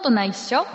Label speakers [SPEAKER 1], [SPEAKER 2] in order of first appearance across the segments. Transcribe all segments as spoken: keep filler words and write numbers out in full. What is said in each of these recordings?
[SPEAKER 1] ことないっしょ。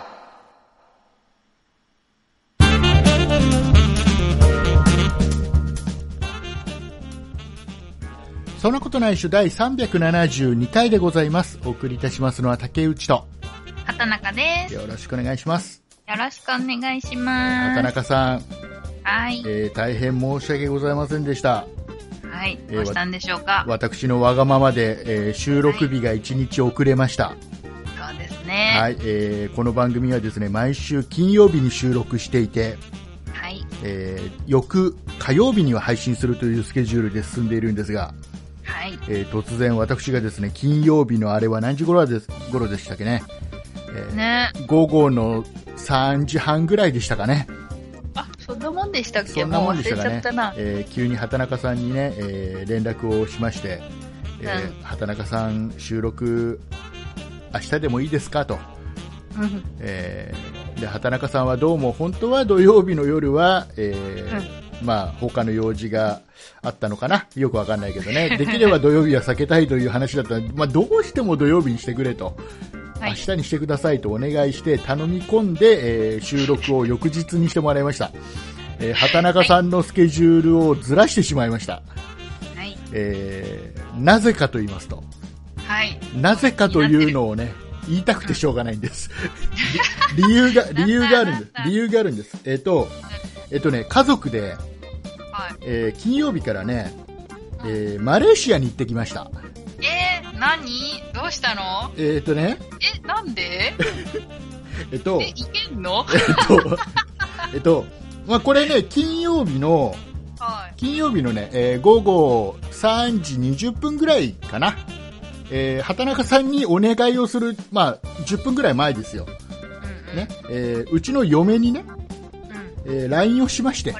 [SPEAKER 2] そんなことないっしょだいさんびゃくななじゅうにかいでございます。お送りいたしますのは竹内と
[SPEAKER 1] 畑中です。
[SPEAKER 2] よろしくお願いします。
[SPEAKER 1] よろしくお願いします。
[SPEAKER 2] 畑中さん、
[SPEAKER 1] はい、
[SPEAKER 2] えー、大変申し訳ございませんでした。
[SPEAKER 1] はい、どうしたんでしょうか。
[SPEAKER 2] えー、私のわがままで、えー、収録日がいちにち遅れました。はい、
[SPEAKER 1] そうですね。
[SPEAKER 2] はい、えー、この番組はですね、毎週金曜日に収録していて、
[SPEAKER 1] はい、
[SPEAKER 2] えー、翌火曜日には配信するというスケジュールで進んでいるんですが、
[SPEAKER 1] はい、
[SPEAKER 2] えー、突然私がですね、金曜日のあれは何時頃です頃でしたっけね、えー、
[SPEAKER 1] ね、
[SPEAKER 2] 午後のさんじはんぐらいでしたかね。
[SPEAKER 1] あ、そんなもんでしたっけ。
[SPEAKER 2] そんなもんでしたかね。
[SPEAKER 1] もう忘れちゃったな。
[SPEAKER 2] えー、急に畑中さんにね、えー、連絡をしまして、えーうん、畑中さん収録明日でもいいですかと、
[SPEAKER 1] うん
[SPEAKER 2] えー、で畑中さんはどうも本当は土曜日の夜は、えーうん、まあ他の用事があったのかな、よくわかんないけどね、できれば土曜日は避けたいという話だったら、まあ、どうしても土曜日にしてくれと、はい、明日にしてくださいとお願いして頼み込んで、えー、収録を翌日にしてもらいました。えー、畑中さんのスケジュールをずらしてしまいました。はい、えー、なぜかと言いますと、
[SPEAKER 1] はい、
[SPEAKER 2] なぜかというのをね、言いたくてしょうがないんです。理由が、理由があるんです。理由があるんです。えっと、えっとね、家族で、はい、えー、金曜日からね、えー、マレーシアに行ってきました。
[SPEAKER 1] えー、何どうしたの。
[SPEAKER 2] えー、っとね。
[SPEAKER 1] え、なんで
[SPEAKER 2] えっと、
[SPEAKER 1] え、行けんの
[SPEAKER 2] えっと、えっと、まあ、これね、金曜日の、はい、金曜日のね、えー、午後さんじにじゅっぷんぐらいかな。えー、畑中さんにお願いをする、まあ、じゅっぷんぐらい前ですよ。うんうん、ね、えー、うちの嫁にね、うん、えー、ライン をしまして、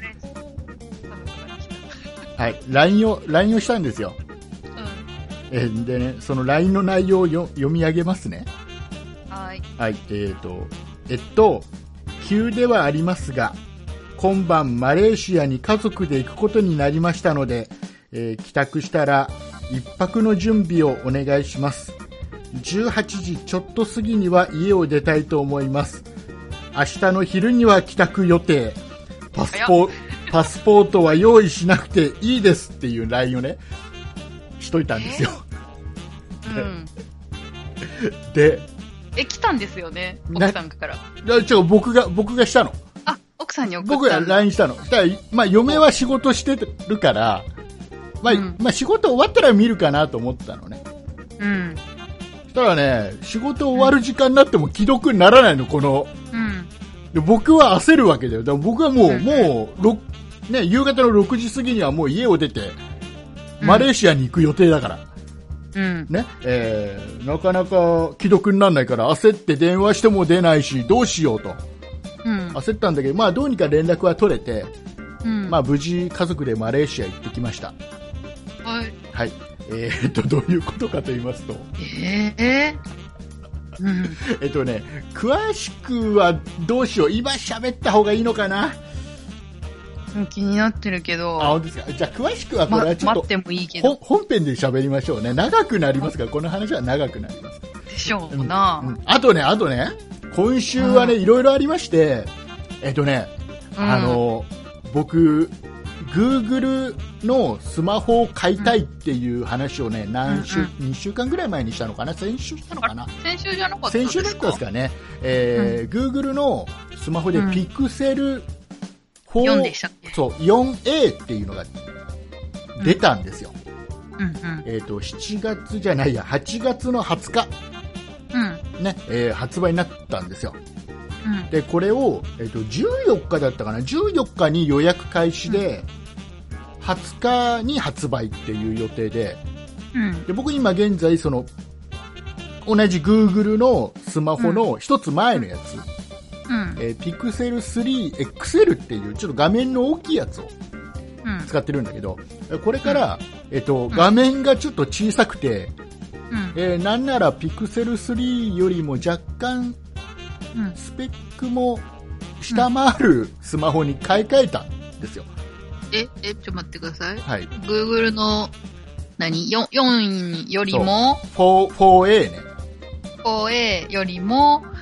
[SPEAKER 2] はい、ライン を、ライン をしたんですよ。うん、えー、でね、その ライン の内容をよ読み上げますね。
[SPEAKER 1] はい。
[SPEAKER 2] はい、えっと、えっと、急ではありますが、今晩マレーシアに家族で行くことになりましたので、えー、帰宅したら一泊の準備をお願いします。じゅうはちじちょっと過ぎには家を出たいと思います。明日の昼には帰宅予定。パスポート、パスポートは用意しなくていいですっていう ライン をね、しといたんですよ。
[SPEAKER 1] うん、
[SPEAKER 2] で、
[SPEAKER 1] え、来たんですよね、奥さんから。
[SPEAKER 2] ちょ、僕が、僕がしたの。
[SPEAKER 1] あ、奥さんに送った。
[SPEAKER 2] 僕が ライン したの。だから、まあ、嫁は仕事してるから、まあ、うん、まあ、仕事終わったら見るかなと思ったのね。
[SPEAKER 1] うん。
[SPEAKER 2] そしたらね、仕事終わる時間になっても既読にならないの、この。うん。で、僕は焦るわけだよ。だから僕はもう、うん、もう、ね、夕方のろくじ過ぎにはもう家を出て、マレーシアに行く予定だから。うん。ね、えー、なかなか既読にならないから焦って電話しても出ないし、どうしようと。うん。焦ったんだけど、まあどうにか連絡は取れて、うん。まあ無事家族でマレーシア行ってきました。
[SPEAKER 1] はい。
[SPEAKER 2] はい。えー、っと、どういうことかと言いますと。
[SPEAKER 1] えー、うん、
[SPEAKER 2] えっとね、詳しくはどうしよう。今喋った方がいいのかな。
[SPEAKER 1] 気になってるけど。
[SPEAKER 2] あ、本当ですか。じゃあ詳しくはこれはちょっと、
[SPEAKER 1] ま、待ってもいいけど。
[SPEAKER 2] 本編で喋りましょうね。長くなりますから、この話は長くなります。
[SPEAKER 1] でしょうな。
[SPEAKER 2] うんうん、あとね、あとね、今週はね、いろいろありまして、えっとね、うん、あの、僕、Google のスマホを買いたいっていう話をね、何週、うんうん、にしゅうかんぐらい前にしたのかな、先週したのかな、
[SPEAKER 1] 先週じゃなかったですか。
[SPEAKER 2] 先週だったですかね、えーうん、Google のスマホで Pixel フォー、
[SPEAKER 1] よんでしたっけ。
[SPEAKER 2] そう、よんエー っていうのが出たんですよ。
[SPEAKER 1] うんうん、
[SPEAKER 2] えっと、しちがつじゃないや、はちがつのはつか、うんねえー、発売になったんですよ。うん、で、これを、えーと、じゅうよっかだったかな、じゅうよっかに予約開始で、うん、はつかに発売っていう予定で、うん、で僕今現在その同じ Google のスマホの一つ前のやつ、うんえー、ピクセルスリーエックスエル っていうちょっと画面の大きいやつを使ってるんだけど、これから、うんえーと、画面がちょっと小さくて、うんえー、なんならピクセルスリーよりも若干スペックも下回るスマホに買い替えたんですよ。
[SPEAKER 1] え、え、ちょっと待ってください。
[SPEAKER 2] はい。
[SPEAKER 1] Google の、何 ?よん、よんよりも、
[SPEAKER 2] フォーエー ね。
[SPEAKER 1] フォーエー よりも、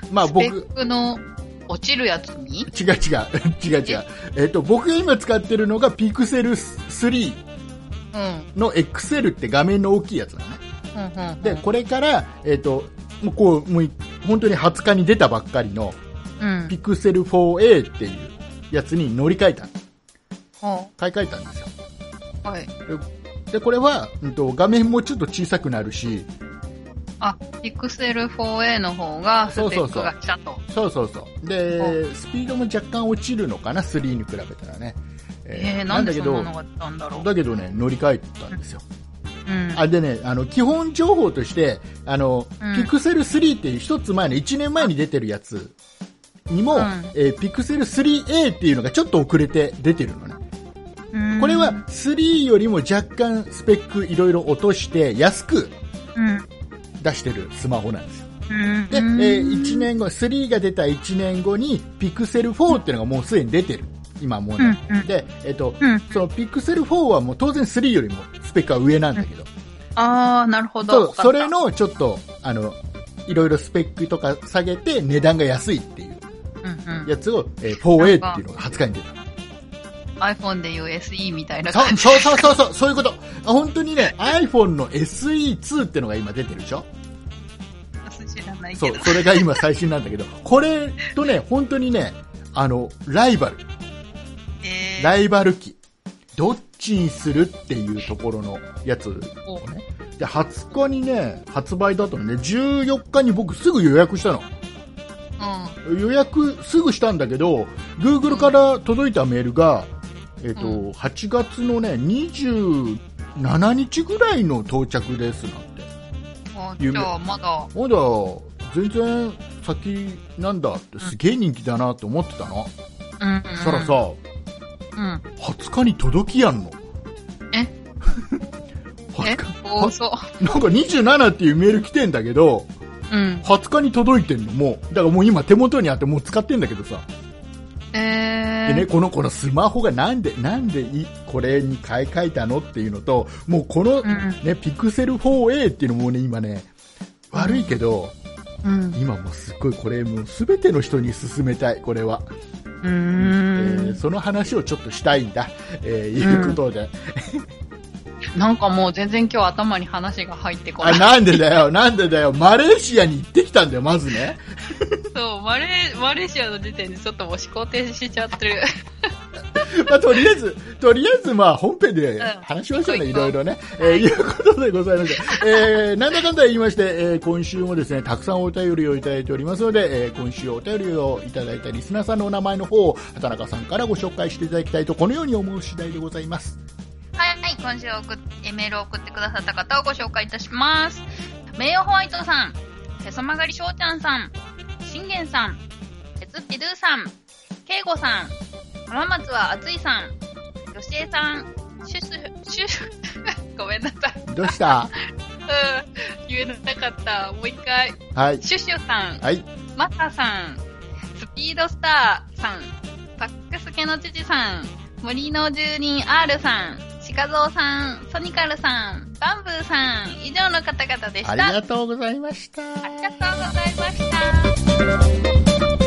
[SPEAKER 2] まあ僕。
[SPEAKER 1] スペックの落ちるやつに
[SPEAKER 2] 違う違う。違う違う。えっと、僕が今使ってるのがピクセルスリーの エックスエル って画面の大きいやつなのね。うんうんうん、で、これから、えっと、もうこう、もう本当にはつかに出たばっかりの、ピクセル フォーエー っていうやつに乗り換えた。うん、買い替えたんですよ。はい。で、これは、うんと、画面もちょっと小さくなるし、
[SPEAKER 1] あ、ピクセル フォーエー の方がスペックがちゃんと。
[SPEAKER 2] そうそうそう。で、スピードも若干落ちるのかな、スリーに比べたらね。
[SPEAKER 1] えー、なんでそんなのがあったんだろう。
[SPEAKER 2] だけどね、乗り換えたんですよ。
[SPEAKER 1] うん、
[SPEAKER 2] あでね、あの基本情報としてあの、うん、ピクセルスリーっていう一つ前のいちねんまえに出てるやつにも、うんえー、ピクセル スリーエー っていうのがちょっと遅れて出てるのね。これはスリーよりも若干スペックいろいろ落として安く出してるスマホなんですよ。で、えー、いちねんご、スリーが出たいちねんごにピクセルフォーっていうのがもうすでに出てる。今もうね、うんうん、で、えっと、うん、そのピクセルフォーはもう当然スリーよりもスペックは上なんだけど。うん、
[SPEAKER 1] ああ、なるほど。
[SPEAKER 2] そう、それのちょっと、あの、いろいろスペックとか下げて値段が安いっていうやつを、うんうん、えー、フォーエー っていうのがはつかに出た。
[SPEAKER 1] iPhone でいう エスイー みたいな感じ。
[SPEAKER 2] そうそうそうそう、そういうこと。本当にね、iPhone の エスイーツー ってのが今出てるでしょ？
[SPEAKER 1] 知らないけど。
[SPEAKER 2] そう、それが今最新なんだけど、これとね、本当にね、あの、ライバル。
[SPEAKER 1] えー、
[SPEAKER 2] ライバル機。どっちにするっていうところのやつをね。で、はつかにね、発売だったのね、じゅうよっかに僕すぐ予約したの。うん、予約すぐしたんだけど、Google から届いたメールが、えっと、うん、はちがつのね、にじゅうしちにちぐらいの到着ですなんて。
[SPEAKER 1] あ、じゃあまだ。
[SPEAKER 2] まだ、全然先なんだってすげえ人気だなって思ってたの。
[SPEAKER 1] うん。
[SPEAKER 2] そしたらさ、
[SPEAKER 1] うん、は
[SPEAKER 2] つかに届きやんの。
[SPEAKER 1] ええ遅
[SPEAKER 2] なんかにじゅうななっていうメール来てんだけど、
[SPEAKER 1] うん、
[SPEAKER 2] はつかに届いてんの。もうだからもう今手元にあってもう使ってんだけどさ、
[SPEAKER 1] えー、
[SPEAKER 2] でね、このこのスマホがなんでなんでいこれに買い替えたのっていうのと、もうこの、ねうん、ピクセル フォーエー っていうのもね今ね悪いけど、
[SPEAKER 1] うん、
[SPEAKER 2] 今もうすっごいこれもうすべての人に勧めたい。これは
[SPEAKER 1] うーん、
[SPEAKER 2] えー、その話をちょっとしたいんだ、えー、いうことで、
[SPEAKER 1] うん、なんかもう全然今日頭に話が入ってこない。
[SPEAKER 2] あ、なんでだよなんでだよ、マレーシアに行ってきたんだよまずね。
[SPEAKER 1] そうマレーマレーシアの時点でちょっともう思考停止しちゃってる。
[SPEAKER 2] まあ、とりあえず、とりあえず、まあ、本編で話しましょうね、うん、いろいろね。えー、いうことでございまして、えー、なんだかんだ言いまして、えー、今週もですね、たくさんお便りをいただいておりますので、えー、今週お便りをいただいたリスナーさんのお名前の方を、畑中さんからご紹介していただきたいと、このように思う次第でございます。
[SPEAKER 1] はい、はい、今週送っメールを送ってくださった方をご紹介いたします。名誉ホワイトさん、へそ曲がりしょうちゃんさん、信玄さん、てつっぴドゥさん、けいごさん、浜松はあついさん、よしえさん、シュシュ、シュごめんなさい。
[SPEAKER 2] どうした
[SPEAKER 1] うん、言えなかった。もう一回。
[SPEAKER 2] はい。
[SPEAKER 1] シュシュさん、
[SPEAKER 2] はい。
[SPEAKER 1] マサさん、スピードスターさん、パックスケの父さん、森の住人 R さん、シカゾウさん、ソニカルさん、バンブーさん、以上の方々でした。
[SPEAKER 2] ありがとうございました。
[SPEAKER 1] ありがとうございました。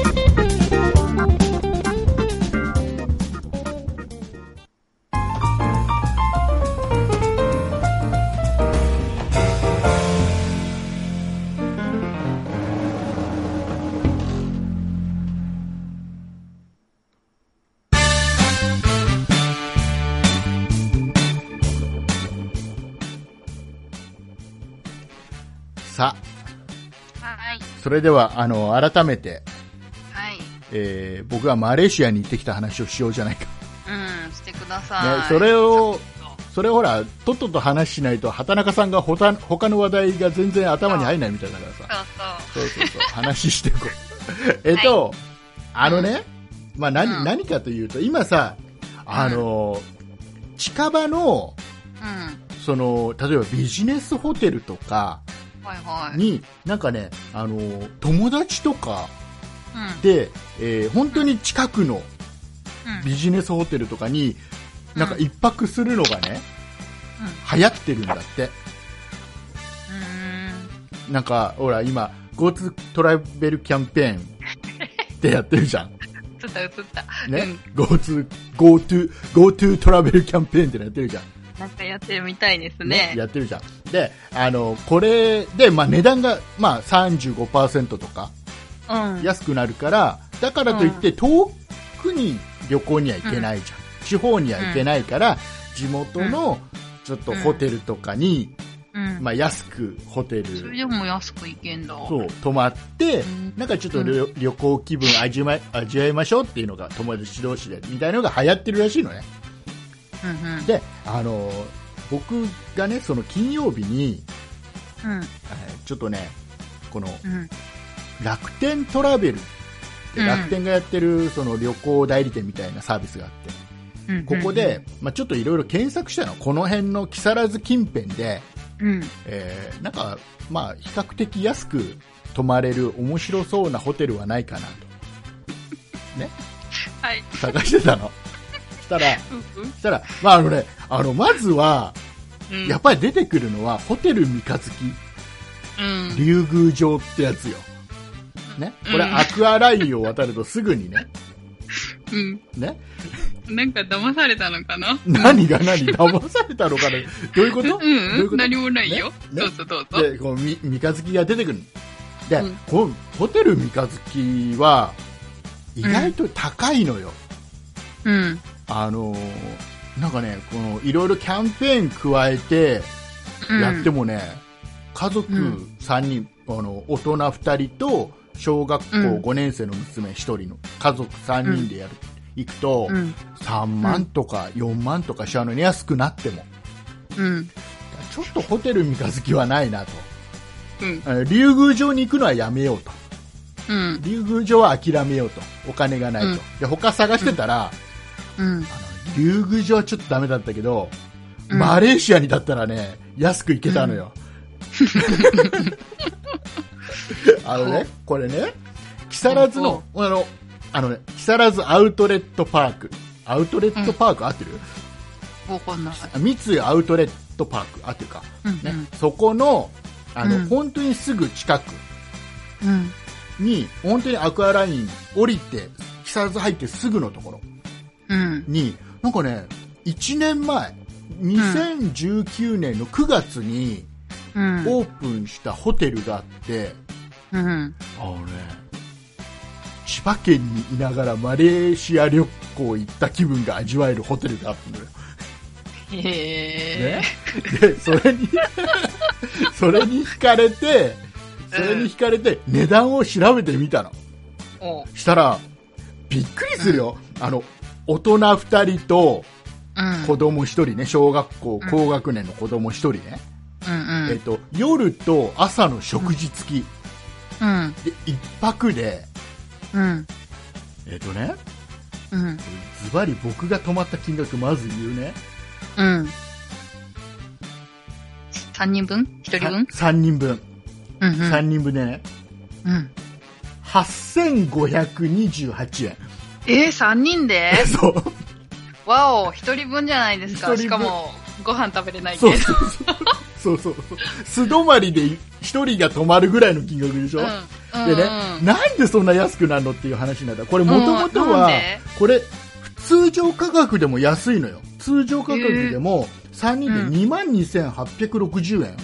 [SPEAKER 2] さ
[SPEAKER 1] あ、はい、
[SPEAKER 2] それではあの改めて、
[SPEAKER 1] はい、
[SPEAKER 2] えー、僕がマレーシアに行ってきた話をしようじゃないか。
[SPEAKER 1] うん、してください。
[SPEAKER 2] ね、それをそれほらとっとと話しないと畑中さんがほた他の話題が全然頭に入らないみたいだからさ。
[SPEAKER 1] そう
[SPEAKER 2] そうそうそう話していこう。えっと、はい、あのね、まあ何、うん、何かというと今さあの、うん、近場の、
[SPEAKER 1] うん、
[SPEAKER 2] その例えばビジネスホテルとか
[SPEAKER 1] はいはい、
[SPEAKER 2] になんかね、あの友達とかで、うんえー、本当に近くのビジネスホテルとかに、うん、なんか一泊するのがね、うん、流行ってるんだって。
[SPEAKER 1] うん、
[SPEAKER 2] なんかほら今 GoTo トラベルキャンペーンってやってるじゃん。
[SPEAKER 1] 映った映った。
[SPEAKER 2] ね。うん、GoTo、GoTo、GoTo トラベルキャンペーンってやってるじゃん。
[SPEAKER 1] なんかやってるみたいですね。
[SPEAKER 2] ね、やってるじゃん。で、あの、これで、まあ値段が、まあ さんじゅうごパーセント とか、うん、安くなるから、だからといって遠くに旅行には行けないじゃん。うん、地方には行けないから、地元のちょっとホテルとかに、うん、まあ安くホテル。
[SPEAKER 1] それでも安く行けんだ。
[SPEAKER 2] そう、泊まって、うん、なんかちょっと、うん、旅行気分味わい、味わいましょうっていうのが友達同士で、みたいなのが流行ってるらしいのね。うんうん、で、あの僕がねその金曜日に、うん、ちょっとねこの、うん、楽天トラベル、うん、楽天がやってるその旅行代理店みたいなサービスがあって、うん、ここで、まあ、ちょっといろいろ検索したの。この辺の木更津近辺で、うんえー、なんかまあ比較的安く泊まれる面白そうなホテルはないかなとね、はい、探してたの。したら、したら、まああのね、あの、まずは、うん、やっぱり出てくるのは、ホテル三日月、うん、竜宮城ってやつよ。ね。これ、うん、アクアラインを渡るとすぐにね。うん。ね。
[SPEAKER 1] なんか騙されたのかな？
[SPEAKER 2] 何が何？騙されたのかな？どういうこと？うん、どういうこと？
[SPEAKER 1] 何もないよ。ね、どうぞどうぞ。
[SPEAKER 2] で、この三日月が出てくる。で、うん、このホテル三日月は、意外と高いのよ。うん。うんあのー、なんかね、このいろいろキャンペーン加えてやってもね、うん、家族さんにん、うん、あの大人ふたりと小学校ごねん生の娘ひとりの家族さんにんでやる、うん、行くと、うん、さんまんとかよんまんとかしちゃうのに安くなっても、うん、ちょっとホテル三日月はないなと、うん、竜宮城に行くのはやめようと、うん、竜宮城は諦めようと、お金がないと、うん、で他探してたら、うんうん、あの竜宮城はちょっとダメだったけど、うん、マレーシアにだったらね安く行けたのよ、うん、あのねこれね木更津のあのあのね木更津アウトレットパークアウトレットパーク、うん、合ってる？
[SPEAKER 1] わかんない。
[SPEAKER 2] 三井アウトレットパーク合ってるか、うんうんね、そこのあの、うん、本当にすぐ近くに、うん、本当にアクアライン降りて木更津入ってすぐのところに、うん、なんかねいちねんまえにせんじゅうきゅうねんのくがつにオープンしたホテルがあって、うん、あのね千葉県にいながらマレーシア旅行行った気分が味わえるホテルがあったのよ。へー、ね、でそれにそれに惹かれてそれに惹かれて値段を調べてみたの、うん、したらびっくりするよ、うん、あの大人ふたりと子供ひとりね、小学校高学年の子供ひとりね、うんうんえっと、夜と朝の食事付き、うん、でいっぱくで、うん、えっとね、うん、ズバリ僕が泊まった金額まず言うね、うん、
[SPEAKER 1] さんにんぶん？ひとりぶん？
[SPEAKER 2] さんにんぶん、うんうん、さんにんぶんでね、うん、はっせんごひゃくにじゅうはちえん。
[SPEAKER 1] えー、さんにんで？
[SPEAKER 2] そう。
[SPEAKER 1] わお、ひとりぶんじゃないですか。しかも、ご飯食べれないけど。
[SPEAKER 2] そうそうそう。そうそうそう。素泊まりでひとりが泊まるぐらいの金額でしょ、うん、でね、うんうん、なんでそんな安くなるのっていう話なんだ。これもともとは、これ、通常価格でも安いのよ。通常価格でもさんにんで にまんにせんはっぴゃくろくじゅうえん。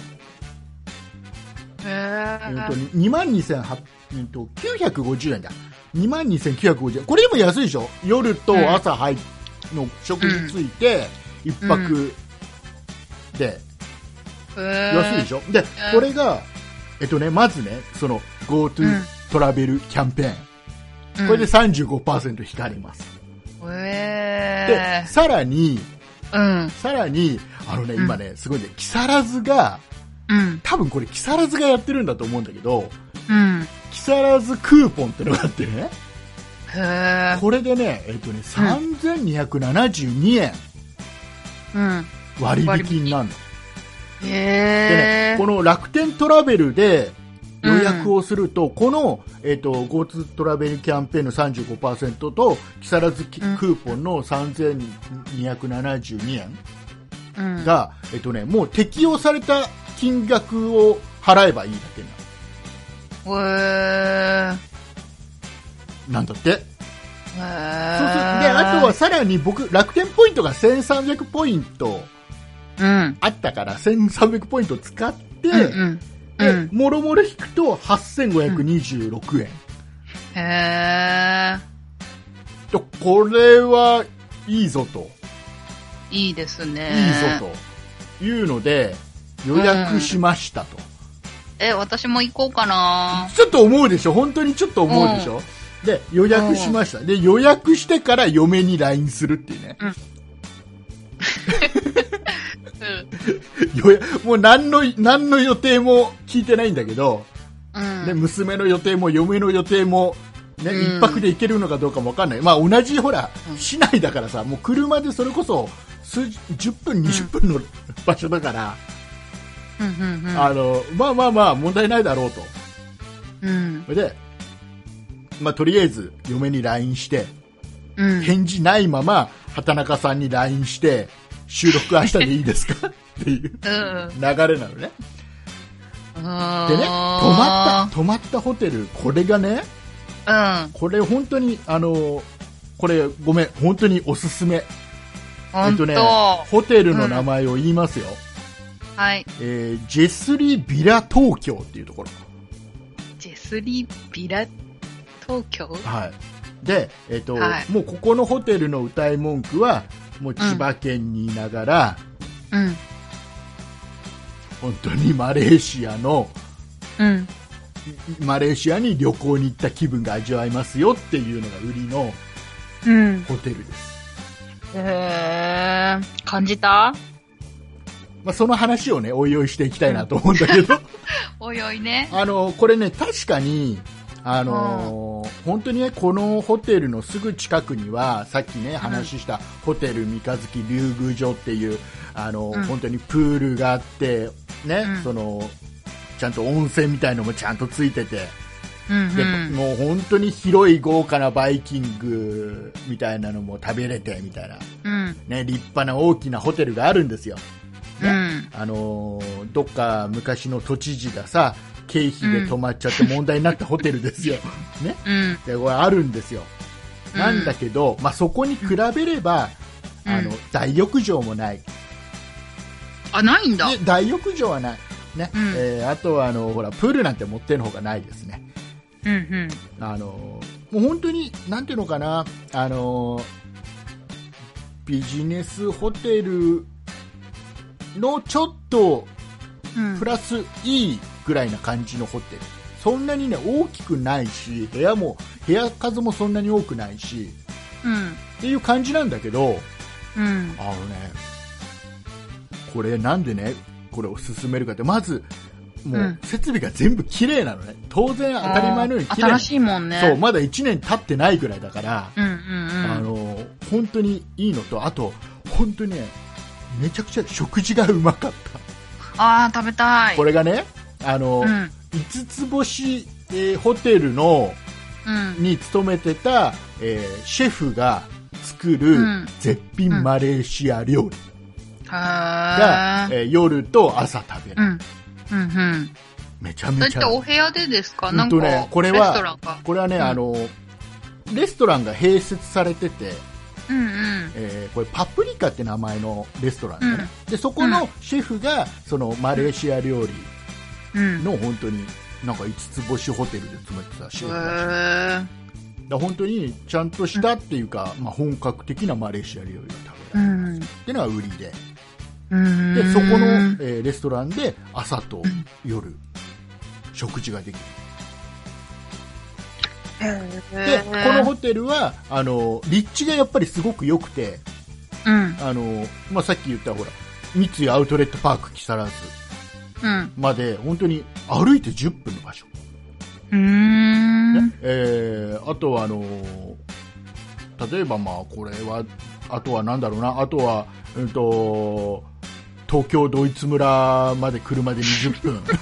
[SPEAKER 2] へー。えーと、にまんにせんきゅうひゃくごじゅうえんだ。にまんにせんきゅうひゃくごじゅうえん。これでも安いでしょ。夜と朝入の食事ついていっぱくで、うん、安いでしょ。で、これがえっとねまずねその GoTo トラベルキャンペーン、これで さんじゅうごパーセント 引かれます。でさらに、うん、さらにあのね今ねすごいね木更津が、うん、多分これ木更津がやってるんだと思うんだけど、うん、木更津クーポンってのがあってね、へこれでね、えっとね、さんぜんにひゃくななじゅうにえん割引になるの。へでね、この楽天トラベルで予約をすると、うん、この、えっと、GoTo トラベルキャンペーンの さんじゅうごパーセント と木更津クーポンのさんぜんにひゃくななじゅうにえんが、うん、えっとね、もう適用された金額を払えばいいだけなの。
[SPEAKER 1] へー。
[SPEAKER 2] なんだって。へー。そうする。で、
[SPEAKER 1] あ
[SPEAKER 2] とはさらに僕、楽天ポイントがせんさんびゃくポイントあったから、うん、せんさんびゃくポイント使って、うんうんうん、もろもろ引くとはっせんごひゃくにじゅうろくえん。うん、
[SPEAKER 1] へー。
[SPEAKER 2] これはいいぞと。
[SPEAKER 1] いいですね。
[SPEAKER 2] いいぞというので予約しましたと。うん、
[SPEAKER 1] え、私も行こうかな。
[SPEAKER 2] ちょっと思うでしょ。本当にちょっと思うでしょ。うん、で予約しました。で予約してから嫁に ライン するっていうね。うんもう何の何の予定も聞いてないんだけど、うん、で娘の予定も嫁の予定もね、うん、一泊で行けるのかどうかも分かんない。まあ同じほら、うん、市内だからさ、もう車でそれこそ数十分にじゅっぷんの場所だから、うんうんうんうん、あのまあまあまあ問題ないだろうと。うん、で、まあとりあえず嫁に ライン して、うん、返事ないまま畑中さんに ライン して収録明日でいいですかっていう流れなのね。でね、泊まった泊まったホテル、これがね。うん、これ本当にあのこれごめん本当におすすめ。えっとねホテルの名前を言いますよ。うん、はい。えー、ジェスリービラ東京っていうところ。
[SPEAKER 1] ジェスリービラ東京。
[SPEAKER 2] はい。でえっと、はい、もうここのホテルの謳い文句はもう千葉県にいながら、うん、本当にマレーシアの。うん。マレーシアに旅行に行った気分が味わえますよっていうのが売りのホテルです。
[SPEAKER 1] うん、へー、感じた？
[SPEAKER 2] まあ、その話をねおいおいしていきたいなと思うんだけど、うん、
[SPEAKER 1] おいおいね。
[SPEAKER 2] あのこれね確かにあのーうん、本当にねこのホテルのすぐ近くにはさっきね話した、ホテル三日月竜宮城っていうあのーうん、本当にプールがあってね、うん、そのちゃんと温泉みたいのもちゃんとついてて、うんうん、でもう本当に広い豪華なバイキングみたいなのも食べれてみたいな、うんね、立派な大きなホテルがあるんですよ、ねうん、あのー、どっか昔の都知事がさ経費で泊まっちゃって問題になったホテルですよ、ねうん、でこれあるんですよ、うん、なんだけど、まあ、そこに比べれば、うん、あの大浴場もない。
[SPEAKER 1] あ、ないんだ。
[SPEAKER 2] 大浴場はないねうんえー、あとはあのほらプールなんて持ってる方がないですね、うんうん、あのもう本当になんていうのかな、あのビジネスホテルのちょっとプラスいいぐらいな感じのホテル、そんなにね大きくないし部屋も部屋数もそんなに多くないし、うん、っていう感じなんだけど、うん、あのねこれなんでねこれを勧めるかって、まずもう設備が全部綺麗なのね、当然当たり前のように綺麗、
[SPEAKER 1] 新しいもんね。
[SPEAKER 2] そうまだいちねん経ってないぐらいだから、うんうんうん、あの本当にいいのと、あと本当にねめちゃくちゃ食事がうまかった。
[SPEAKER 1] あー食べたい。
[SPEAKER 2] これがねあの、うん、いつつ星、えー、ホテルの、うん、に勤めてた、えー、シェフが作る絶品マレーシア料理、うんが、えー、夜と朝食べる、うんうんうん、めちゃめちゃ。
[SPEAKER 1] だってお部屋でですか？なんか、
[SPEAKER 2] ね、これはレストランか。これはね、うん、あのレストランが併設されてて、うんうんえー、これパプリカって名前のレストランでね、うん、でそこのシェフがそのマレーシア料理の本当になんかいつつ星ホテルで詰めてたシェフらしい。だ本当にちゃんとしたっていうか、まあ、本格的なマレーシア料理が食べられる、うん、っていうのが売りで。でそこの、えー、レストランで朝と夜、うん、食事ができる。でこのホテルはあの立地がやっぱりすごく良くて、うんあのまあ、さっき言ったほら三井アウトレットパーク木更津まで、うん、本当に歩いてじゅっぷんの場所。うーん、ねえー、あとはあの例えばまあこれはあとはなんだろうなあとは、うんと東京ドイツ村まで車でにじゅっぷん、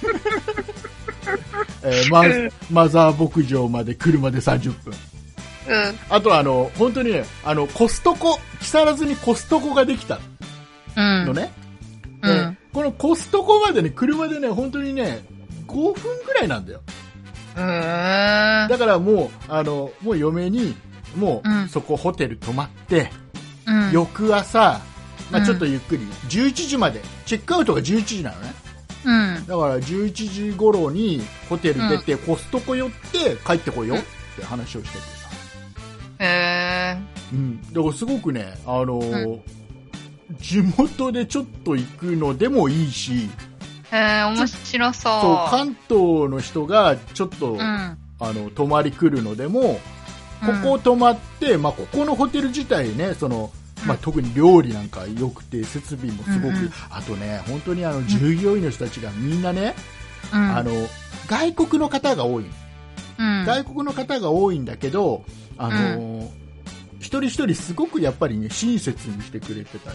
[SPEAKER 2] えーマ、マザー牧場まで車でさんじゅっぷん、うん、あとはあの本当にねあのコストコ木更津にコストコができたのね、うんうん、このコストコまでね車でね本当にねごふんぐらいなんだよ。
[SPEAKER 1] へ
[SPEAKER 2] だからもうあのもう嫁にもう、うん、そこホテル泊まって、うん、翌朝、まあ、ちょっとゆっくり、うん、じゅういちじまでチェックアウトがじゅういちじなのね、うん、だからじゅういちじ頃にホテル出て、うん、コストコ寄って帰ってこいよって話をしててさ、
[SPEAKER 1] へー、
[SPEAKER 2] うん、だからすごくね、あのーうん、地元でちょっと行くのでもいいし、
[SPEAKER 1] へー、面白そう。
[SPEAKER 2] そう、関東の人がちょっと、うん、あの泊まり来るのでもここ泊まって、うん、まあ、ここのホテル自体ね、そのまあ、特に料理なんか良くて設備もすごく、うん、あとね本当にあの従業員の人たちがみんなね、うん、あの外国の方が多い、うん、外国の方が多いんだけど、あの、うん、一人一人すごくやっぱりね親切にしてくれてたり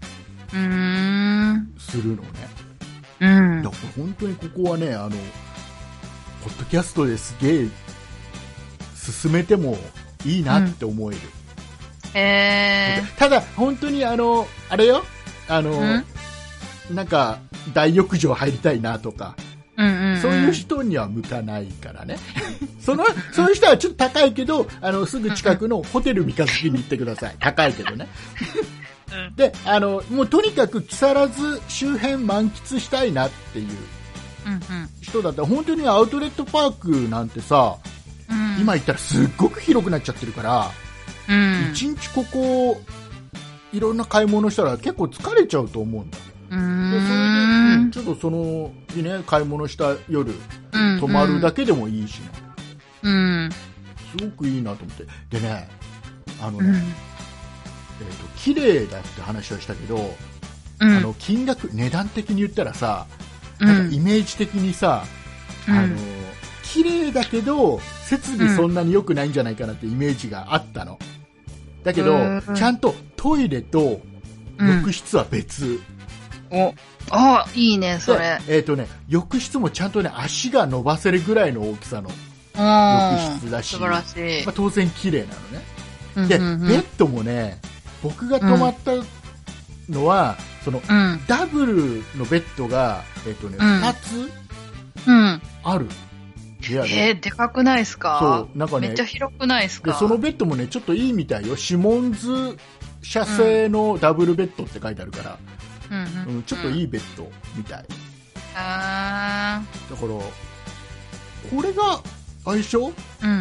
[SPEAKER 2] するのね、うん、だから本当にここはね、あのポッドキャストですげえ進めてもいいなって思える、
[SPEAKER 1] うん、えー、
[SPEAKER 2] ただ本当にあのあれよ、あのなんか大浴場入りたいなとか、うんうんうん、そういう人には向かないからねそのそういう人はちょっと高いけど、あのすぐ近くのホテル三日月に行ってください高いけどねで、あのもうとにかく木更津周辺満喫したいなっていう人だったら、本当にアウトレットパークなんてさ、うん、今言ったらすっごく広くなっちゃってるから、うん、いちにちここいろんな買い物したら結構疲れちゃうと思うんだ。うーん、でそれで、うん、ちょっとその日ね買い物した夜、うん、泊まるだけでもいいしね、うん、すごくいいなと思って。でね、あのね、うん、えーと綺麗だって話はしたけど、うん、あの金額値段的に言ったらさ、なんかイメージ的にさ、うん、あの綺麗だけど設備そんなに良くないんじゃないかなってイメージがあったの。だけど、うん、ちゃんとトイレと浴室は別、
[SPEAKER 1] うん、おあいいねそれ。
[SPEAKER 2] えーとね、浴室もちゃんとね足が伸ばせるぐらいの大きさの浴室だし、
[SPEAKER 1] 素晴らしい、
[SPEAKER 2] まあ、当然綺麗なのね、うんうんうん、でベッドもね、僕が泊まったのは、うん、その、うん、ダブルのベッドが、えーとね、うん、ふたつ、うん、ある。
[SPEAKER 1] えー、でかくないですか？そう、なんかね、めっちゃ広くないですか？
[SPEAKER 2] でそのベッドもねちょっといいみたいよ。シモンズ社製のダブルベッドって書いてあるから、うんうんうん、ちょっといいベッドみたい、うん、あだからこれが相性、うん、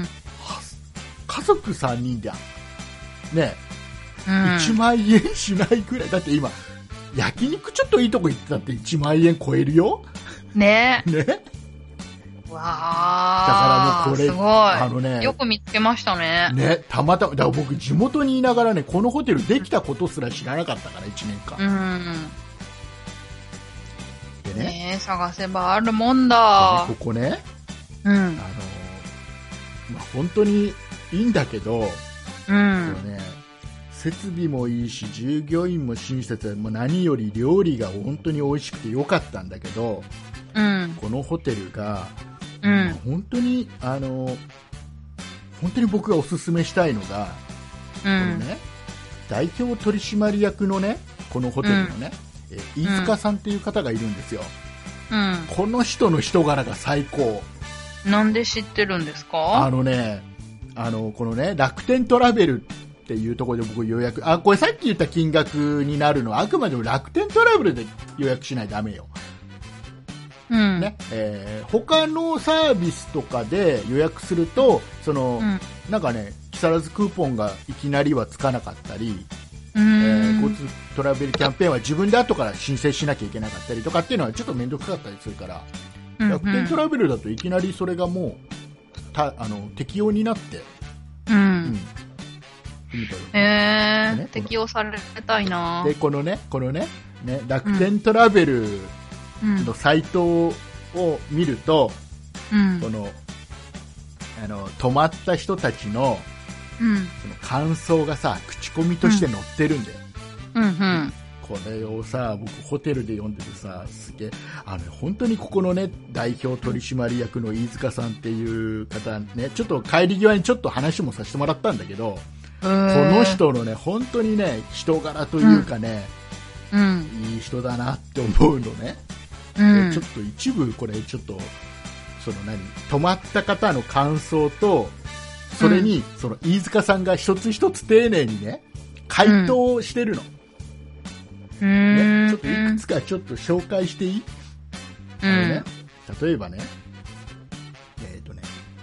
[SPEAKER 2] 家族さんにんでね、うん、いちまんえんしないくらいだって今焼肉ちょっといいとこ行ってたっていちまんえん超えるよ
[SPEAKER 1] ね
[SPEAKER 2] ね。
[SPEAKER 1] わ
[SPEAKER 2] あ、だからもうこれ
[SPEAKER 1] すごい、
[SPEAKER 2] あのね、
[SPEAKER 1] よく見つけましたね。
[SPEAKER 2] ね、たまたま、だから僕地元にいながらね、このホテルできたことすら知らなかったからいちねんかん。うん。でね、
[SPEAKER 1] ね、探せばあるもんだ。
[SPEAKER 2] ここね、うん、あの、まあ、本当にいいんだけど、うん、ね、設備もいいし従業員も親切で、もう何より料理が本当に美味しくてよかったんだけど、うん、このホテルがうん、本当にあの本当に僕がおすすめしたいのが、うん、このね、代表取締役のねこのホテルのね、うん、え飯塚さんっていう方がいるんですよ、うん、この人の人柄が最高。
[SPEAKER 1] なんで知ってるんですか？
[SPEAKER 2] あのね、あのこのね楽天トラベルっていうところで僕予約、あこれさっき言った金額になるのはあくまでも楽天トラベルで予約しないとダメよ。うんねえー、他のサービスとかで予約するとその、うん、なんかね木更津クーポンがいきなりはつかなかったり、えー、交通トラベルキャンペーンは自分で後から申請しなきゃいけなかったりとかっていうのはちょっと面倒くさかったりするから、うんうん、楽天トラベルだといきなりそれがもうたあの適用になって、うんうん
[SPEAKER 1] えーね、適用されたいな。
[SPEAKER 2] でこのねこのねね楽天トラベル、うんのサイトを見ると、うん、このあの泊まった人たちの、うん、その感想がさ口コミとして載ってるんだよ、うんうんうん、これをさ僕ホテルで読んでてさすげえあの本当にここのね代表取締役の飯塚さんっていう方ねちょっと帰り際にちょっと話もさせてもらったんだけど、この人のね本当にね人柄というかね、うんうん、いい人だなって思うのね。うん、ちょっと一部これちょっとその何泊まった方の感想とそれに、うん、その飯塚さんが一つ一つ丁寧にね回答をしてるの、うんね、ちょっといくつかちょっと紹介していい、うんあのね、例えばねえっ、ー、とね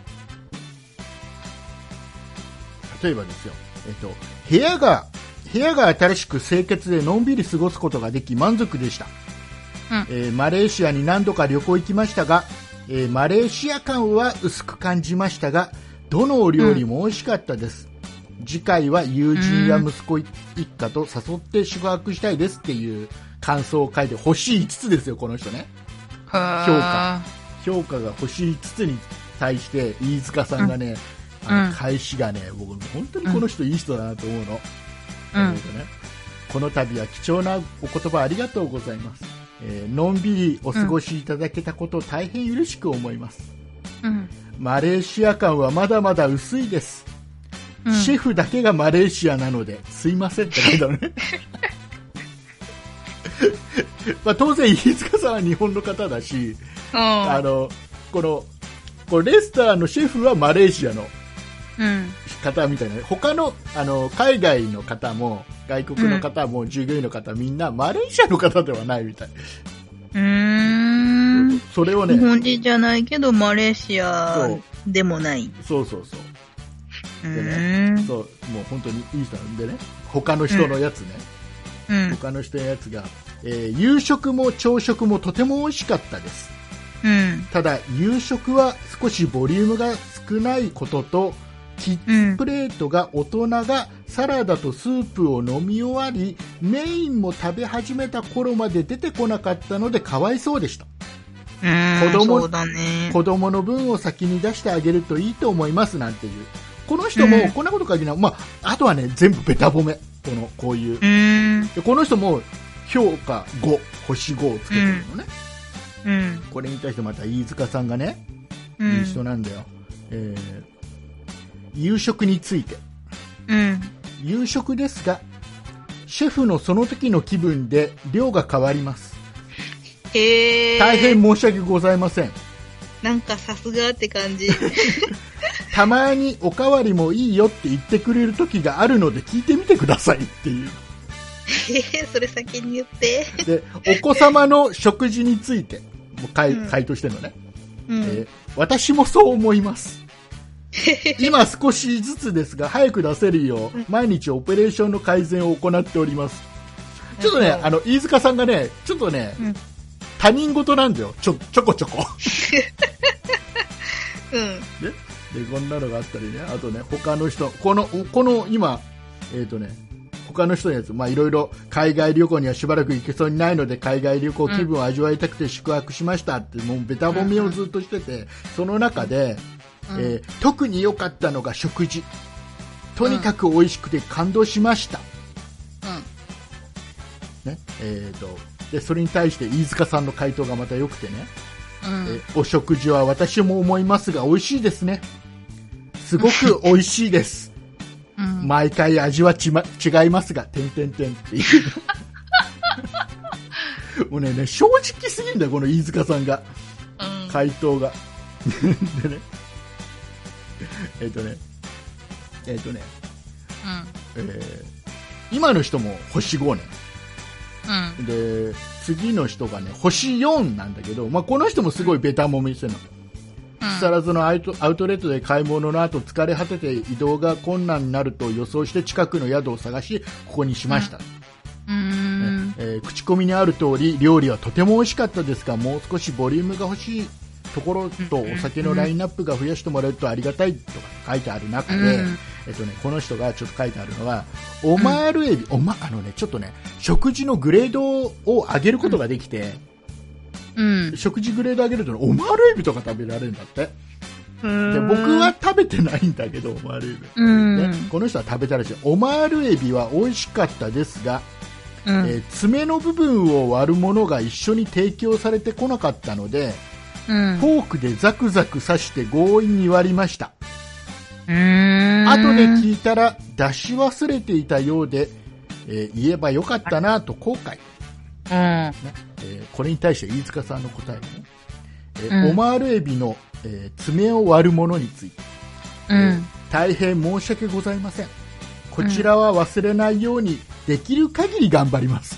[SPEAKER 2] 例えばですよ、えっ、ー、と部屋が部屋が新しく清潔でのんびり過ごすことができ満足でした、うんえー、マレーシアに何度か旅行行きましたが、えー、マレーシア感は薄く感じましたがどのお料理も美味しかったです、うん、次回は友人や息子一家と誘って宿泊したいですっていう感想を書いて星いつつですよこの人ね。評価評価が星いつつに対して飯塚さんがね、うん、あの返しがね僕本当にこの人いい人だなと思うの、うんね、この度は貴重なお言葉ありがとうございます、えー、のんびりお過ごしいただけたことを大変嬉しく思います、うん、マレーシア感はまだまだ薄いです、うん、シェフだけがマレーシアなのですいませんって書いてあるねまあ当然飯塚さんは日本の方だし、あのこのこのレスターのシェフはマレーシアの方みたいな、他のあの海外の方も外国の方も従業員の方、みんなマレーシアの方ではないみたい。
[SPEAKER 1] うーん。
[SPEAKER 2] それをね、
[SPEAKER 1] 日本人じゃないけどマレーシアでもない。
[SPEAKER 2] そうそうそう。でね、そうもう本当にいい人なんでね、他の人のやつね、うん、他の人のやつが、えー、夕食も朝食もとても美味しかったです。うん、ただ夕食は少しボリュームが少ないこととキッズプレートが大人がサラダとスープを飲み終わりメインも食べ始めた頃まで出てこなかったのでかわいそうでした。
[SPEAKER 1] うーん、
[SPEAKER 2] 子供、
[SPEAKER 1] そうだね、
[SPEAKER 2] 子供の分を先に出してあげるといいと思いますなんていう。この人もこんなこと書きな、うん、まあ、あとはね全部ベタ褒め、このこういう、う
[SPEAKER 1] ーん、
[SPEAKER 2] でこの人も評価ご、星ごをつけてるのね、うんうん、これに対してまた飯塚さんがね、うん、いい人なんだよ、えー、夕食について、うん、夕食ですがシェフのその時の気分で量が変わります。
[SPEAKER 1] へー、
[SPEAKER 2] 大変申し訳ございません。
[SPEAKER 1] なんかさすがって感じ
[SPEAKER 2] たまにおかわりもいいよって言ってくれる時があるので聞いてみてくださいっていう。
[SPEAKER 1] えー、それ先に言って。
[SPEAKER 2] でお子様の食事についてもう回、うん、回答してるのね、うんえー、私もそう思います今少しずつですが早く出せるよう毎日オペレーションの改善を行っております。ちょっとね、あの飯塚さんがねちょっとね、うん、他人事なんだよ、ちょちょこちょこうん、で, でこんなのがあったりね、あとね他の人このこの今えっ、ー、とね他の人のやつ、まあいろいろ海外旅行にはしばらく行けそうにないので海外旅行気分を味わいたくて宿泊しましたって、もうベタ褒めをずっとしてて、その中で、うんえー、特に良かったのが食事、とにかく美味しくて感動しました、うんねえー、とでそれに対して飯塚さんの回答がまた良くてね、うんえー、お食事は私も思いますが美味しいですね、すごく美味しいですうん、毎回味はち、ま、違いますが点々点っていうもう ね, ね正直すぎんだよこの飯塚さんが、うん、回答がでねえっ、ー、とねえっ、ー、とね、うんえー、今の人も星ごね、うん、で次の人がね星よんなんだけど、まあ、この人もすごいベタもみしてるの。木更津のアウト、アウトレットで買い物の後疲れ果てて移動が困難になると予想して近くの宿を探しここにしました、うんねえー、口コミにある通り料理はとても美味しかったですがもう少しボリュームが欲しいところとお酒のラインナップが増やしてもらえるとありがたいとか書いてある中で、えっとね、この人がちょっと書いてあるのはオマールエビ、おま、あのね、ちょっとね食事のグレードを上げることができて、うん、食事グレード上げるとオマールエビとか食べられるんだって。で僕は食べてないんだけどオマールエビ、うんね、この人は食べたらしい。オマールエビは美味しかったですが、うんえー、爪の部分を割るものが一緒に提供されてこなかったので、うん、フォークでザクザク刺して強引に割りました。うーん後で聞いたら出し忘れていたようで、えー、言えばよかったなと後悔、うんねえー、これに対して飯塚さんの答えね、 えーうん、オマールエビの、えー、爪を割るものについて、
[SPEAKER 1] うんえー、
[SPEAKER 2] 大変申し訳ございません。こちらは忘れないようにできる限り頑張ります。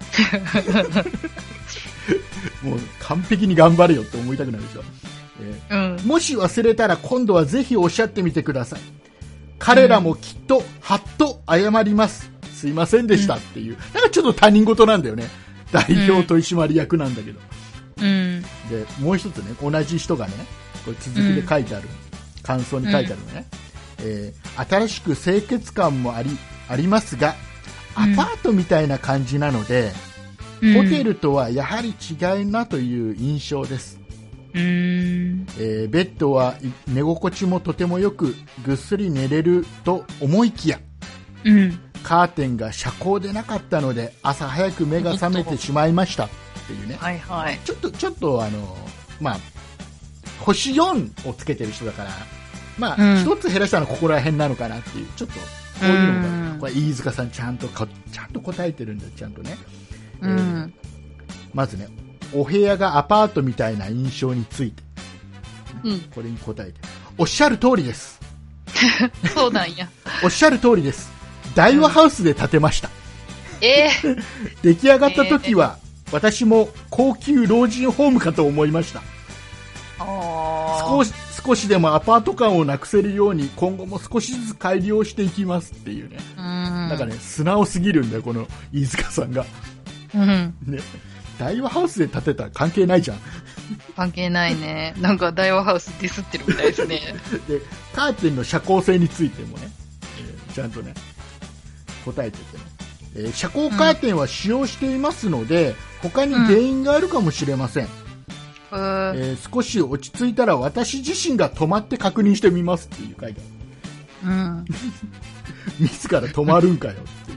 [SPEAKER 2] もう完璧に頑張れよって思いたくなるでしょ、えーうん、もし忘れたら今度はぜひおっしゃってみてください。彼らもきっとはっと謝ります、うん、すいませんでしたっていう、なんかちょっと他人事なんだよね。代表取締役なんだけど、うん、でもう一つね、同じ人がねこれ続きで書いてある、うん、感想に書いてあるのね、うんえー、新しく清潔感もあり、ありますがアパートみたいな感じなので、うん、ホテルとはやはり違いなという印象です。うーんえー、ベッドは寝心地もとてもよくぐっすり寝れると思いきや、うん、カーテンが遮光でなかったので朝早く目が覚めてしまいましたっていうね、はいはい、ちょっとちょっとあの、まあ、星よんをつけてる人だから、まあうん、一つ減らしたのはここら辺なのかなっていう、ちょっとこういうのがこれ飯塚さんちゃんとかちゃんと答えてるんだよ、ちゃんとね、うんえー、まずね、お部屋がアパートみたいな印象について、うん、これに答えておっしゃる通りです。
[SPEAKER 1] そうなんや。
[SPEAKER 2] おっしゃる通りです。大和ハウスで建てました、うん、えー、出来上がった時は、えー、私も高級老人ホームかと思いました。あ少し少しでもアパート感をなくせるように今後も少しずつ改良していきますっていうね、うんなんかね、素直すぎるんだよこの飯塚さんが、うんね、大和ハウスで建てたら関係ないじゃん。
[SPEAKER 1] 関係ないね。なんか大和ハウスディスってるみたいですね。
[SPEAKER 2] でカーテンの遮光性についてもね、えー、ちゃんとね答えててね、えー、遮光カーテンは使用していますので、うん、他に原因があるかもしれません、うんえー、少し落ち着いたら私自身が止まって確認してみますっていう書いてある、うん、自ら止まるんかよっていう、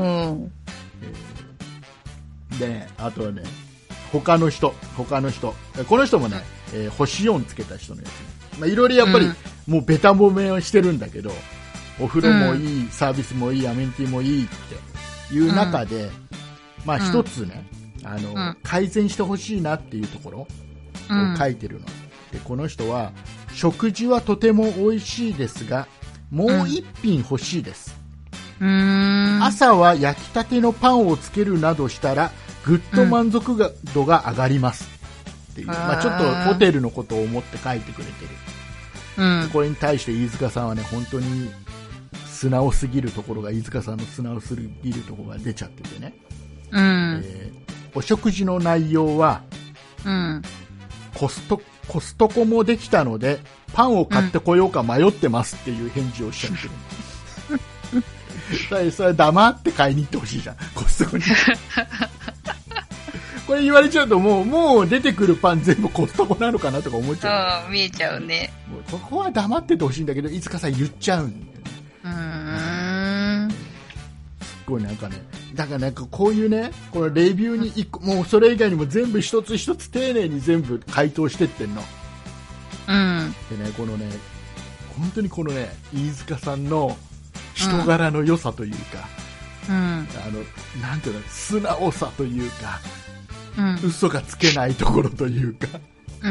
[SPEAKER 2] うんえー、でね、あとはね他の人他の人この人もね、えー、星よんつけた人のやつね、まあ、いろいろやっぱり、うん、もうベタ褒めをしてるんだけど、お風呂もいい、うん、サービスもいい、アメニティもいいっていう中で、うん、まあ一つね、うん、あの、うん、改善してほしいなっていうところを書いてるの、うん、でこの人は食事はとても美味しいですがもう一品欲しいです、うん、朝は焼きたてのパンをつけるなどしたらぐっと満足度が上がりますっていう、うんまあ、ちょっとホテルのことを思って書いてくれてる、うん、これに対して飯塚さんはね本当に素直すぎるところが飯塚さんの素直すぎるところが出ちゃっててね、うんえー、お食事の内容は、うん、コストコストコもできたのでパンを買ってこようか迷ってますっていう返事をしちゃってる、うん、それ黙って買いに行ってほしいじゃんコストコに。これ言われちゃうともう、もう出てくるパン全部コストコなのかなとか思っちゃ
[SPEAKER 1] う。見えちゃうね。
[SPEAKER 2] もうここは黙っててほしいんだけど、いつかさ言っちゃうんだよね。うーん。すっごいなんかね、だからなんかこういうね、このレビューに一個、もうそれ以外にも全部一つ一つ丁寧に全部回答してってんの。うん。でね、このね、本当にこのね、飯塚さんの人柄の良さというか、うん、あの、なんていうの、素直さというか、うん、嘘がつけないところというか、うん、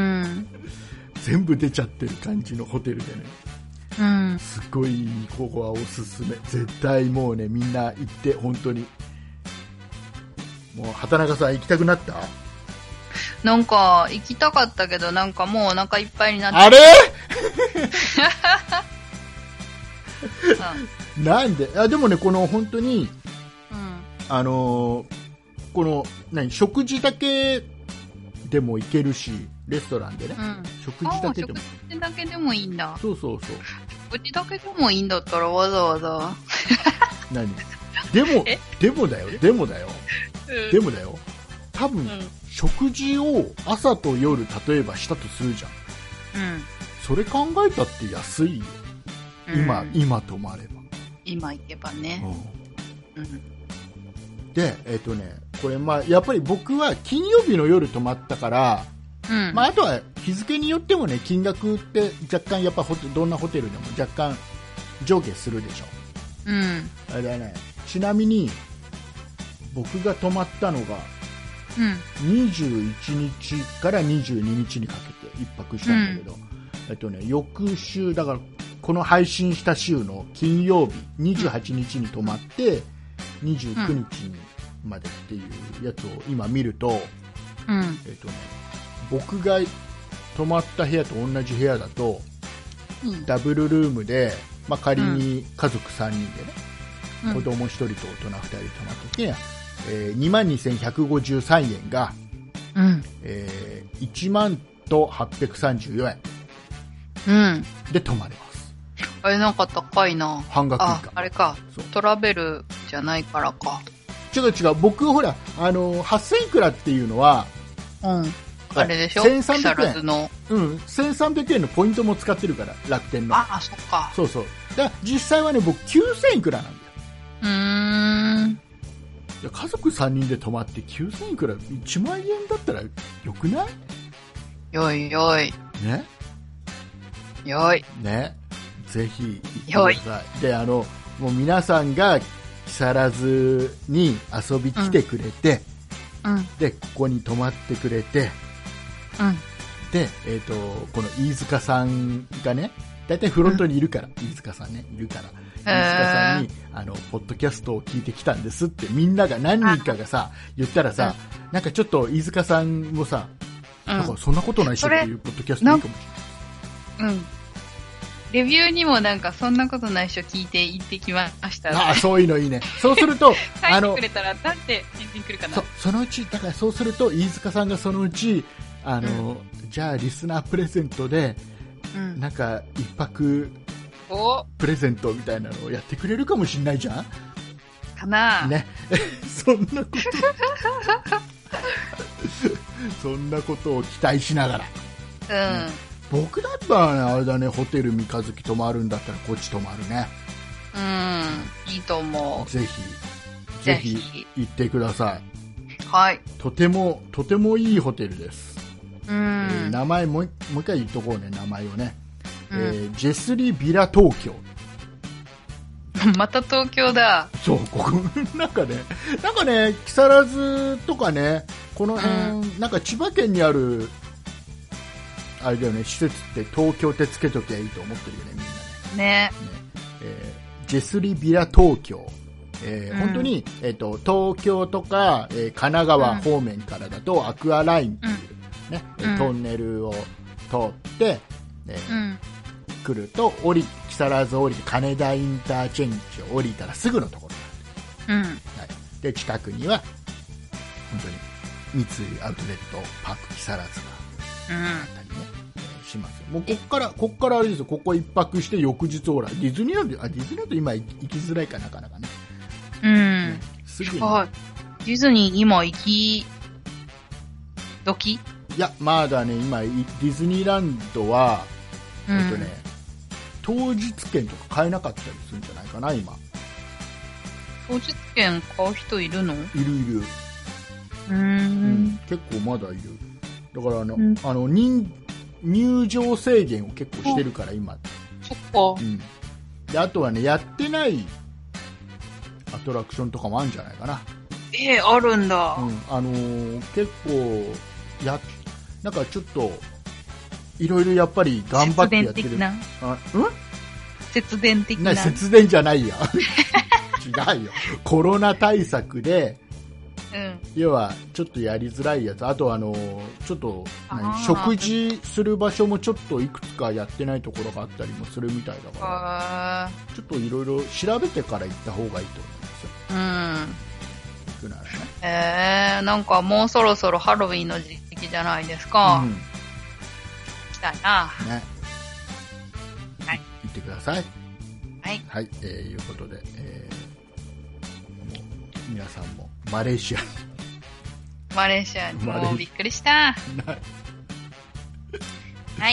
[SPEAKER 2] 全部出ちゃってる感じのホテルでね、うん、すごいここはおすすめ、絶対もうねみんな行って本当にもう畑中さん行きたくなった？
[SPEAKER 1] なんか行きたかったけどなんかもうお腹いっぱいになって
[SPEAKER 2] あれうん、なんであでもねこの本当に、うん、あのーこの何食事だけでも行けるしレストランでね、うん、食事だけでも
[SPEAKER 1] 食事だけでもいいんだ。
[SPEAKER 2] そうそうそう
[SPEAKER 1] 食事だけでもいいんだったらわざわざ
[SPEAKER 2] 何でもでもだよでもだよ、うん、でもだよ多分、うん、食事を朝と夜例えばしたとするじゃん、うん、それ考えたって安いよ、今、うん、今泊まれば
[SPEAKER 1] 今行けばね、うん、うん
[SPEAKER 2] でえっとね、これまあやっぱり僕は金曜日の夜泊まったから、うんまあ、あとは日付によってもね金額って若干やっぱホテどんなホテルでも若干上下するでしょ、うん、あれだね、ちなみに僕が泊まったのが
[SPEAKER 1] うん、
[SPEAKER 2] にじゅういちにちからにじゅうににちにかけて一泊したんだけど、うん、えっとね、翌週だからこの配信した週の金曜日にじゅうはちにちに泊まってにじゅうくにちにまでっていうやつを今見ると、
[SPEAKER 1] うん、
[SPEAKER 2] えっとね、僕が泊まった部屋と同じ部屋だと、うん、ダブルルームで、まあ、仮に家族さんにんでね、うん、子供ひとりと大人ふたり泊まってて、えー、にまんにせんひゃくごじゅうさんえんが、
[SPEAKER 1] うん、
[SPEAKER 2] えー、いちまんとはっぴゃくさんじゅうよえん、
[SPEAKER 1] うん、
[SPEAKER 2] で泊まれます。
[SPEAKER 1] あれなんか高いな。
[SPEAKER 2] 半額以下。
[SPEAKER 1] あ、あれか。トラベルじゃないからか。
[SPEAKER 2] 違う違う。僕ほら、あの、はっせんいくらっていうのは、
[SPEAKER 1] うん。あれでしょ、
[SPEAKER 2] せんさんびゃくえん。
[SPEAKER 1] 木更津の。
[SPEAKER 2] うん。せんさんびゃくえんのポイントも使ってるから、楽天の。
[SPEAKER 1] ああ、そっか。
[SPEAKER 2] そうそう。だから実際はね、僕きゅうせんいくらなんだよ。
[SPEAKER 1] うーん。
[SPEAKER 2] 家族さんにんで泊まってきゅうせんいくら、いちまんえんだったらよくない？
[SPEAKER 1] よいよい。
[SPEAKER 2] ね。
[SPEAKER 1] よい。
[SPEAKER 2] ね。ぜひ行ってください。で、あの、もう皆さんが木更津に遊び来てくれて、
[SPEAKER 1] うん、
[SPEAKER 2] で、ここに泊まってくれて、
[SPEAKER 1] うん、
[SPEAKER 2] で、えっと、この飯塚さんがね、だいたいフロントにいるから、うん、飯塚さんね、いるから、飯塚さんに、あの、ポッドキャストを聞いてきたんですって、みんなが何人かがさ、言ったらさ、うん、なんかちょっと飯塚さんもさ、うん、なんかそんなことないっしょっていうポッドキャストいいかもしれない。
[SPEAKER 1] うん。レビューにもなんかそんなことない人聞いて行ってきました、ね。
[SPEAKER 2] ああ、そういうのいいね。そうすると、
[SPEAKER 1] あの、書いてくれたらなんて返信来るかな。
[SPEAKER 2] そ、そのうち、だからそうすると、飯塚さんがそのうち、あの、うん、じゃあリスナープレゼントで、うん、なんか一泊プレゼントみたいなのをやってくれるかもしんないじゃん
[SPEAKER 1] かな
[SPEAKER 2] ね。そんなこと、そんなことを期待しながら。
[SPEAKER 1] うん。
[SPEAKER 2] ね、僕だったらね、あれだね、ホテル三日月泊まるんだったらこっち泊まるね。
[SPEAKER 1] うん、いいと思う。
[SPEAKER 2] ぜひ、ぜひ行ってください。
[SPEAKER 1] はい。
[SPEAKER 2] とても、とてもいいホテルです。
[SPEAKER 1] うん。
[SPEAKER 2] えー、名前もう、もう一回言っとこうね、名前をね。うん、えー、ジェスリビラ東京。
[SPEAKER 1] また東京だ。
[SPEAKER 2] そう、ここ、なんかね、なんかね、木更津とかね、この辺、うん、なんか千葉県にある、あれだよね、施設って東京ってつけときゃいいと思ってるよね、みんなね。
[SPEAKER 1] ね。
[SPEAKER 2] ね、えー、ジェスリビラ東京。えーうん、本当に、えーと、東京とか、えー、神奈川方面からだと、うん、アクアラインっていう、ね、うん、トンネルを通って、えーうん、来ると、降り、木更津降りて金田インターチェンジを降りたらすぐのところなんです。うん。はい。で、近くには、本当に、三井アウトレットパーク木更津があったりね、うん、えー、します。もうこっから、こっからあれですよ、ここ一泊して翌日ほら、ディズニーランド、あ、ディズニーランド今行きづらいかなかなかね。
[SPEAKER 1] うん。すぐに。はい。ディズニー今行き、時？
[SPEAKER 2] いや、まだね、今、ディズニーランドは、うん、えっとね、当日券とか買えなかったりするんじゃないかな、今。
[SPEAKER 1] 当日券買う人いるの？い
[SPEAKER 2] るいる。
[SPEAKER 1] うーん、うん。
[SPEAKER 2] 結構まだいる。だからあの、うん、あの、入、入場制限を結構してるから、今。
[SPEAKER 1] そっか。
[SPEAKER 2] うん。で、あとはね、やってないアトラクションとかもあるんじゃないかな。
[SPEAKER 1] えー、あるんだ。
[SPEAKER 2] うん。あのー、結構、や、なんかちょっと、いろいろやっぱり頑張ってやってる。節電的な。あ、うん？
[SPEAKER 1] 節電的な。
[SPEAKER 2] 節電じゃないよ。違うよ。コロナ対策で、
[SPEAKER 1] うん、
[SPEAKER 2] 要はちょっとやりづらいやつ。あとあのちょっと何食事する場所もちょっといくつかやってないところがあったりもするみたいだから、ちょっといろいろ調べてから行った方がいいと思うんですよ。
[SPEAKER 1] うん。
[SPEAKER 2] 行くならね。
[SPEAKER 1] えー、なんかもうそろそろハロウィンの時期じゃないですか。うん。行きたいな。
[SPEAKER 2] ね。
[SPEAKER 1] はい。
[SPEAKER 2] 行ってください。
[SPEAKER 1] はい。
[SPEAKER 2] はい。えー、いうことで、えー、もう皆さんもマレーシアに。
[SPEAKER 1] マレーシアに。もうびっくりした。はい。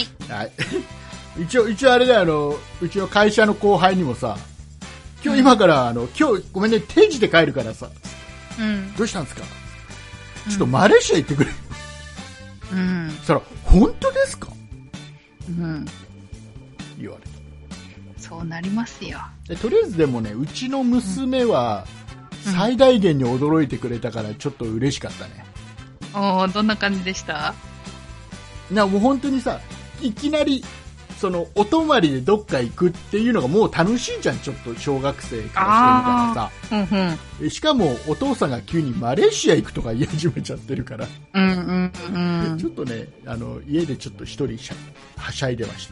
[SPEAKER 2] はい。一応、一応あれだよ、あの、うちの会社の後輩にもさ、今日今から、あの、今日ごめんね、定時で帰るからさ、
[SPEAKER 1] うん。
[SPEAKER 2] どうしたんですか？ちょっとマレーシア行ってくれ。
[SPEAKER 1] うん。
[SPEAKER 2] そしたら、本当ですか？
[SPEAKER 1] うん。
[SPEAKER 2] 言われ
[SPEAKER 1] た。そうなりますよ。
[SPEAKER 2] でとりあえずでもね、うちの娘は、最大限に驚いてくれたから、ちょっと嬉しかったね。
[SPEAKER 1] おどんな感じでした？
[SPEAKER 2] なもう本当にさ、いきなりそのお泊まりでどっか行くっていうのがもう楽しいじゃん、ちょっと小学生からしてみたらさ、うんうん、しかもお父さんが急にマレーシア行くとか言い始めちゃってるから、うんうんうん、ちょっとね、あの家でちょっと一人はしゃいでました。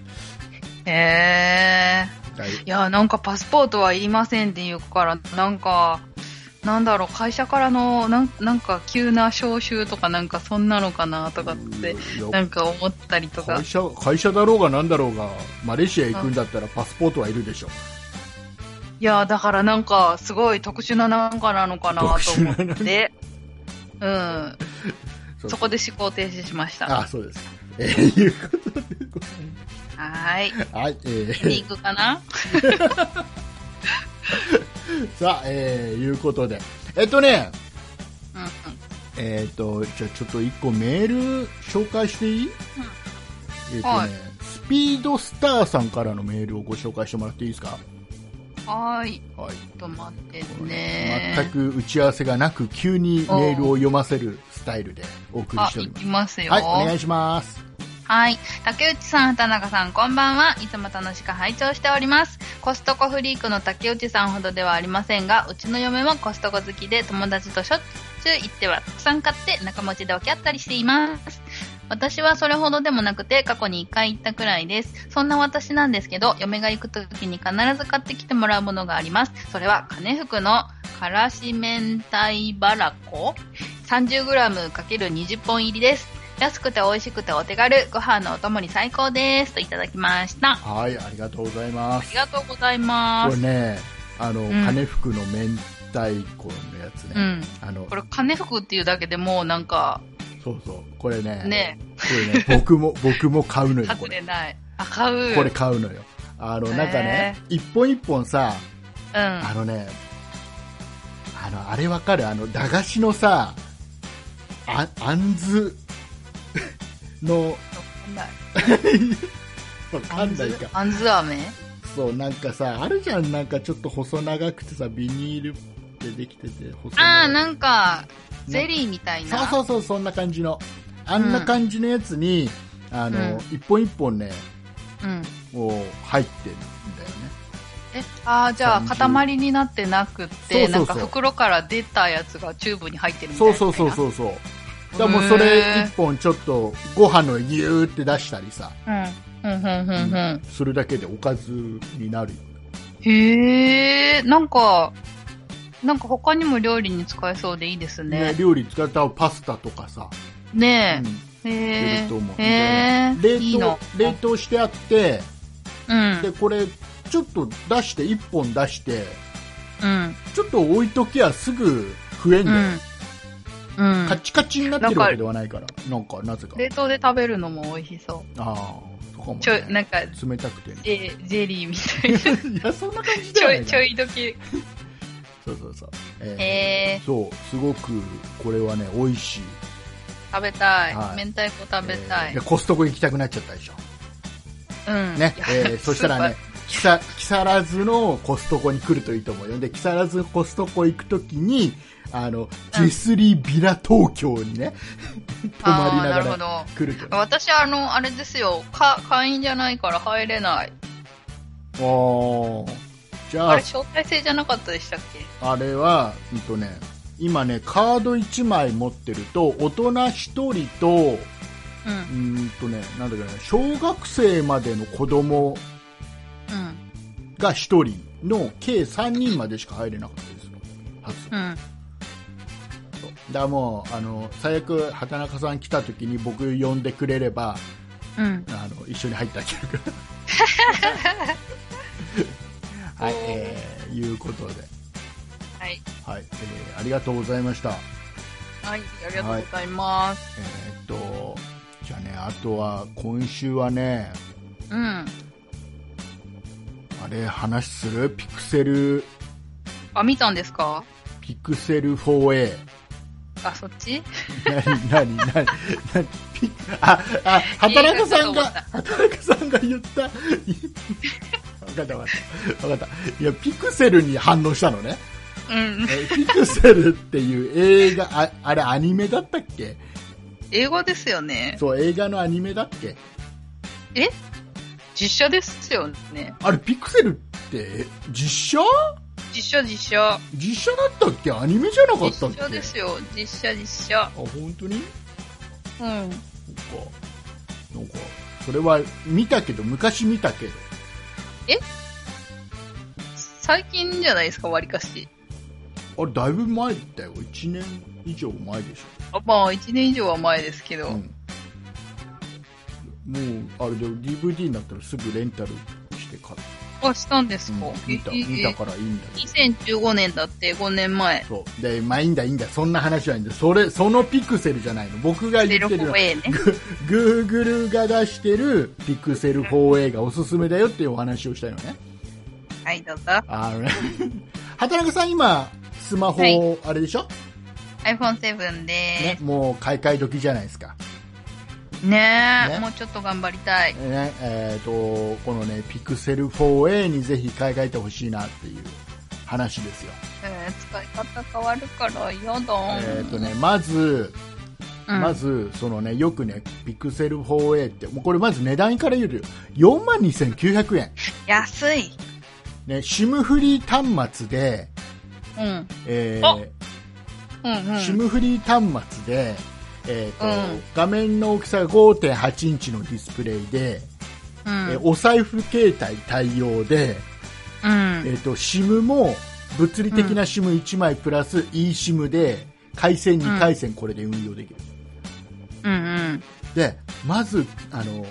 [SPEAKER 1] へー、いやなんかパスポートはいりませんって言うから、なんかなんだろう、会社からのなんなんか急な招集とかなんかそんなのかなとかってなんか思ったりとか。
[SPEAKER 2] 会社、会社だろうがなんだろうがマレーシア行くんだったらパスポートはいるでしょ。
[SPEAKER 1] いやだからなんかすごい特殊ななんかなのかなと思ってうん、そ, そこで思考停止しました。
[SPEAKER 2] あ、そうです。えー、いうことでござい
[SPEAKER 1] ます。はい。
[SPEAKER 2] はい、えー、
[SPEAKER 1] リンクかな
[SPEAKER 2] さあ、えー、いうことで、えっとね、うんうん、えっと、じゃあちょっと一個メール紹介していい？うん、えっとね、はい、スピードスターさんからのメールをご紹介してもらっていいですか？
[SPEAKER 1] はい。はい。ちょっと待ってね。
[SPEAKER 2] 全く打ち合わせがなく、急にメールを読ませるスタイルでお送りしております。
[SPEAKER 1] あ、いきますよ。
[SPEAKER 2] はい、お願いします。
[SPEAKER 1] はい。竹内さん、畑中さん、こんばんは。いつも楽しく拝聴しております。コストコフリークの竹内さんほどではありませんが、うちの嫁もコストコ好きで、友達としょっちゅう行ってはたくさん買って仲持ちで分け合ったりしています。私はそれほどでもなくて、過去にいっかい行ったくらいです。そんな私なんですけど、嫁が行くときに必ず買ってきてもらうものがあります。それは、金福のからし明太バラコ さんじゅうグラム×にじゅっぽん入りです。安くて美味しくてお手軽、ご飯のお供に最高ですといただきました。
[SPEAKER 2] はい、ありがとうございます。
[SPEAKER 1] ありがとうございます。
[SPEAKER 2] これね、あの、うん、金福の明太子のやつね、うん、
[SPEAKER 1] あのこれ金福っていうだけでもうなんか、
[SPEAKER 2] そうそう、これね、
[SPEAKER 1] ね、
[SPEAKER 2] これね、僕も僕も買うのよ。これ
[SPEAKER 1] 外れない。あ、買う。
[SPEAKER 2] これ買うのよ。あのなんかね、一本一本さ、うん、あのね、あのあれわかる？あの駄菓子のさ、あ、あんずのわかんないか。
[SPEAKER 1] あんず飴？
[SPEAKER 2] そう、なんかさ、あるじゃん、なんかちょっと細長くてさ、ビニールでできてて細長い。
[SPEAKER 1] あー、なんかゼリーみたいな。
[SPEAKER 2] そうそうそう、そんな感じの、あんな感じのやつに、うん、あの、うん、一本一本ね、うん、こう入ってるんだよね。
[SPEAKER 1] え、あー、じゃあ塊になってなくって、なんか袋から出たやつがチューブに入ってるみたいな。
[SPEAKER 2] そうそうそうそうそう。だからもうそれ一本ちょっとご飯のギューって出したりさ、うんうんうんうんうん、するだけでおかずになるよ。
[SPEAKER 1] へー、なんかなんか他にも料理に使えそうでいいですね。ね、
[SPEAKER 2] 料理使ったパスタとかさ。
[SPEAKER 1] ねえ。うん、へー。へー。
[SPEAKER 2] 冷凍いいの冷凍してあって、うん、でこれちょっと出して一本出して、うん、ちょっと置いときゃすぐ食えんだよ。うんうん、カチカチになってるわけではないから、なんかなぜか
[SPEAKER 1] 冷凍で食べるのも美味しそう。
[SPEAKER 2] ああ、そこも、ね、
[SPEAKER 1] ちょなんか
[SPEAKER 2] 冷たくて、ね、
[SPEAKER 1] ジェジェリーみたいな。
[SPEAKER 2] いやそんな感じだよね。
[SPEAKER 1] ちょいちょい時。
[SPEAKER 2] そうそうそう。
[SPEAKER 1] えー、
[SPEAKER 2] そうすごくこれはね美味しい。
[SPEAKER 1] 食べたい。はい、明太子食べたい、
[SPEAKER 2] えー。でコストコ行きたくなっちゃったでしょ。
[SPEAKER 1] うん。
[SPEAKER 2] ね、えー、そしたらね。木更津のコストコに来るといいと思うよ。で木更津コストコ行くときにあの、ジェスリービラ東京にね、泊まりながら来ると。
[SPEAKER 1] 私はあの、あれですよ、か会員じゃないから入れない。
[SPEAKER 2] あー、じゃあ。
[SPEAKER 1] あれ、招待制じゃなかったでしたっけ？
[SPEAKER 2] あれは、うんとね、今ね、カードいちまい持ってると、大人ひとりと、うん、うんとね、なんだっけね、小学生までの子供がひとりの計さんにんまでしか入れなかったですよ。はず。うん。だからもうあの最悪畑中さん来た時に僕呼んでくれれば、うん、あの一緒に入ってあげるからはい、えー、いうことで
[SPEAKER 1] はい、
[SPEAKER 2] はいえー、ありがとうございました。
[SPEAKER 1] はい、ありがとうございます、
[SPEAKER 2] はい、えー、っとじゃあね、あとは今週はね、うん、あれ話するピクセル
[SPEAKER 1] あ見たんですか？
[SPEAKER 2] ピクセル フォーエー
[SPEAKER 1] あ、そっち？
[SPEAKER 2] なになになにピあ、あ、畑中さんが、畑中さんが言った。わかったわかった。わかった。いや、ピクセルに反応したのね。
[SPEAKER 1] うん。
[SPEAKER 2] ピクセルっていう映画、あ、あれアニメだったっけ？
[SPEAKER 1] 映画ですよね。
[SPEAKER 2] そう、映画のアニメだっけ？
[SPEAKER 1] え？実写ですよね。
[SPEAKER 2] あれ、ピクセルって実写？
[SPEAKER 1] 実写実写。
[SPEAKER 2] 実写だったっけ？アニメじゃなかったっけ？
[SPEAKER 1] 実写ですよ。実写実写。あ、
[SPEAKER 2] 本当に？うん。
[SPEAKER 1] そっか。
[SPEAKER 2] なんか、それは見たけど、昔見たけど。
[SPEAKER 1] え？最近じゃないですか、割かし。
[SPEAKER 2] あれ、だいぶ前だよ。いちねん以上前でし
[SPEAKER 1] ょ。あ、まあ、いちねん以上は前ですけど。うん、
[SPEAKER 2] もう、あれで ディーブイディー になったらすぐレンタルして買った。
[SPEAKER 1] あ、したんですか？うん、
[SPEAKER 2] 見た、見たからいいんだよ。
[SPEAKER 1] にせんじゅうごねんだってごねんまえ。
[SPEAKER 2] そう。で、まあいいんだいいんだ。そんな話はいいんだ。それ、そのピクセルじゃないの。僕が言ってるの。
[SPEAKER 1] ね、
[SPEAKER 2] グーグルが出してるピクセル フォーエー がおすすめだよっていうお話をしたよね。
[SPEAKER 1] はい、どうぞ。
[SPEAKER 2] あのね。畑中さん今、スマホ、はい、あれでしょ？
[SPEAKER 1] アイフォンセブン で、
[SPEAKER 2] ね、もう買い替え時じゃないですか。
[SPEAKER 1] ねえ、ね、もうちょっと頑張りたい。
[SPEAKER 2] ね、えっ、ー、と、このね、ピクセル フォーエー にぜひ買い替えてほしいなっていう話ですよ。
[SPEAKER 1] えー、使い方変わるから嫌だ。
[SPEAKER 2] えっ、ー、とね、まず、うん、まず、そのね、よくね、ピクセル フォーエー って、もうこれまず値段から言うと、よんまんにせんきゅうひゃくえん。
[SPEAKER 1] 安い。
[SPEAKER 2] ね、シムフリー端末で、
[SPEAKER 1] うん。
[SPEAKER 2] えー、うんうん、シムフリー端末で、えーとうん、画面の大きさが ごてんはち インチのディスプレイで、うん、えー、お財布携帯対応で、うん、えーと、SIM も物理的な シムいち 枚プラス eSIM で回線にかいせんこれで運用できる、
[SPEAKER 1] うんうん、
[SPEAKER 2] でまずあの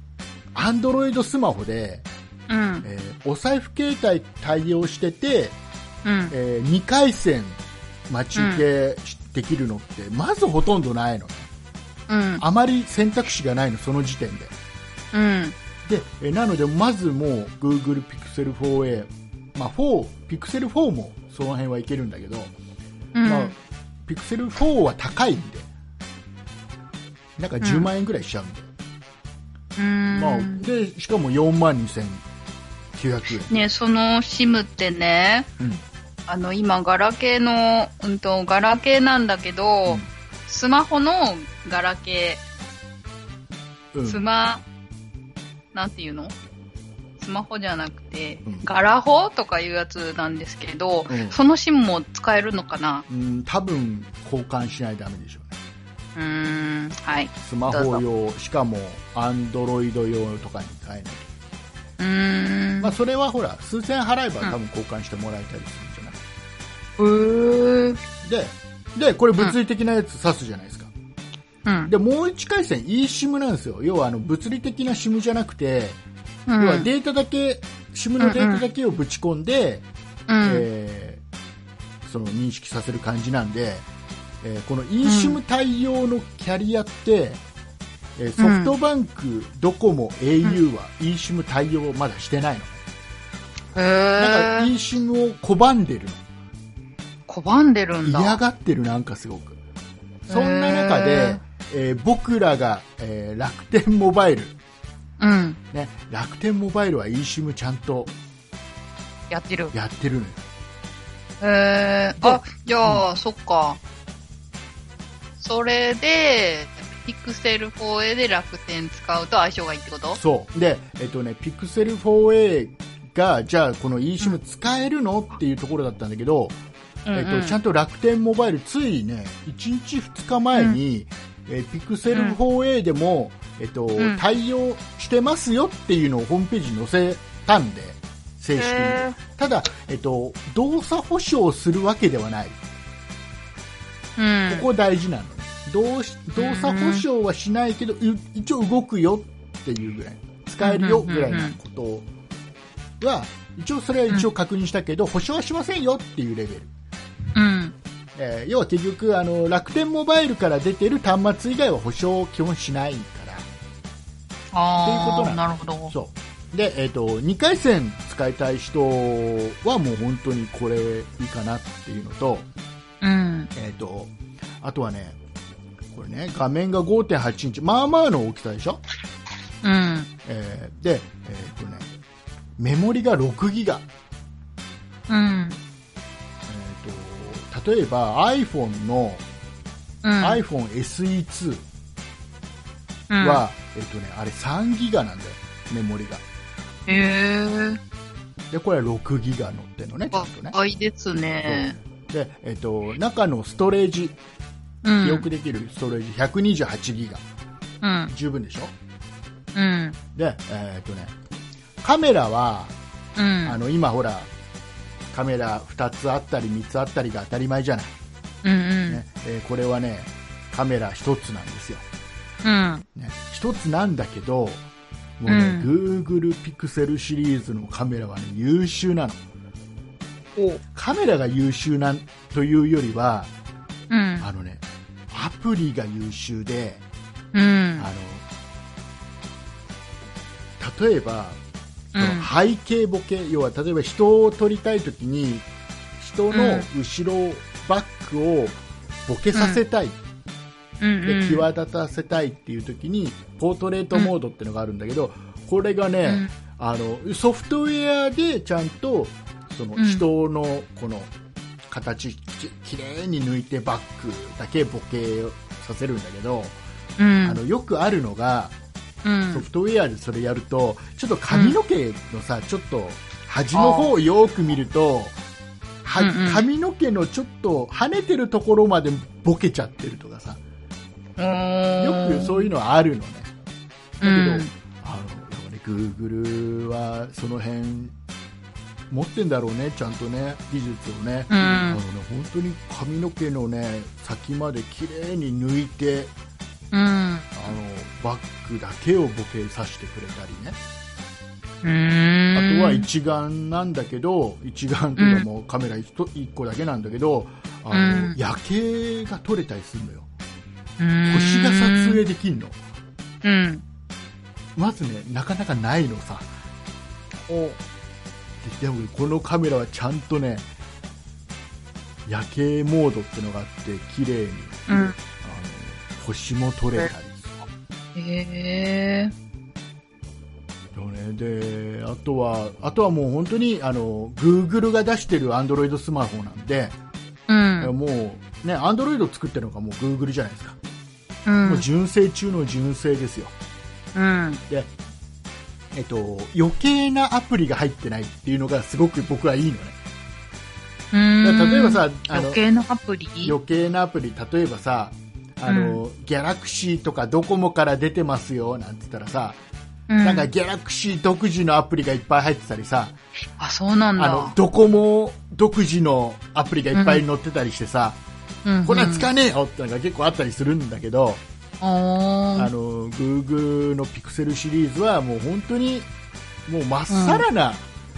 [SPEAKER 2] Android スマホで、うんえー、お財布携帯対応してて、うんえー、にかいせん待ち受けできるのってまずほとんどないのね、うん、あまり選択肢がないのその時点で、うん、でえなのでまずもう Google Pixel フォーエー、まあ、フォー Pixel フォーもその辺はいけるんだけど、うんまあ、Pixel フォーは高いんでなんかじゅうまんえんぐらいしちゃうんで、うんまあ、でしかもよんまんにせんきゅうひゃくえん
[SPEAKER 1] ね、その SIM ってね、うんあの今ガラケーの、うんと、ガラケーなんだけど、うん、スマホのガラケー、うん、スマ、なんていうの？スマホじゃなくて、うん、ガラホとかいうやつなんですけど、うん、その SIM も使えるのかな？
[SPEAKER 2] うん、多分交換しないとダメでしょうね。
[SPEAKER 1] うーん、はい。
[SPEAKER 2] スマホ用、しかもアンドロイド用とかに変えないと。
[SPEAKER 1] うーん。
[SPEAKER 2] まあそれはほら、数千円払えば多分交換してもらえたりするんじゃない？
[SPEAKER 1] へー
[SPEAKER 2] で、で、これ物理的なやつ挿すじゃないですか。うん。で、もう一回線 eSIM なんですよ。要はあの物理的な SIM じゃなくて、うん、要はデータだけ、SIM のデータだけをぶち込んで、うんうん、えー、その認識させる感じなんで、えー、この eSIM 対応のキャリアって、うん、ソフトバンク、ドコモ、エーユー は eSIM 対応まだしてないの。
[SPEAKER 1] へー。
[SPEAKER 2] だから eSIM を拒んでるの。
[SPEAKER 1] 拒んでるんだ。
[SPEAKER 2] 嫌がってるなんかすごく。そんな中で、えー、僕らが、えー、楽天モバイル、
[SPEAKER 1] うん
[SPEAKER 2] ね、楽天モバイルは eSIM ちゃんと
[SPEAKER 1] やってる。
[SPEAKER 2] やってるのよ。
[SPEAKER 1] へー。あ、じゃあ、うん、そっか。それで、ピクセル フォーエー で楽天使うと相性がいいってこと？
[SPEAKER 2] そう。で、えっとね、ピクセル フォーエー が、じゃあこの eSIM 使えるの、うん、っていうところだったんだけど、えっと、ちゃんと楽天モバイルついねいちにちふつかまえに、うんえー、ピクセル フォーエー でも、えっとうん、対応してますよっていうのをホームページに載せたんで正式に。ただ、えっと、動作保証するわけではない、
[SPEAKER 1] うん、
[SPEAKER 2] ここ大事なのね。動動作保証はしないけど、うん、一応動くよっていうぐらい使えるよぐらいのことは一応それは一応確認したけど、うん、保証はしませんよっていうレベル。
[SPEAKER 1] うん
[SPEAKER 2] えー、要は結局あの楽天モバイルから出てる端末以外は保証を基本しないから
[SPEAKER 1] あ
[SPEAKER 2] っていうことなん
[SPEAKER 1] なるほど。
[SPEAKER 2] そうで、えーと、にかい線使いたい人はもう本当にこれいいかなっていうのと、
[SPEAKER 1] うん
[SPEAKER 2] えーと、あとはねこれね画面が ごてんはち インチまあまあの大きさでしょ、
[SPEAKER 1] うん
[SPEAKER 2] えー、で、えーとね、メモリがろくギガ、
[SPEAKER 1] うん
[SPEAKER 2] 例えば iPhone の、うん、アイフォンエスイーツは、うん、えっとね、あれさんギガなんだよ、メモリが。
[SPEAKER 1] へー。
[SPEAKER 2] で、これはろくギガ乗ってるのね、ちゃんとね。
[SPEAKER 1] 高いですね。
[SPEAKER 2] で、えっと、中のストレージ、記憶できるストレージひゃくにじゅうはちギガ。うん。十分でしょ？
[SPEAKER 1] うん。
[SPEAKER 2] で、えー、っとね、カメラは、うん、あの、今ほら、カメラふたつあったりみっつあったりが当たり前じゃない。
[SPEAKER 1] うんうん
[SPEAKER 2] ねえー、これはね、カメラひとつなんですよ。
[SPEAKER 1] うん。
[SPEAKER 2] ね、ひとつなんだけど、もうね、うん、Google Pixel シリーズのカメラはね、優秀なの。おカメラが優秀なというよりは、うん、あのね、アプリが優秀で、うん、あの例えば、うん、背景ボケ、要は例えば人を撮りたいときに人の後ろ、バックをボケさせたい、うん、で際立たせたいっていうときにポートレートモードっていうのがあるんだけど、これがね、うん、あのソフトウェアでちゃんとその人のこの形きれいに抜いてバックだけボケさせるんだけど、うん、あのよくあるのが、うん、ソフトウェアでそれやるとちょっと髪の毛のさ、うん、ちょっと端の方をよく見るとは、うんうん、髪の毛のちょっと跳ねてるところまでボケちゃってるとかさ、よくそういうのはあるのね。だけど、うん、あのやっぱり Google はその辺持ってんだろうね、ちゃんとね、技術をね、うん、あのね本当に髪の毛のね先まで綺麗に抜いて、うん、あのバックだけをボケさせてくれたりね。うーん、あとは一眼なんだけど、一眼っていうのもカメラいっこだけなんだけど、あの、うん、夜景が撮れたりするのよ。星が撮影できるの。うん、まずね、なかなかないのさ。おでもこのカメラはちゃんとね、夜景モードってのがあって綺麗に、うん、あの星も撮れたりさ。へー。ね、であとはあとはもう本当にあの Google が出してる Android スマホなんで、うん、もうね Android 作ってるのがもう Google じゃないですか、うん、もう純正中の純正ですよ、うん、でえっと余計なアプリが入ってないっていうのがすごく僕はいいのね。
[SPEAKER 1] うーん、
[SPEAKER 2] 例えばさ、あの
[SPEAKER 1] 余計なアプリ
[SPEAKER 2] 余計なアプリ例えばさあの、うん、ギャラクシーとかドコモから出てますよなんて言ったらさ、うん、なんかギャラクシー独自のアプリがいっぱい入ってたりさ、
[SPEAKER 1] あ、そうなんだ。
[SPEAKER 2] あのドコモ独自のアプリがいっぱい載ってたりしてさ、うん、これは使わねえよってのが結構あったりするんだけど、うん、あの Google の Pixel シリーズはもう本当にもうまっさらな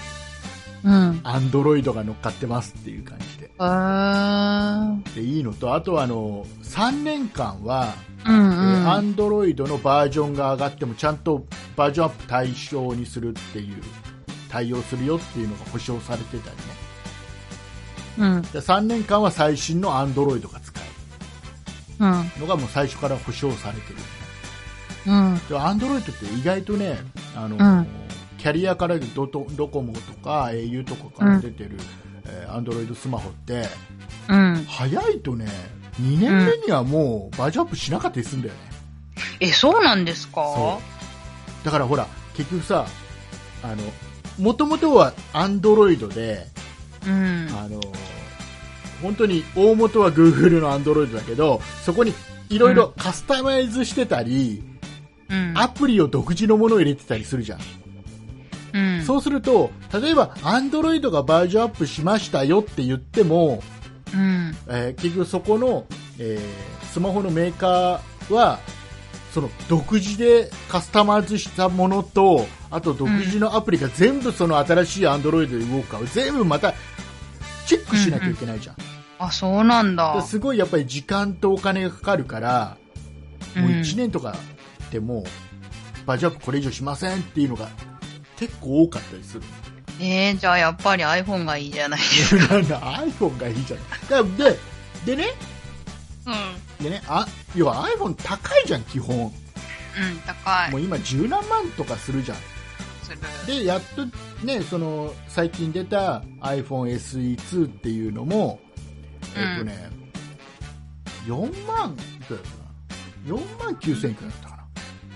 [SPEAKER 2] Android が乗っかってますっていう感じで、うん、でいいのと、あとはあのさんねんかんはうんうん、アンドロイドのバージョンが上がってもちゃんとバージョンアップ対象にするっていう対応するよっていうのが保証されてたりね、うん、でさんねんかんは最新のアンドロイドが使えるのがもう最初から保証されてる、うん、でアンドロイドって意外とねあの、うん、キャリアからドドコモとか エーユー とかから出てる、うんえー、アンドロイドスマホって、うん、早いとねにねんめにはもうバージョンアップしなかったりするんだよね、
[SPEAKER 1] うん、え、そうなんですか？
[SPEAKER 2] そうだからほら結局さあの元々はアンドロイドで、うん、あの本当に大元は Google のアンドロイドだけどそこにいろいろカスタマイズしてたり、うん、アプリを独自のものを入れてたりするじゃん、うん、そうすると例えばアンドロイドがバージョンアップしましたよって言ってもうんえー、結局そこの、えー、スマホのメーカーはその独自でカスタマイズしたものとあと独自のアプリが全部その新しい Android で動くかを全部またチェックしなきゃいけないじゃん、うんうん、
[SPEAKER 1] あ、そうなんだ。
[SPEAKER 2] すごいやっぱり時間とお金がかかるからもういちねんとかでもバージョンアップこれ以上しませんっていうのが結構多かったりする。
[SPEAKER 1] えー、じゃあやっぱり iPhone がいいじゃないですか。
[SPEAKER 2] iPhone がいいじゃない。で、でね、うん、でね、あ、要は iPhone 高いじゃん基本。うん、
[SPEAKER 1] 高い。
[SPEAKER 2] もう今十何万とかするじゃん。
[SPEAKER 1] する。で
[SPEAKER 2] やっとねその最近出た iPhone エスイーツー っていうのも、うん、えっとねよんまんいくらだったかな、よんまんきゅうせんえんくらいだったかな。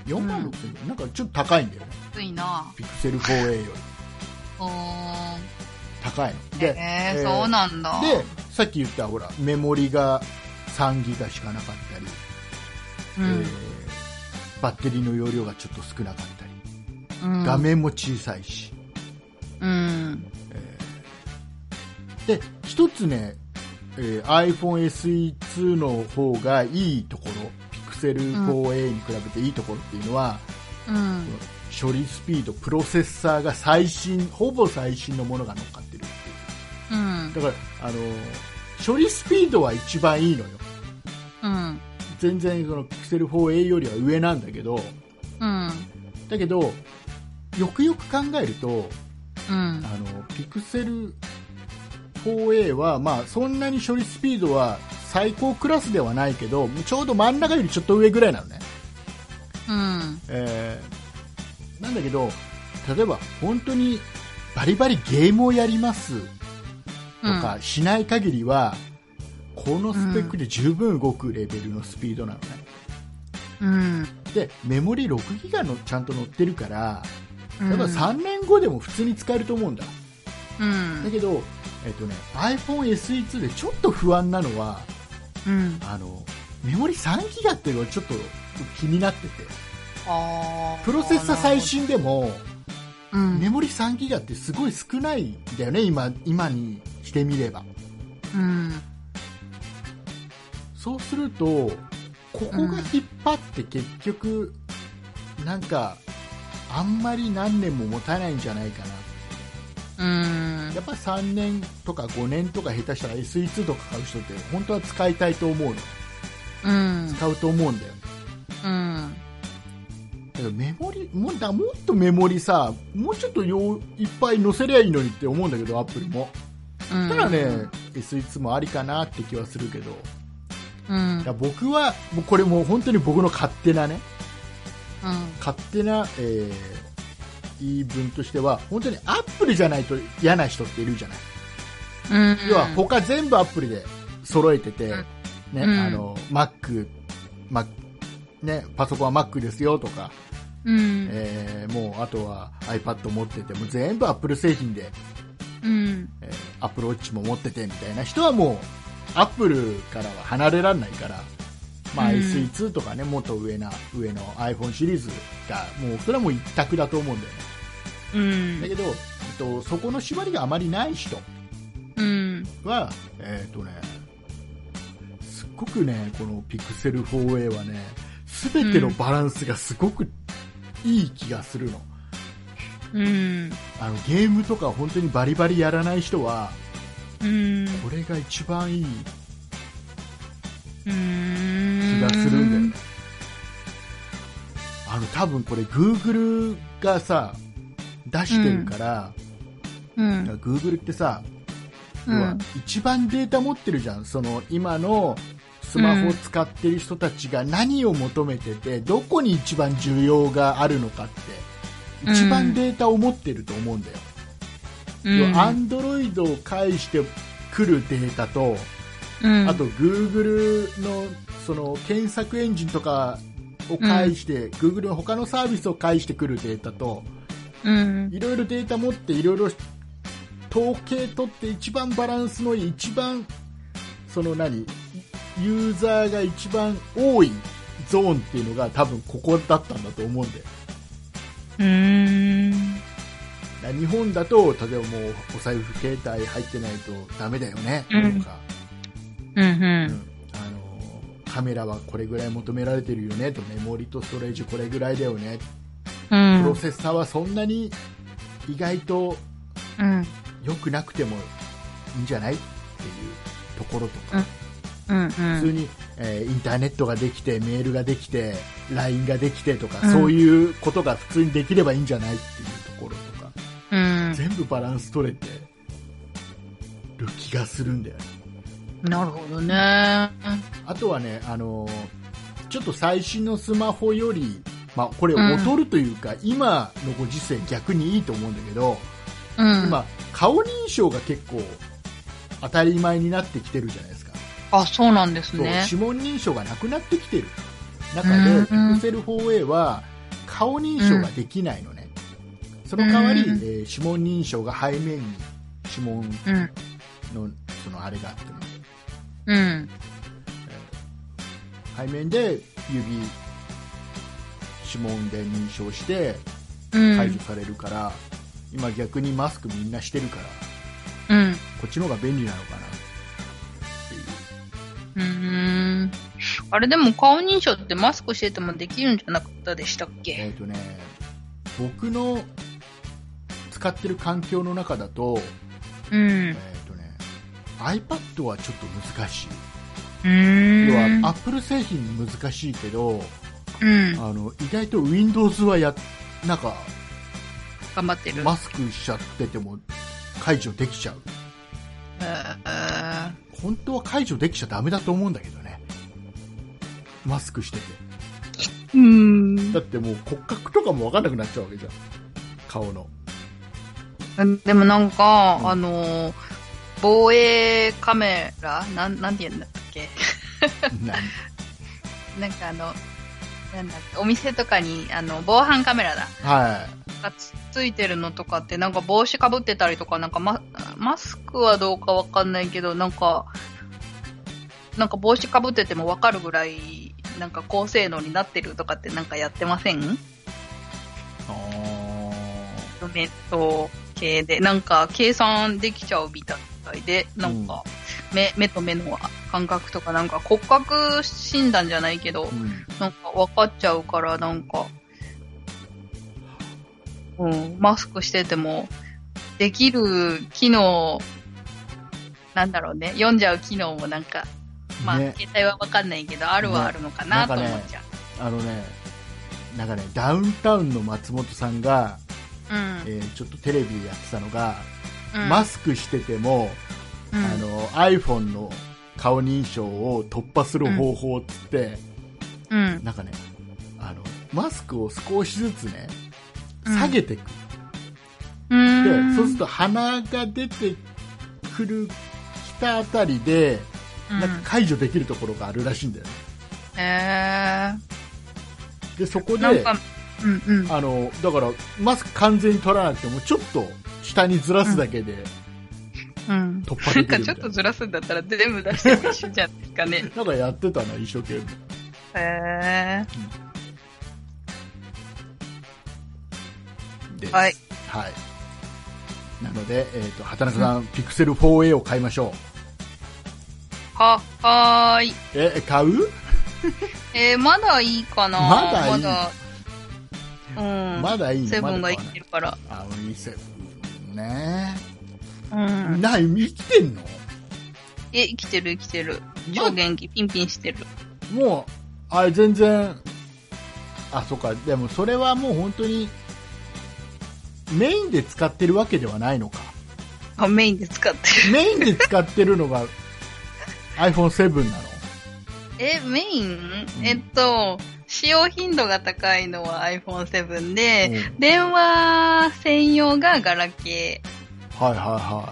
[SPEAKER 2] よんまんろくせんえん、うん、なんかちょっと高いんだよね。
[SPEAKER 1] 安いな。
[SPEAKER 2] ピクセル フォーエー より。
[SPEAKER 1] おー。
[SPEAKER 2] 高いの。で、
[SPEAKER 1] えー、えー、そうなんだ。
[SPEAKER 2] で、さっき言ったほら、メモリがさんギガしかなかったり、うん、えー、バッテリーの容量がちょっと少なかったり、うん、画面も小さいし、うんえー、で一つね、えー、iPhone エスイーツー の方がいいところ、Pixel フォーエー に比べていいところっていうのは、うん、処理スピード、プロセッサーが最新、ほぼ最新のものが乗っかってるっていう、うん、だからあの処理スピードは一番いいのよ、うん、全然その Pixel フォーエー よりは上なんだけど、うん、だけどよくよく考えると、うん、あの Pixel フォーエー は、まあ、そんなに処理スピードは最高クラスではないけど、ちょうど真ん中よりちょっと上ぐらいなのね、うんえー、なんだけど例えば本当にバリバリゲームをやりますとかしない限りは、うん、このスペックで十分動くレベルのスピードなのね、うん、でメモリろくギガのちゃんと載ってるから、例えばさんねんごでも普通に使えると思うんだ、うん、だけど、えっとね、iPhone エスイーツー でちょっと不安なのは、うん、あのメモリさんギガっていうのがちょっと気になってて、あプロセッサ最新でも、うん、メモリさんギガってすごい少ないんだよね、 今, 今にしてみれば、うん、そうするとここが引っ張って結局、うん、なんかあんまり何年も持たないんじゃないかな、うん、やっぱさんねんとかごねんとか下手したら エスイーツー とか買う人って本当は使いたいと思うの、うん、使うと思うんだよ、うん、だからメモリもだもっとメモリさもうちょっとよいっぱい載せりゃいいのにって思うんだけど、アップルも、うん、ただね エスイーツー もありかなって気はするけど、うん、だ僕はもうこれもう本当に僕の勝手なね、うん、勝手な、えー、言い分としては本当にアップルじゃないと嫌な人っているじゃない、うん、要は他全部アップルで揃えてて、うんねうん、あの Mac、Macね、パソコンは Mac ですよとか、うんえー、もうあとは iPad 持ってても全部アップル製品で、うんえー、Apple Watch も持っててみたいな人はもうアップルからは離れられないから、まあ、エスイーツー とかね、もっと上な上の iPhone シリーズがもうそれはもう一択だと思うんだよね、うん、だけど、えっと、そこの縛りがあまりない人は、うん、えっとね、すっごくねこの Pixel フォーエー はね全てのバランスがすごくいい気がするの、うん、あのゲームとか本当にバリバリやらない人は、うん、これが一番いい気がするんだよね。あの多分これ Google がさ出してるから、うん、Google ってさ、うん、一番データ持ってるじゃん。その今のスマホを使ってる人たちが何を求めてて、うん、どこに一番需要があるのかって一番データを持ってると思うんだよ。Android を介してくるデータと、うん、あと Google のその検索エンジンとかを介して、うん、Google の他のサービスを介してくるデータと、うん、いろいろデータ持っていろいろ統計取って一番バランスのいい一番その何ユーザーが一番多いゾーンっていうのが多分ここだったんだと思うんだよ。うーん日本だと例えばもうお財布携帯入ってないとダメだよね、うん、とか、うんうんうん、あのカメラはこれぐらい求められてるよねと、メモリとストレージこれぐらいだよね、うん、プロセッサーはそんなに意外と良くなくてもいいんじゃないっていうところとか、うんうんうん、普通に、えー、インターネットができてメールができて ライン ができてとか、うん、そういうことが普通にできればいいんじゃないっていうところとか、うん、全部バランス取れてる気がするんだよね。
[SPEAKER 1] なるほどね。
[SPEAKER 2] あとはね、あのー、ちょっと最新のスマホより、まあ、これ劣るというか、うん、今のご時世逆にいいと思うんだけど、うん、今顔認証が結構当たり前になってきてるじゃないですか。
[SPEAKER 1] あ、そうなんですね。
[SPEAKER 2] 指紋認証がなくなってきてる中で、うん、Pixel フォーエー は顔認証ができないのね、うん、その代わり、
[SPEAKER 1] うん
[SPEAKER 2] えー、指紋認証が背面に指紋の、うん、そのあれがあってね、
[SPEAKER 1] うん、
[SPEAKER 2] 背面で指指紋で認証して解除されるから、うん、今逆にマスクみんなしてるから、うん、こっちの方が便利なのかなっていう。
[SPEAKER 1] うーん、あれでも顔認証ってマスクしててもできるんじゃなかったでしたっけ？
[SPEAKER 2] えっとね、僕の使ってる環境の中だと、
[SPEAKER 1] うん、
[SPEAKER 2] えっとね、iPad はちょっと難しい。
[SPEAKER 1] うーん、
[SPEAKER 2] 要は Apple 製品難しいけど、
[SPEAKER 1] うん、
[SPEAKER 2] あの意外と Windows はやなんか
[SPEAKER 1] 頑張ってる。
[SPEAKER 2] マスクしちゃってても解除できちゃう。
[SPEAKER 1] えー、
[SPEAKER 2] 本当は解除できちゃダメだと思うんだけどね、マスクしてて。
[SPEAKER 1] うーん、
[SPEAKER 2] だってもう骨格とかも分かんなくなっちゃうわけじゃん、顔の。
[SPEAKER 1] でもなんか、うん、あの防衛カメラなん、なんて言うんだっけなんかあのなんだっけ、お店とかにあの防犯カメラだ、
[SPEAKER 2] はい、
[SPEAKER 1] がつついてるのとかってなんか帽子かぶってたりとか、なんか マ, マスクはどうかわかんないけど、なんかなんか帽子かぶっててもわかるぐらいなんか高性能になってるとかってなんかやってません？
[SPEAKER 2] あ
[SPEAKER 1] ー、ネット系でなんか計算できちゃうみたいで、なんか、うん、目, 目と目の感覚とかなんか骨格診断じゃないけど、うん、なんか分かっちゃうから、なんか、うん、マスクしててもできる機能なんだろうね、読んじゃう機能もなんか、まあ、ね、携帯は分かんないけどあるはあるのかな、ね、と思っちゃう。
[SPEAKER 2] あのね、なんかね、ダウンタウンの松本さんが、
[SPEAKER 1] うん、
[SPEAKER 2] えー、ちょっとテレビでやってたのが、
[SPEAKER 1] うん、
[SPEAKER 2] マスクしてても、うん、あの iPhone の顔認証を突破する方法っつって、
[SPEAKER 1] うん、
[SPEAKER 2] なんかね、あのマスクを少しずつね下げていく、
[SPEAKER 1] うん、
[SPEAKER 2] でそうすると鼻が出てくる北あたりで、うん、なんか解除できるところがあるらしいんだよね。
[SPEAKER 1] へー。
[SPEAKER 2] でそこで
[SPEAKER 1] なんか、うんうん、
[SPEAKER 2] あのだからマスク完全に取らなくてもちょっと下にずらすだけで突破できるみたいな、うん、なん
[SPEAKER 1] かちょっとずらすんだったら全部出しても一緒じゃないですかね。
[SPEAKER 2] なんかやってたな、一生懸命。
[SPEAKER 1] へー、
[SPEAKER 2] うん、です。
[SPEAKER 1] はい、
[SPEAKER 2] はい、なので、えーと、畑中さん、うん、ピクセル フォーエー を買いましょ
[SPEAKER 1] う。は、はーい。
[SPEAKER 2] え、買う？
[SPEAKER 1] えー、まだいいかな。
[SPEAKER 2] まだいい。
[SPEAKER 1] まだ、うん。
[SPEAKER 2] まだいいの。
[SPEAKER 1] セブンが生きてるから。
[SPEAKER 2] あ、セブンね。
[SPEAKER 1] うん。
[SPEAKER 2] な、生きてんの？
[SPEAKER 1] え、生きてる生きてる。超元気、ピンピンしてる。
[SPEAKER 2] もう、あれ全然、あ、そっか、でもそれはもう本当に、メインで使ってるわけではないのか。
[SPEAKER 1] あ、メインで使ってる。
[SPEAKER 2] メインで使ってるのが アイフォンセブン なの？
[SPEAKER 1] え、メイン、うん、えっと、使用頻度が高いのは アイフォンセブン で、うん、電話専用がガラケ
[SPEAKER 2] ー。はいはいはい。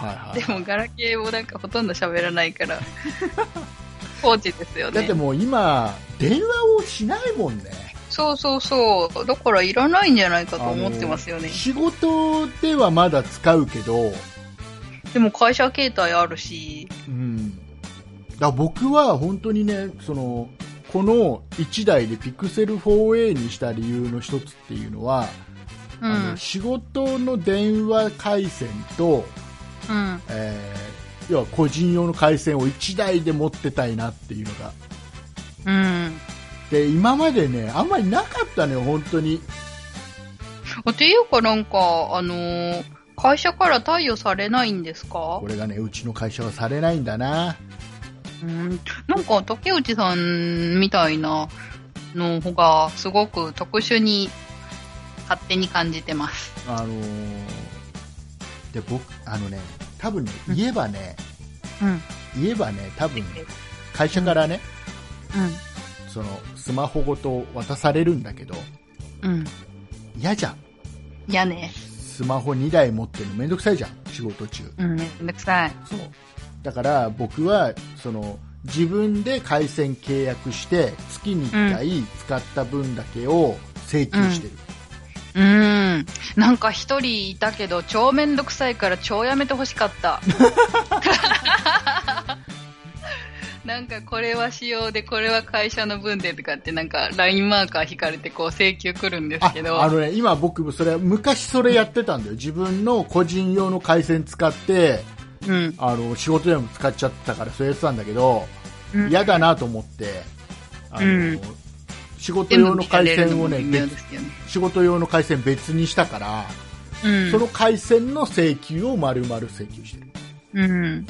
[SPEAKER 2] はいはい。
[SPEAKER 1] でもガラケーをなんかほとんど喋らないから、放置ですよね。
[SPEAKER 2] だってもう今、電話をしないもんね。
[SPEAKER 1] そうそうそう。だからいらないんじゃないかと思ってますよね。
[SPEAKER 2] 仕事ではまだ使うけど、
[SPEAKER 1] でも会社携帯あるし。
[SPEAKER 2] うん。だ僕は本当にね、そのこのいちだいでピクセル フォーエー にした理由の一つっていうのは、うん、あの仕事の電話回線と、
[SPEAKER 1] うん、
[SPEAKER 2] えー、要は個人用の回線をいちだいで持ってたいなっていうのが、
[SPEAKER 1] うん、
[SPEAKER 2] で今までねあんまりなかったのよ本当に。
[SPEAKER 1] っていうかなんかあのー、会社から貸与されないんですか？
[SPEAKER 2] これがねうちの会社はされないんだな。
[SPEAKER 1] うん、なんか竹内さんみたいなの方がすごく特殊に勝手に感じてます。
[SPEAKER 2] あのー、で僕あのね多分ね言えばね、
[SPEAKER 1] うん、
[SPEAKER 2] 言えばね多分会社からね、
[SPEAKER 1] うんうん、
[SPEAKER 2] そのスマホごと渡されるんだけど、
[SPEAKER 1] うん、
[SPEAKER 2] 嫌じゃん。
[SPEAKER 1] 嫌ね。
[SPEAKER 2] スマホにだい持ってるのめんどくさいじゃん仕事中。
[SPEAKER 1] うん、めんどくさい。
[SPEAKER 2] そうだから僕はその自分で回線契約して月にいっかい使った分だけを請求してる。
[SPEAKER 1] うん、うーんなんか一人いたけど超めんどくさいから超やめてほしかったなんかこれは仕様でこれは会社の分でとかってなんかラインマーカー引かれてこう請求来るんですけど、
[SPEAKER 2] あ, あのね今僕それ昔それやってたんだよ。自分の個人用の回線使って、うん、あの仕事でも使っちゃったからそれやってたんだけど、嫌、うん、だなと思ってあの、うん、仕事用の回線をね、ね仕事用の回線別にしたから、うん、その回線の請求を丸々請求してる。うん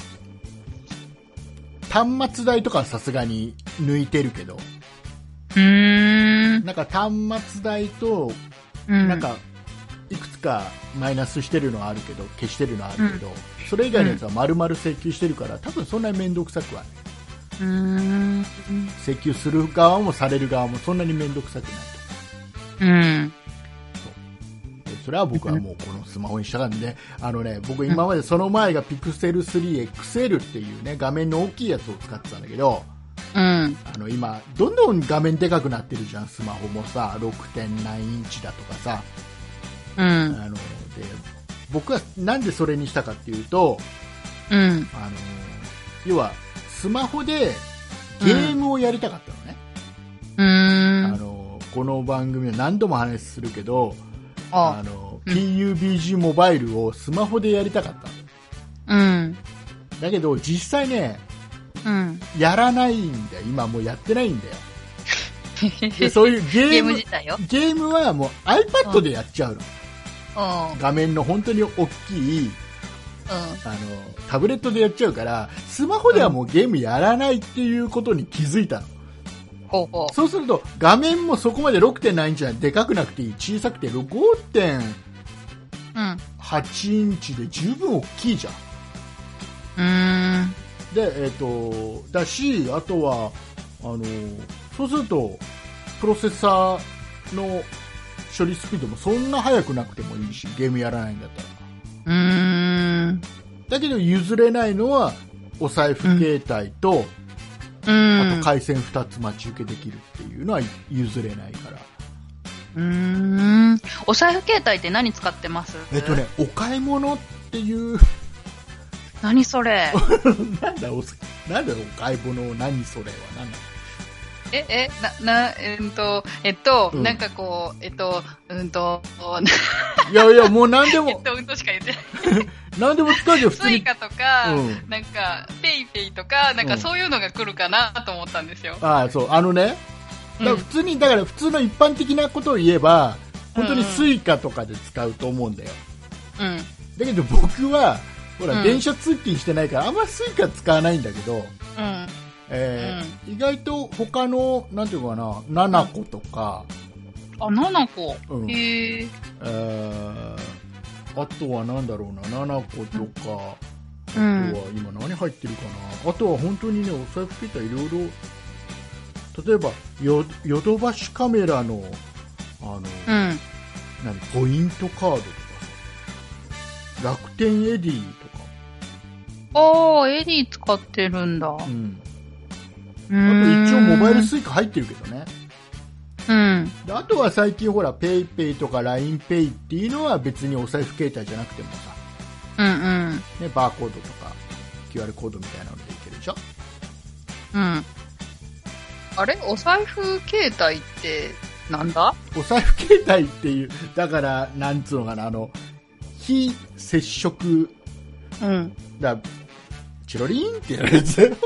[SPEAKER 2] 端末代とかはさすがに抜いてるけど、うーんなんか端末代と、うん、なんかいくつかマイナスしてるのはあるけど消してるのはあるけど、うん、それ以外のやつは丸々請求してるから多分そんなに面倒くさくはない。うーん請求する側もされる側もそんなに面倒くさくないと。うんそれは僕はもうこのスマホにしたんで、あのね、僕今までその前が ピクセルスリーエックスエル っていうね、画面の大きいやつを使ってたんだけど、うん、あの今、どんどん画面でかくなってるじゃん、スマホもさ、ろくてんなな インチだとかさ、うん、あので僕はなんでそれにしたかっていうと、うん、あの要はスマホでゲームをやりたかったのね。うん、あのこの番組は何度も話するけど、あの、うん、ピーユービージー モバイルをスマホでやりたかった、うん、だけど実際ね、うん、やらないんだよ。今もうやってないんだよでそういうゲーム、ゲーム自体よ。ゲームはもう iPad でやっちゃうの、うん、画面の本当に大きい、うん、あのタブレットでやっちゃうからスマホではもうゲームやらないっていうことに気づいたの。ほうほう。そうすると画面もそこまで ろくてんなな インチはでかくなくていい、小さくて ごてんはち インチで十分大きいじゃん。うーんで、えー、とだしあとはあのそうするとプロセッサーの処理スピードもそんな速くなくてもいいし、ゲームやらないんだったら。うーんだけど譲れないのはお財布携帯と、うん、あと回線ふたつ待ち受けできるっていうのは譲れないから。
[SPEAKER 1] うーんお財布携帯って何使ってます？
[SPEAKER 2] えっとねお買い物っていう
[SPEAKER 1] 何それ
[SPEAKER 2] なんだおなんだお買い物何それは何だ
[SPEAKER 1] ええななえー、っとえっと、うん、なんかこうえっとうんと
[SPEAKER 2] いやいやもう何でも
[SPEAKER 1] えっとうんとしか言ってない
[SPEAKER 2] 何でも使うよ普通に。
[SPEAKER 1] スイカとか、うん、なんかペイペイとかなんかそういうのが来るかなと思ったんですよ。
[SPEAKER 2] うん、ああそうあのねだから普通に、うん、だから普通の一般的なことを言えば本当にスイカとかで使うと思うんだよ。うん、だけど僕はほら、うん、電車通勤してないからあんまスイカ使わないんだけど、うんえーうん、意外と他のなんていうかなナナコとか、
[SPEAKER 1] あナナコ、うん、へえ
[SPEAKER 2] ーあとはなんだろうなナナコとか、うん、あとは今何入ってるかな、あとは本当にねお財布携帯いろいろ例えばヨヨドバシカメラのあの、うん、何ポイントカードとかさ楽天エディとか
[SPEAKER 1] ああエディ使ってるんだ、うん
[SPEAKER 2] あと一応モバイルスイカ入ってるけどね。うん。であとは最近ほらペイペイとか ラインペイっていうのは別にお財布携帯じゃなくてもさ、うんうん。ねバーコードとか キューアール コードみたいなのでいけるでしょ。
[SPEAKER 1] うん。あれお財布携帯ってなんだ？
[SPEAKER 2] お財布携帯っていうだからなんつうのかなあの非接触うんだチロリンってやるやつだよ。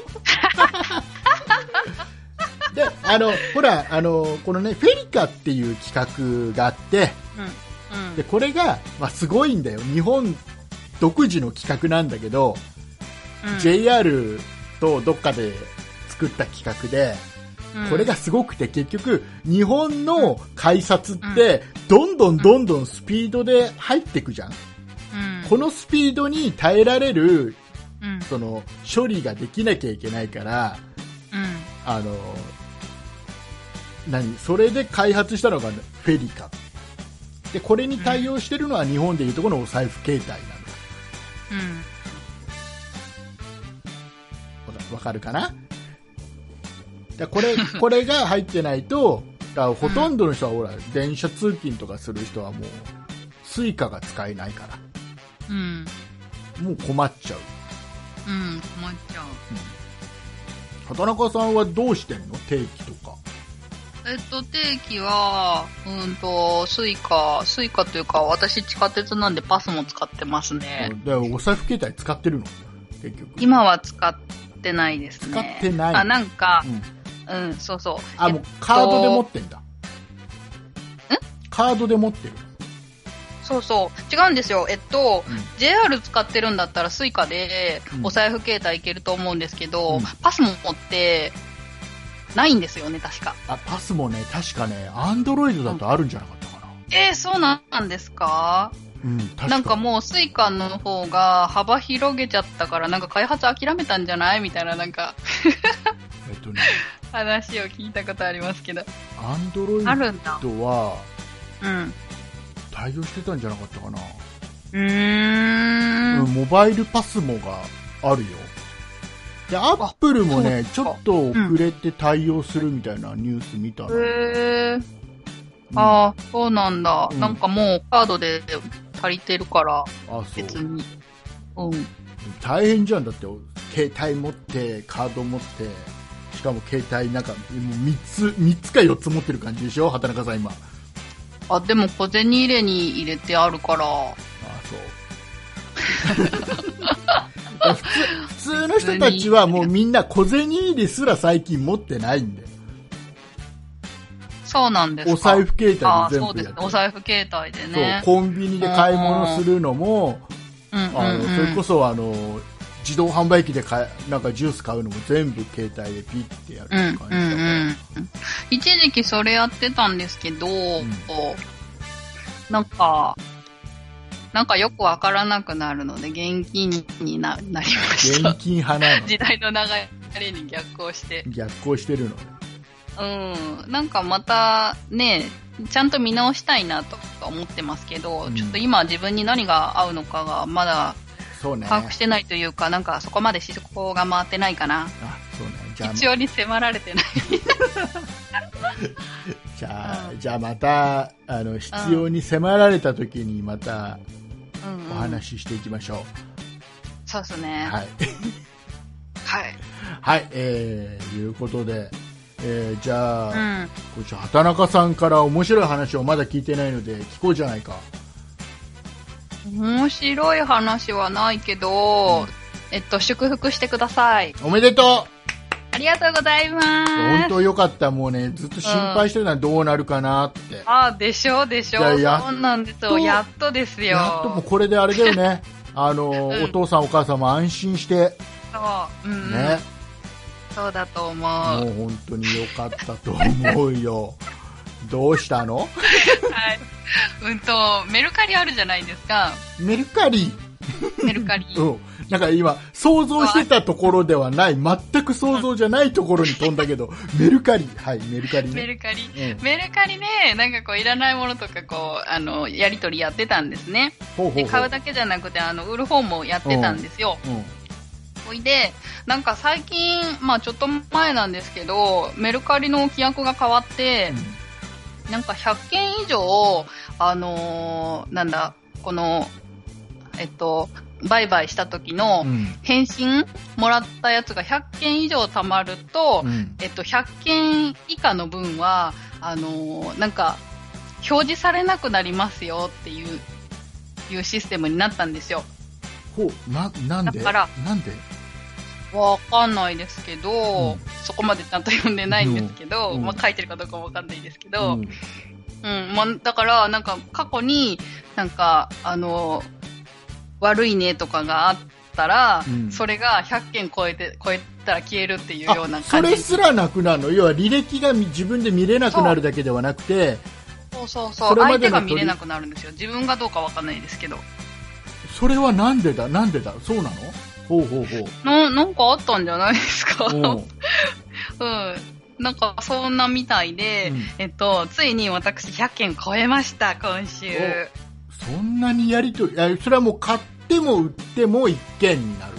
[SPEAKER 2] であのほらあのこのねフェリカっていう企画があって、うんうん、でこれが、まあ、すごいんだよ。日本独自の企画なんだけど、うん、ジェイアール とどっかで作った企画で、うん、これがすごくて結局日本の改札ってどんどんどんどんスピードで入っていくじゃん、うん、このスピードに耐えられる、うん、その処理ができなきゃいけないから、うん、あの何それで開発したのがフェリカでこれに対応してるのは日本でいうところのお財布携帯なんだ。うん、わかるかな。 だこれこれが入ってないと、だほとんどの人はほら、うん、電車通勤とかする人はもうスイカが使えないから、
[SPEAKER 1] うん、
[SPEAKER 2] もう困っちゃう。
[SPEAKER 1] うん、困っちゃう。
[SPEAKER 2] うん、畑中さんはどうしてんの？定期とか。
[SPEAKER 1] えっと、定期は、うんと、スイカ、スイカというか、私地下鉄なんでパスも使ってますね。
[SPEAKER 2] だからお財布携帯使ってるの？結局。
[SPEAKER 1] 今は使ってないですね。
[SPEAKER 2] 使ってない。
[SPEAKER 1] あ、なんか、
[SPEAKER 2] うん、
[SPEAKER 1] うん、そうそう。
[SPEAKER 2] あ、えっと、もうカードで持ってんだ。ん？カードで持ってる。
[SPEAKER 1] そうそう。違うんですよ。えっと、うん、ジェイアール 使ってるんだったらスイカで、お財布携帯いけると思うんですけど、うん、パスも持って、ないんですよね、確か。
[SPEAKER 2] あ、パスもね、確かね、アンドロイドだとあるんじゃなかったかな。うん、
[SPEAKER 1] えー、そうなんですか？うん、確かなんかもうスイカの方が幅広げちゃったから、なんか開発諦めたんじゃないみたいな、なんかえっとね、話を聞いたことありますけど。
[SPEAKER 2] アンドロイドは、
[SPEAKER 1] うん。
[SPEAKER 2] 対応してたんじゃなかったかな。
[SPEAKER 1] うーん。
[SPEAKER 2] モバイルパスモがあるよ。で、アップルもね、ちょっと遅れて対応するみたいなニュース見たの。
[SPEAKER 1] へー。うん、ああ、そうなんだ、うん。なんかもうカードで足りてるから、あ、別に。うん。
[SPEAKER 2] 大変じゃん。だって、携帯持って、カード持って、しかも携帯なんか、もうみっつ、みっつかよっつ持ってる感じでしょ？畑中さん今。
[SPEAKER 1] あ、でも小銭入れに入れてあるから。ああ、
[SPEAKER 2] そう。普通、普通の人たちはもうみんな小銭入れすら最近持ってないんで。
[SPEAKER 1] そうなんですか。
[SPEAKER 2] お財布携帯で全部やってる。
[SPEAKER 1] あ、そうですね。お財布携帯でね。
[SPEAKER 2] そう、コンビニで買い物するのも、うんうんうん、あのそれこそあの自動販売機で買えなんかジュース買うのも全部携帯でピッてやる感じだから、うんうんうん、
[SPEAKER 1] 一時期それやってたんですけど、うん、なんかなんかよくわからなくなるので現金に な, なりました。
[SPEAKER 2] 現金派なの？
[SPEAKER 1] 時代の流れに逆行して
[SPEAKER 2] 逆行してるの。
[SPEAKER 1] うん、なんかまたねちゃんと見直したいなと思ってますけど、うん、ちょっと今自分に何が合うのかがまだ把握してないというか、なんかそこまで思考が回ってないかな。あ、そうね。じゃあ必要に迫られてない
[SPEAKER 2] じゃあ、うん、じゃあまたあの必要に迫られた時にまたお話ししていきましょう。うんうん、
[SPEAKER 1] そうですね。
[SPEAKER 2] はい
[SPEAKER 1] はい
[SPEAKER 2] はい、えー、いうことで、えー、じゃあ、うん、こちら畑中さんから面白い話をまだ聞いてないので聞こうじゃないか。
[SPEAKER 1] 面白い話はないけど、うん、えっと祝福してください。
[SPEAKER 2] おめでとう。
[SPEAKER 1] ありがとうございます。
[SPEAKER 2] 本当よかった。もうねずっと心配してたのはどうなるかなって、うん、
[SPEAKER 1] あでしょうでしょう。そうなんですよ。やっとですよ。
[SPEAKER 2] やっともうこれであれだよねあの、うん、お父さんお母さんも安心して
[SPEAKER 1] そう、うん、
[SPEAKER 2] ね、
[SPEAKER 1] そうだと思う。
[SPEAKER 2] もう本当によかったと思うよどうしたの？はい、
[SPEAKER 1] うんとメルカリあるじゃないですか。
[SPEAKER 2] メルカリ
[SPEAKER 1] メルカリ、
[SPEAKER 2] うん、なんか今想像してたところではない全く想像じゃないところに飛んだけどメルカリ、はいメルカリね。
[SPEAKER 1] メルカリ、うん、メルカリね、なんかこういらないものとかこうあのやり取りやってたんですね。ほうほうほう。で買うだけじゃなくてあの売る方もやってたんですよ。うんうん、ほいでなんか最近まあちょっと前なんですけどメルカリの規約が変わって、うん、なんかひゃっけん以上あのー、なんだこのえっと売買した時の返信もらったやつがひゃっけん以上貯まると、うん、えっとひゃっけん以下の分はあのー、なんか表示されなくなりますよっていういうシステムになったんですよ。
[SPEAKER 2] ほう、な、なんで？だからなんで？
[SPEAKER 1] わかんないですけど、うん、そこまでちゃんと読んでないんですけど、うん、まあ書いてるかどうかもわかんないですけど、うん、うん、まあだからなんか過去になんかあの悪いねとかがあったら、うん、それがひゃっけん超えて超えたら消えるっていうような感じ。
[SPEAKER 2] それすらなくなるの？要は履歴が自分で見れなくなるだけではなくて、
[SPEAKER 1] そうそうそう、相手が見れなくなるんですよ。自分がどうかわかんないですけど。
[SPEAKER 2] それはなんでだなんでだそうなの？ほうほうほう。
[SPEAKER 1] な、なんかあったんじゃないですか。うん。なんかそんなみたいで、うん、えっと、ついに私ひゃっけん超えました、今週。
[SPEAKER 2] そんなにやりとり、それはもう買っても売ってもいっけんになるんだ。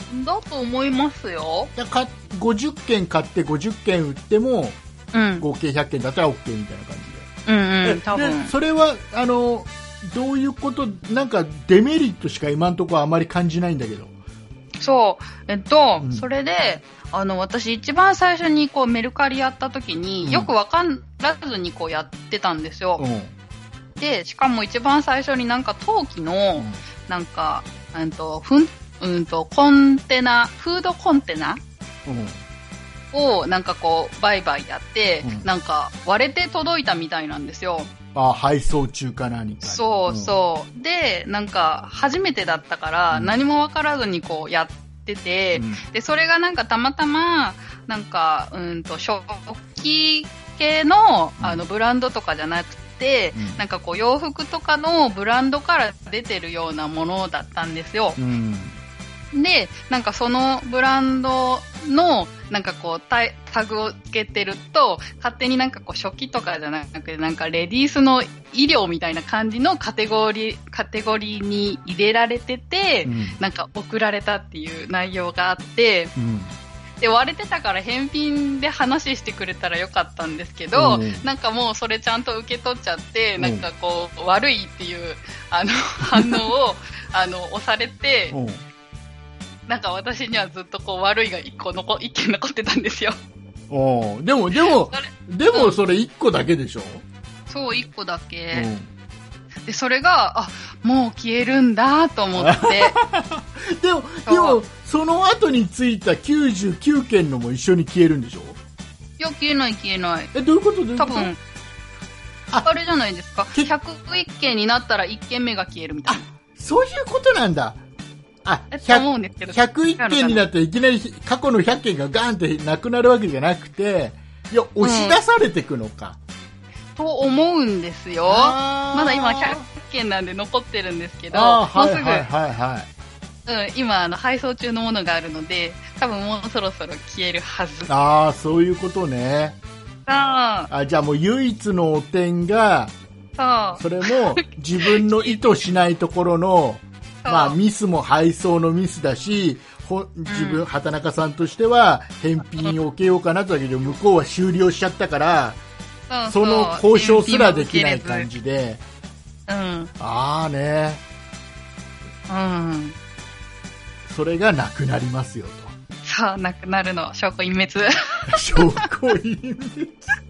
[SPEAKER 1] だと思いますよ。
[SPEAKER 2] だかごじゅっけん買ってごじゅっけん売っても、うん、合計ひゃっけんだったら OK みたいな感じで。
[SPEAKER 1] うんうん、多分。
[SPEAKER 2] で、それは、あの、どういうこと、なんかデメリットしか今のところあまり感じないんだけど。
[SPEAKER 1] そう。えっと、うん、それで、あの、私一番最初にこうメルカリやった時に、うん、よくわからずにこうやってたんですよ。うん、で、しかも一番最初になんか陶器の、うん、なんか、うんと、ふん、うんと、コンテナ、フードコンテナ、うん、をなんかこう、売買やって、うん、なんか割れて届いたみたいなんですよ。
[SPEAKER 2] あ、配送中か何か。
[SPEAKER 1] そうそう。うん、で、なんか初めてだったから、何もわからずにこうやってて、うん、で、それがなんかたまたま、なんか、うんと、食器系の、あの、ブランドとかじゃなくて、で、うん、なんかこう洋服とかのブランドから出てるようなものだったんですよ。うん、で、なんかそのブランドのなんかこうタ, タグをつけてると勝手になんかこう食器とかじゃなくてなんかレディースの医療みたいな感じのカテゴリーカテゴリーに入れられてて、うん、なんか送られたっていう内容があって。うん、で割れてたから返品で話してくれたらよかったんですけど、うん、なんかもうそれちゃんと受け取っちゃって、うん、なんかこう悪いっていうあの反応をあの押されて、うん、なんか私にはずっとこう悪いが一個残一件残ってたんですよ。
[SPEAKER 2] おでもでもでもそれ一個だけでしょ。
[SPEAKER 1] うん、そう一個だけ。うん、でそれがあもう消えるんだと思って。
[SPEAKER 2] でもでもその後についたきゅうじゅうきゅうけんのも一緒に消えるんでしょ。
[SPEAKER 1] いや消えない消えない。
[SPEAKER 2] えどういうことどういうこと。多分
[SPEAKER 1] あ, あれじゃないですか。ひゃくいっけんになったらいっけんめが消えるみたいな。
[SPEAKER 2] そういうことなんだ。あ、ひゃく、ひゃくいっけんになったらいきなり過去のひゃっけんがガーンってなくなるわけじゃなくて、いや押し出されていくのか。
[SPEAKER 1] うん、と思うんですよ。まだ今ひゃっけんなんで残ってるんですけど、もうすぐ。はいはいはいはい。うん、今あの配送中のものがあるので多分もうそろそろ消えるはず。
[SPEAKER 2] ああそういうことね。
[SPEAKER 1] あ
[SPEAKER 2] あじゃあもう唯一の汚点がそうそれも自分の意図しないところのまあミスも配送のミスだしほ自分、うん、畑中さんとしては返品を受けようかなとだけど向こうは終了しちゃったからその交渉すらできない感じで、うん、ああねうんそれがなくなりますよと。
[SPEAKER 1] そう、なくなるの。証拠隠滅。
[SPEAKER 2] 証拠隠滅。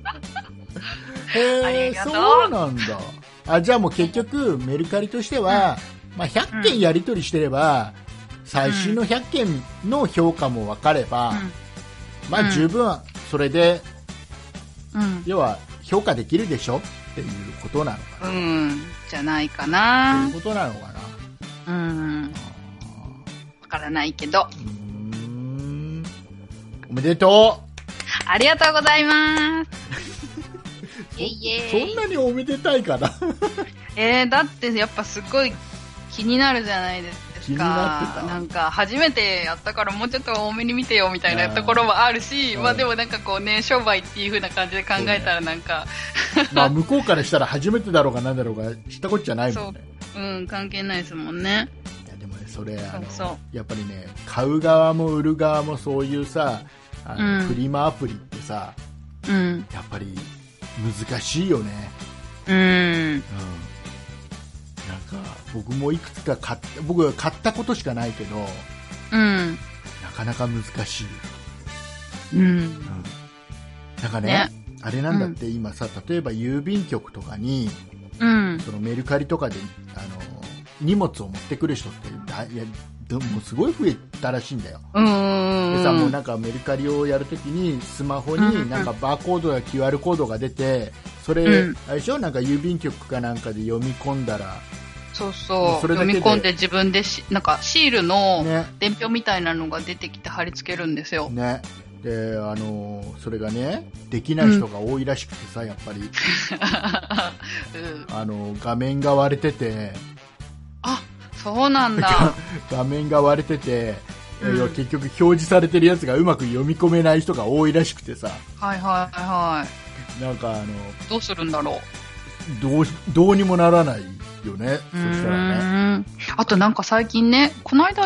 [SPEAKER 2] へえ、そうなんだ。あ、じゃあもう結局、メルカリとしては、うん、まあひゃっけんやり取りしてれば、うん、最新のひゃっけんの評価も分かれば、うん、まあ十分、それで、うん、要は評価できるでしょっていうことなのかな。
[SPEAKER 1] うん、じゃないかな。
[SPEAKER 2] そういうことなのかな。うん。
[SPEAKER 1] わからないけど。うー
[SPEAKER 2] んおめでとう。
[SPEAKER 1] ありがとうございます。イェイイェ
[SPEAKER 2] イ。そんなにおめでたいかな。
[SPEAKER 1] えー、だってやっぱすごい気になるじゃないですか。気になってた。なんか初めてやったからもうちょっと多めに見てよみたいなところもあるし、まあでもなんかこうね商売っていう風な感じで考えたらなんか、
[SPEAKER 2] ね、まあ向こうからしたら初めてだろうがなんだろうが知ったこっちゃないもんね。
[SPEAKER 1] そう、うん、関係ないですもんね。
[SPEAKER 2] それあのそうそうやっぱりね買う側も売る側もそういうさあの、うん、フリマアプリってさ、うん、やっぱり難しいよね。うん、うん、なんか僕もいくつか買った僕は買ったことしかないけど、うん、なかなか難しい。うん、うん、なんかね、ねあれなんだって、うん、今さ例えば郵便局とかに、うん、そのメルカリとかであの荷物を持ってくる人っていやでもすごい増えたらしいんだよ。うんでさもうなんかメルカリをやるときにスマホになんかバーコードや キューアール コードが出てそれ、うん、あれでしょなんか郵便局かなんかで読み込んだら
[SPEAKER 1] そうそうそれ読み込んで自分でしなんかシールの伝票みたいなのが出てきて貼り付けるんですよ。
[SPEAKER 2] ねであのそれがねできない人が多いらしくてさ、うん、やっぱり、うん、あの画面が割れてて
[SPEAKER 1] あそうなんだ
[SPEAKER 2] 画面が割れてて、うん、結局表示されてるやつがうまく読み込めない人が多いらしくてさ
[SPEAKER 1] はいはいはい
[SPEAKER 2] なんかあの
[SPEAKER 1] どうするんだろ
[SPEAKER 2] うどうどうにもならないよね。そしたらね
[SPEAKER 1] あとなんか最近ねこの間こ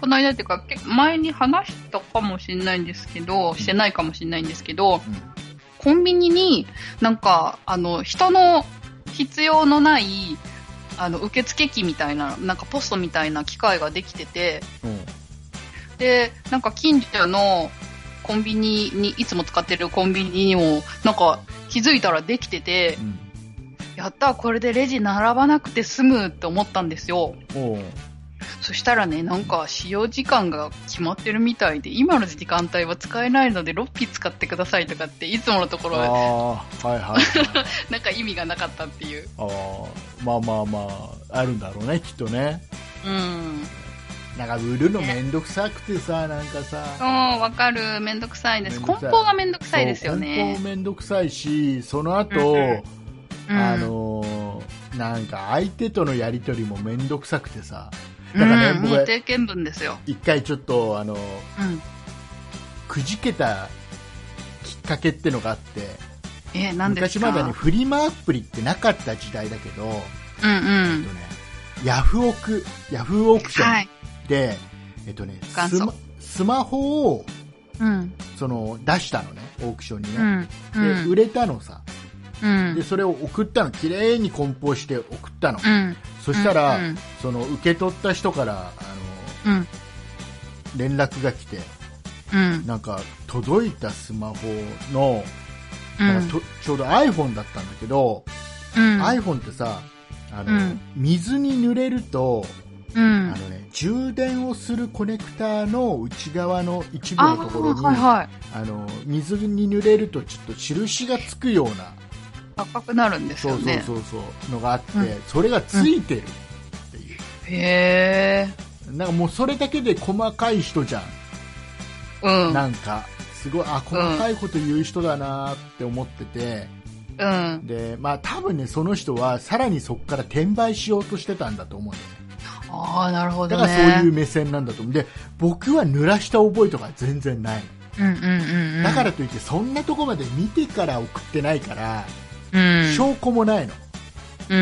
[SPEAKER 1] この間っていうか、前に話したかもしれないんですけど、してないかもしれないんですけど、うん、コンビニになんか、あの、人の必要のない、あの、受付機みたいな、なんかポストみたいな機械ができてて、うん、で、なんか近所のコンビニに、いつも使ってるコンビニにも、なんか気づいたらできてて、うん、やった、これでレジ並ばなくて済むって思ったんですよ。おそしたらね、なんか使用時間が決まってるみたいで、今の時間帯は使えないのでろっぴ使ってくださいとかって、いつものところは、あ、はいはいはい、なんか意味がなかったっていう。
[SPEAKER 2] あ、まあまあまあ、あるんだろうね、きっとね。うん。なんか売るのめんどくさくてさ、なんかさ。
[SPEAKER 1] そう、わかる。めんどくさいです。梱包がめんどくさいですよね。
[SPEAKER 2] 梱包めんどくさいし、その後、うんうん、あのー、なんか相手とのやりとりもめんどくさくてさ。だからね、
[SPEAKER 1] 僕は定見文ですよ。
[SPEAKER 2] 一回ちょっとあの、うん、くじけたきっかけってのがあって、
[SPEAKER 1] えー、何です
[SPEAKER 2] か？昔まだにフリマアプリってなかった時代だけど、うんうん、
[SPEAKER 1] えっ
[SPEAKER 2] とね、ヤフオク、ヤフオークションで、はい、えっとね、スマ、スマホを、うん、その出したのね、オークションにね、うんうん、で売れたのさ。うん、でそれを送ったの、綺麗に梱包して送ったの、うん、そしたら、うんうん、その受け取った人からあの、うん、連絡が来て、うん、なんか届いたスマホの、うん、なんかとちょうど iPhone だったんだけど、うん、iPhone ってさあの、うん、水に濡れると、うん、あのね、充電をするコネクターの内側の一部のところに、あ、はいはい、あの水に濡れるとちょっと印がつくような
[SPEAKER 1] 赤くなるんですよね。
[SPEAKER 2] そうそうそうそうのがあって、うん、それがついてるっていう、
[SPEAKER 1] うん、へ
[SPEAKER 2] ー、なんかもうそれだけで細かい人じゃん、うん、なんかすごい、あ、細かいこと言う人だなって思ってて、うん、でまあ多分ね、その人はさらにそこから転売しようとしてたんだと思うんだよね。
[SPEAKER 1] ああ、なるほどね。
[SPEAKER 2] だからそういう目線なんだと思う。で、僕は濡らした覚えとか全然ないの、うんうんうんうん、だからといってそんなとこまで見てから送ってないから、うん、証拠もないの、うん、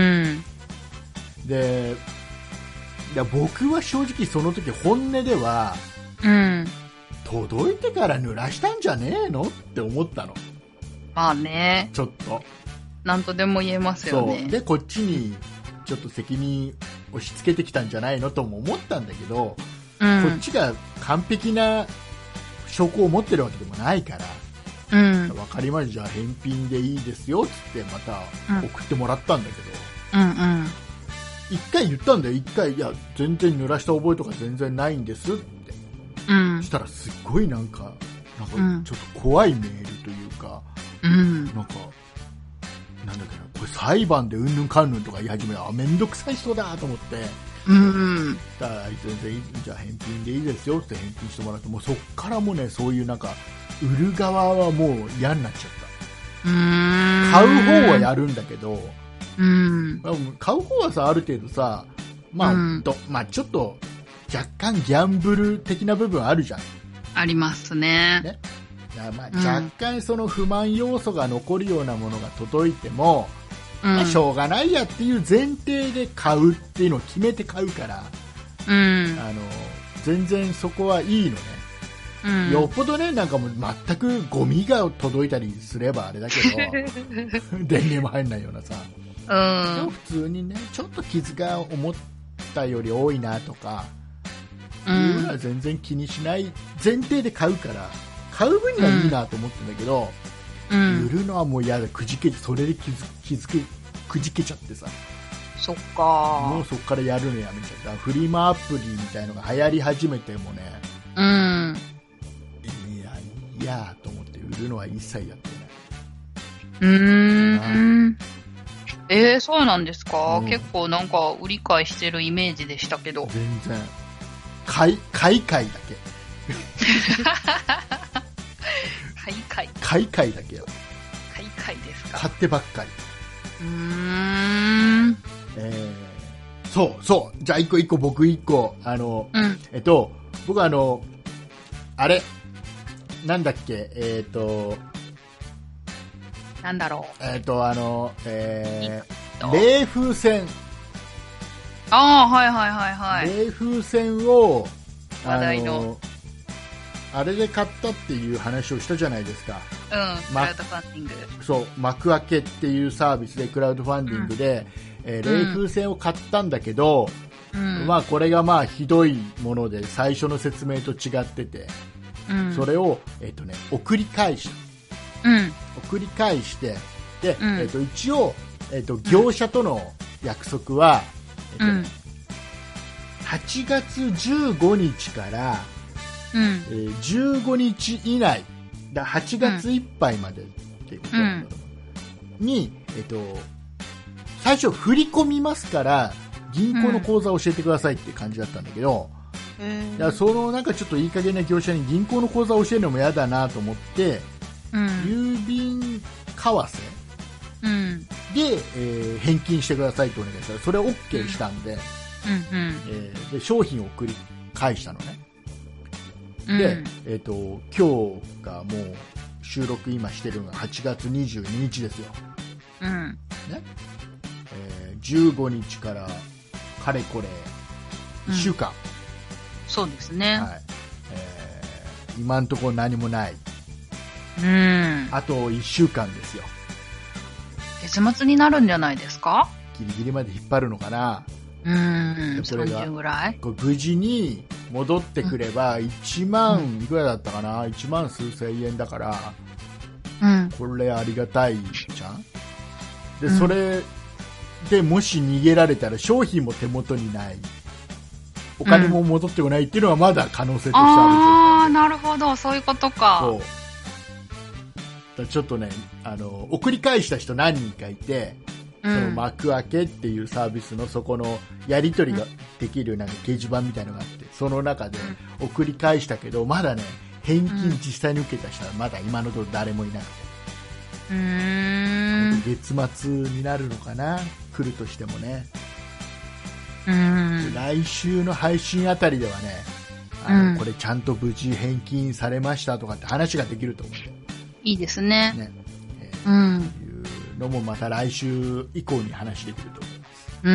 [SPEAKER 2] でいや僕は正直その時本音では、うん、届いてから濡らしたんじゃねえのって思ったの。
[SPEAKER 1] まあね、
[SPEAKER 2] ちょっと
[SPEAKER 1] なんとでも言えますよね。
[SPEAKER 2] そうでこっちにちょっと責任押し付けてきたんじゃないのとも思ったんだけど、うん、こっちが完璧な証拠を持ってるわけでもないから、うん、分かりました、じゃあ返品でいいですよっつってまた送ってもらったんだけど、うんうん、一回言ったんだよ。一回、いや全然濡らした覚えとか全然ないんですって、うん、そしたらすっごいなんかなんかちょっと怖いメールというか、うん、なんかなんだっけな、これ裁判でうんぬんかんぬんとか言い始めたら、あ、めんどくさい人だと思って、うん、だから全然いい、じゃあ返品でいいですよって返品してもらって、もうそっからもね、そういうなんか売る側はもう嫌になっちゃった。うーん、買う方はやるんだけど、うん、買う方はさ、ある程度さ、まあ、うん、とまあ、ちょっと若干ギャンブル的な部分あるじゃん。
[SPEAKER 1] ありますね。ね、
[SPEAKER 2] まあ、若干その不満要素が残るようなものが届いても、うん、まあ、しょうがないやっていう前提で買うっていうのを決めて買うから、うん、あの全然そこはいいのね、うん、よっぽどね、なんかもう全くゴミが届いたりすればあれだけど電源も入んないようなさ、うん、でも普通にね、ちょっと傷が思ったより多いなとか、うん、いうのは全然気にしない前提で買うから、買う分にはいいなと思ってんだけど、うん、売るのはもう嫌だ、くじけ、それで気づ気づけくじけちゃってさ、
[SPEAKER 1] そっか、
[SPEAKER 2] もうそっからやるのやめちゃった。フリマアプリみたいのが流行り始めてもね、うん、いやいやと思って売るのは一切やってない。
[SPEAKER 1] うーん、えー、そうなんですか、うん、結構なんか売り買いしてるイメージでしたけど。
[SPEAKER 2] 全然買い買い買いだけ
[SPEAKER 1] 買い買い
[SPEAKER 2] 買い買いだけよ。
[SPEAKER 1] 買い買いですか。
[SPEAKER 2] 買ってばっかり。
[SPEAKER 1] うーん、
[SPEAKER 2] えー、そうそう、じゃあ一個一個僕一個、あの、うん、えっと僕あのあれなんだっけ、えっと
[SPEAKER 1] なんだろ
[SPEAKER 2] う、えっとあの、えー、冷風船、
[SPEAKER 1] ああ、はいはいはいはい、
[SPEAKER 2] 冷風船を
[SPEAKER 1] 話題の。
[SPEAKER 2] あれで買ったっていう話をしたじゃないですか。
[SPEAKER 1] うん、クラウドファンディング。
[SPEAKER 2] そう、幕開けっていうサービスでクラウドファンディングで、うん、えー、冷風船を買ったんだけど、うん、まあこれがまあひどいもので最初の説明と違ってて、うん、それを、えーとね、送り返した、うん、送り返してで、うん、えー、と一応、えー、と業者との約束は、うん、えーとね、はちがつじゅうごにちから、うん、えー、じゅうごにち以内だ、はちがついっぱいまでっていうことなんだと思う、に、えー、と最初振り込みますから銀行の口座を教えてくださいって感じだったんだけど、うん、だからそのなんかちょっといい加減な業者に銀行の口座を教えるのも嫌だなと思って、うん、郵便為替で、えー、返金してくださいとお願いしたらそれを OK したんで、うんうん、えー、で商品を送り返したのね、うん、で、えーと、今日がもう収録今してるのがはちがつにじゅうににちですよ、うんね、えー、じゅうごにちからかれこれいっしゅうかん、うん、
[SPEAKER 1] そうですね、はい、
[SPEAKER 2] えー、今のところ何もない、うん、あといっしゅうかんですよ。
[SPEAKER 1] 月末になるんじゃないですか。
[SPEAKER 2] ギリギリまで引っ張るのかな。
[SPEAKER 1] うーん、さんじゅうぐらい。
[SPEAKER 2] これ無事に戻ってくればいちまんいくらだったかな、いちまん数千円だから、うん、これありがたいじゃん。で、それでもし逃げられたら商品も手元にない、お金も戻ってこないっていうのはまだ可能性としてある状態、うん、
[SPEAKER 1] ああ、なるほど、そういうことか。そう
[SPEAKER 2] だ、ちょっとね、あの送り返した人何人かいて、その幕開けっていうサービスのそこのやり取りができるなんか掲示板みたいなのがあって、その中で送り返したけどまだね返金実際に受けた人はまだ今のところ誰もいなくて、うーん、月末になるのかな、来るとしてもね。うーん、来週の配信あたりではね、あの、うん、これちゃんと無事返金されましたとかって話ができると思って、
[SPEAKER 1] いいですね。ね、
[SPEAKER 2] えー、うん、いうのもまた来週以降に話できると思います。うん、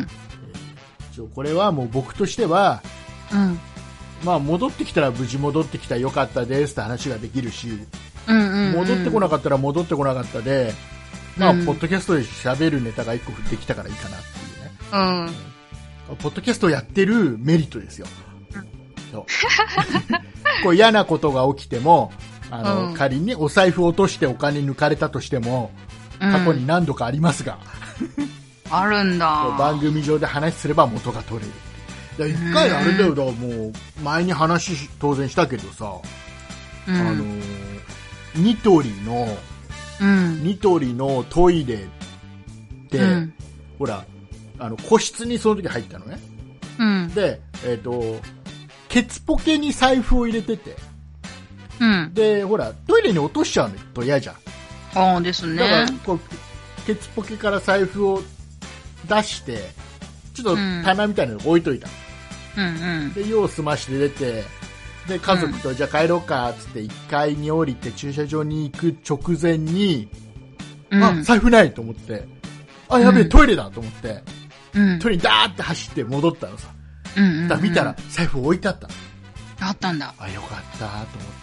[SPEAKER 2] えー、これはもう僕としては、うん、まあ戻ってきたら無事戻ってきたよかったですって話ができるし、うんうんうん、戻ってこなかったら戻ってこなかったで、まあ、うん、ポッドキャストで喋るネタがいっこできたからいいかなっていうね、うん、ポッドキャストやってるメリットですよ、うん、そうこう嫌なことが起きても、あの、うん、仮にお財布落としてお金抜かれたとしても、過去に何度かありますが、
[SPEAKER 1] うん、あるんだ。
[SPEAKER 2] 番組上で話すれば元が取れる。一回あれだよ、だからもう前に話当然したけどさ、うん、あのニトリの、うん、ニトリのトイレって、うん、ほらあの個室にその時入ったのね、うん、で、えーと、ケツポケに財布を入れてて、うん、でほらトイレに落としちゃうのと嫌じゃん。
[SPEAKER 1] ああですね。
[SPEAKER 2] だからこうケツポケから財布を出してちょっと棚みたいなの置いといた、うんうん、で用を済まして出て、で家族と、うん、じゃあ帰ろうかっつっていっかいに降りて駐車場に行く直前に、うん、あ財布ないと思って、あやべえ、うん、トイレだと思って、うん、トイレにダーって走って戻ったのさ、うんうんうん、だ見たら財布置いてあったの。
[SPEAKER 1] あったんだ。
[SPEAKER 2] あよかったと思って、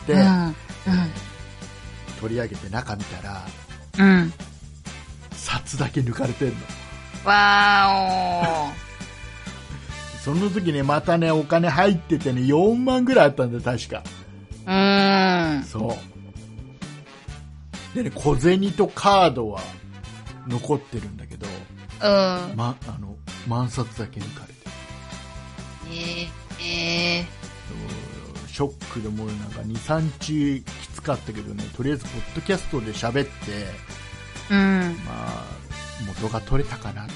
[SPEAKER 2] うんうん、取り上げて中見たら、うん、札だけ抜かれてんの。
[SPEAKER 1] わーお
[SPEAKER 2] その時ねまたねお金入っててねよんまんぐらいあったんだよ確か。うーんそうでね小銭とカードは残ってるんだけど、うんま、あの万札だけ抜かれてる。えー、えー、ショックでもうなんか にさんにちきつかったけどね、とりあえずポッドキャストで喋って、うん、まあ元が取れたかな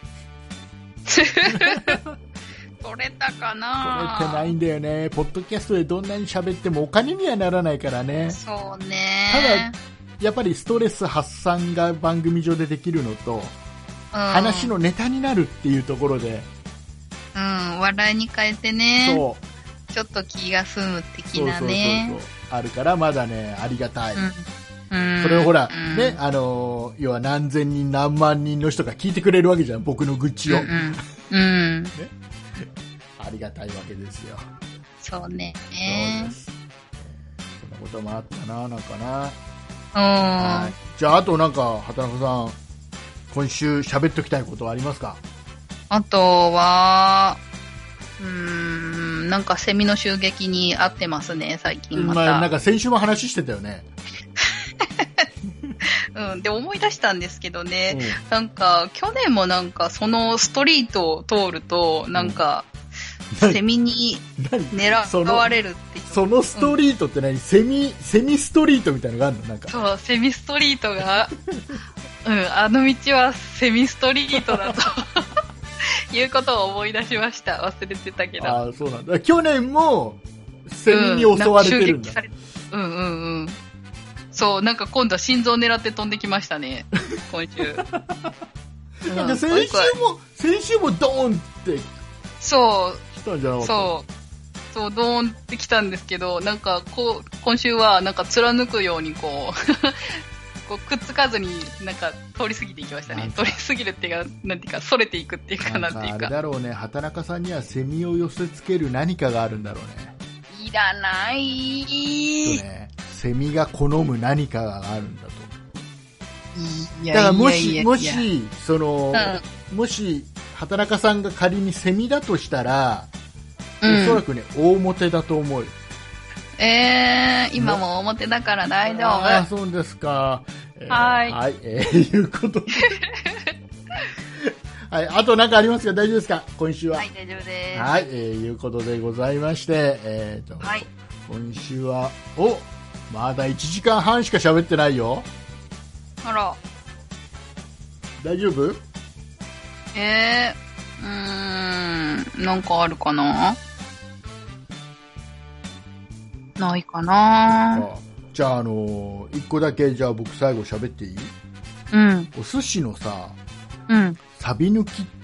[SPEAKER 1] 取れたかな。
[SPEAKER 2] 取れてないんだよね。ポッドキャストでどんなに喋ってもお金にはならないからね。
[SPEAKER 1] そうね。
[SPEAKER 2] ただやっぱりストレス発散が番組上でできるのと、うん、話のネタになるっていうところで、
[SPEAKER 1] うん、笑いに変えてね、そうちょっと気が済む的なね、そうそうそうそうあるからまだねありがたい、うん、それをほら、うん、ねあの要は何千人何万人の人が聞いてくれるわけじゃん僕の愚痴を、うんうんうんね、ありがたいわけですよ。 そうね。
[SPEAKER 2] そうです。そんなこともあったな、なんかな。
[SPEAKER 1] うん、はい。
[SPEAKER 2] じゃあ、あとなんか、畑中さん、今週喋っときたいことはありますか？
[SPEAKER 1] あとは、うーん、なんかセミの襲撃に遭ってますね、最近また。まあ、
[SPEAKER 2] なんか先週も話してたよね。
[SPEAKER 1] うん、で思い出したんですけどね、うん、なんか去年もなんかそのストリートを通るとなんか、うん、セミに狙われるっていう。
[SPEAKER 2] そのストリートって何、うん、セミセミストリートみたいなのがあるの？なんか
[SPEAKER 1] そう、セミストリートがうん、あの道はセミストリートだということを思い出しました。忘れてたけど。
[SPEAKER 2] ああ、そうなんだ。去年もセミに襲われてるんだ。
[SPEAKER 1] うん、うんうんうん。そう、なんか今度は心臓狙って飛んできましたね、今週。
[SPEAKER 2] なんか先週も、先週もドーンって。
[SPEAKER 1] そう。
[SPEAKER 2] 来たんじゃなかった？
[SPEAKER 1] そう。そう、ドーンって来たんですけど、なんかこう、今週はなんか貫くようにこう、こうくっつかずになんか通り過ぎていきましたね。通り過ぎるっていうか、なんていうか、それていくっていうかなんていうか。
[SPEAKER 2] あれだろうね、畑中さんにはセミを寄せつける何かがあるんだろうね。
[SPEAKER 1] いらないー。
[SPEAKER 2] とね、セミが好む何かがあるんだと。
[SPEAKER 1] いや
[SPEAKER 2] だからもし、
[SPEAKER 1] いやいやいや
[SPEAKER 2] もし、その、うん、もし、畑中さんが仮にセミだとしたら、うん、おそらくね、大表だと思う。
[SPEAKER 1] えー、今も表だから大丈夫。
[SPEAKER 2] ああ、そうですか。
[SPEAKER 1] えー、はい。
[SPEAKER 2] はい、えー、いうことで。はい、あと何かありますか？大丈夫ですか？今週は。
[SPEAKER 1] はい、大丈夫です。
[SPEAKER 2] はい、えー、いうことでございまして、えーと、はい、今週は、お、まだいちじかんはんしか喋ってないよ。
[SPEAKER 1] あら。
[SPEAKER 2] 大丈夫？
[SPEAKER 1] えー、うーん、なんかあるかな？ないかな。
[SPEAKER 2] あ、じゃあ、あのー、一個だけ、じゃあ僕最後喋っていい？
[SPEAKER 1] うん。
[SPEAKER 2] お寿司のさ、
[SPEAKER 1] うん。
[SPEAKER 2] サビ抜きって、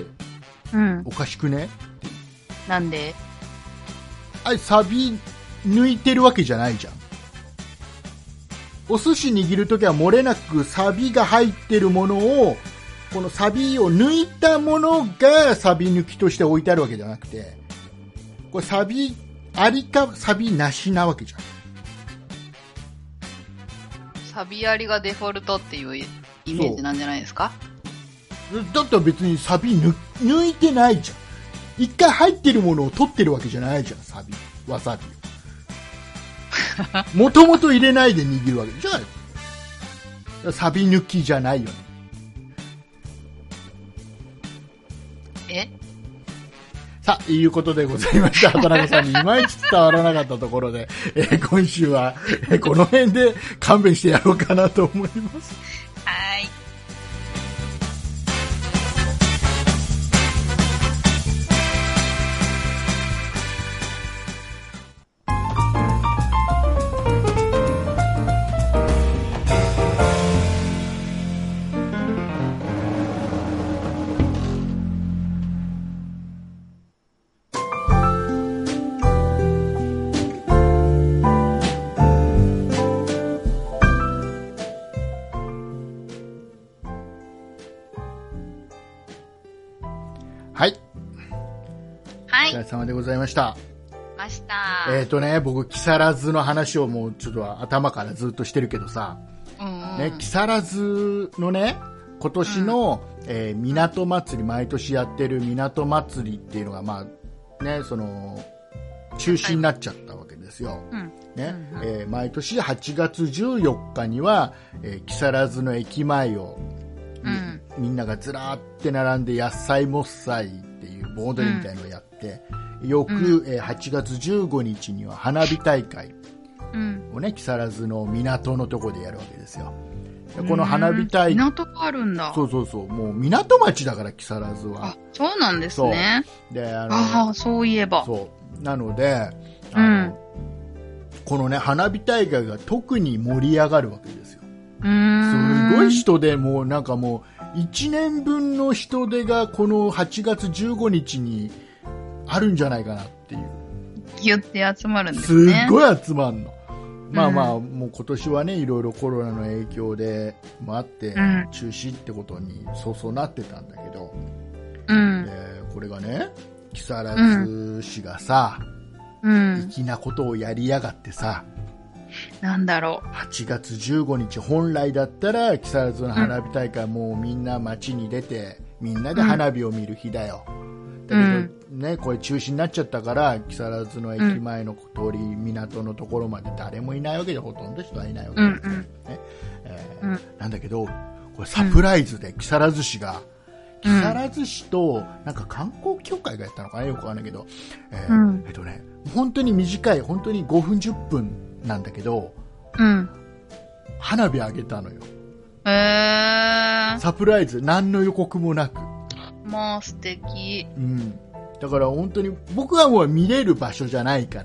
[SPEAKER 2] うん。おかしくね？
[SPEAKER 1] なんで？
[SPEAKER 2] あれ、サビ抜いてるわけじゃないじゃん。お寿司握るときは漏れなくサビが入ってるものを、このサビを抜いたものがサビ抜きとして置いてあるわけじゃなくて、これサビありかサビなしなわけじゃん。
[SPEAKER 1] サビありがデフォルトっていうイメージなんじゃないですか？
[SPEAKER 2] だったら別にサビ 抜, 抜いてないじゃん。一回入ってるものを取ってるわけじゃないじゃん、サビ。わさびを。もともと入れないで握るわけじゃん。サビ抜きじゃないよね。
[SPEAKER 1] え？
[SPEAKER 2] さあ、いうことでございました。畑中さんにいまいち伝わらなかったところで、えー、今週は、えー、この辺で勘弁してやろうかなと思います。
[SPEAKER 1] はい。
[SPEAKER 2] はい。
[SPEAKER 1] はい。
[SPEAKER 2] お疲れ様でございました。
[SPEAKER 1] ました。
[SPEAKER 2] えっ、ー、とね、僕、木更津の話をもうちょっと頭からずっとしてるけどさ、うんうん、ね、木更津のね、今年の、うんえー、港祭り、毎年やってる港祭りっていうのが、まあ、ね、その、中止になっちゃったわけですよ。うんねうんうんえー、毎年はちがつじゅうよっかには、えー、木更津の駅前を、うん、みんながずらーって並んで野菜もっさいっていうボードみたいのをやって、うん、翌、うんえー、はちがつじゅうごにちには花火大会をね、木更津の港のとこでやるわけですよ。でこの花火大会、
[SPEAKER 1] 港があるんだ。
[SPEAKER 2] そうそうそう、もう港町だから木更津は。
[SPEAKER 1] あ、そうなんですね。
[SPEAKER 2] で、あの
[SPEAKER 1] ああ、そういえば。
[SPEAKER 2] そうなので、あの、うん、このね花火大会が特に盛り上がるわけですよ。
[SPEAKER 1] うーん
[SPEAKER 2] すごい人でもうなんかもういちねんぶんの人手がこのはちがつじゅうごにちにあるんじゃないかなっていう。
[SPEAKER 1] ギュって集まるんですね。
[SPEAKER 2] すっごい集まるの。まあまあ、もう今年はねいろいろコロナの影響でもあって中止ってことにそうそうなってたんだけど、
[SPEAKER 1] うん、
[SPEAKER 2] でこれがね木更津市がさ、
[SPEAKER 1] うん。
[SPEAKER 2] 粋なことをやりやがってさ。
[SPEAKER 1] なんだろう。
[SPEAKER 2] はちがつじゅうごにち、本来だったら木更津の花火大会、うん、もうみんな街に出てみんなで花火を見る日だよ、うん、だけど、うんね、これ中止になっちゃったから木更津の駅前の通り、うん、港のところまで誰もいないわけで、ほとんど人はいないわけです、ねうんえーうん、なんだけどこれサプライズで木更津市が、木更津市となんか観光協会がやったのかな、よくわかんないけど、えーうんえっとね、本当に短い本当にごふんじゅっぷんなんだけど、
[SPEAKER 1] うん、
[SPEAKER 2] 花火あげたのよ。
[SPEAKER 1] へー。
[SPEAKER 2] サプライズ、何の予告もなく。
[SPEAKER 1] まあ素敵。
[SPEAKER 2] うん。だから本当に僕はもう見れる場所じゃないから、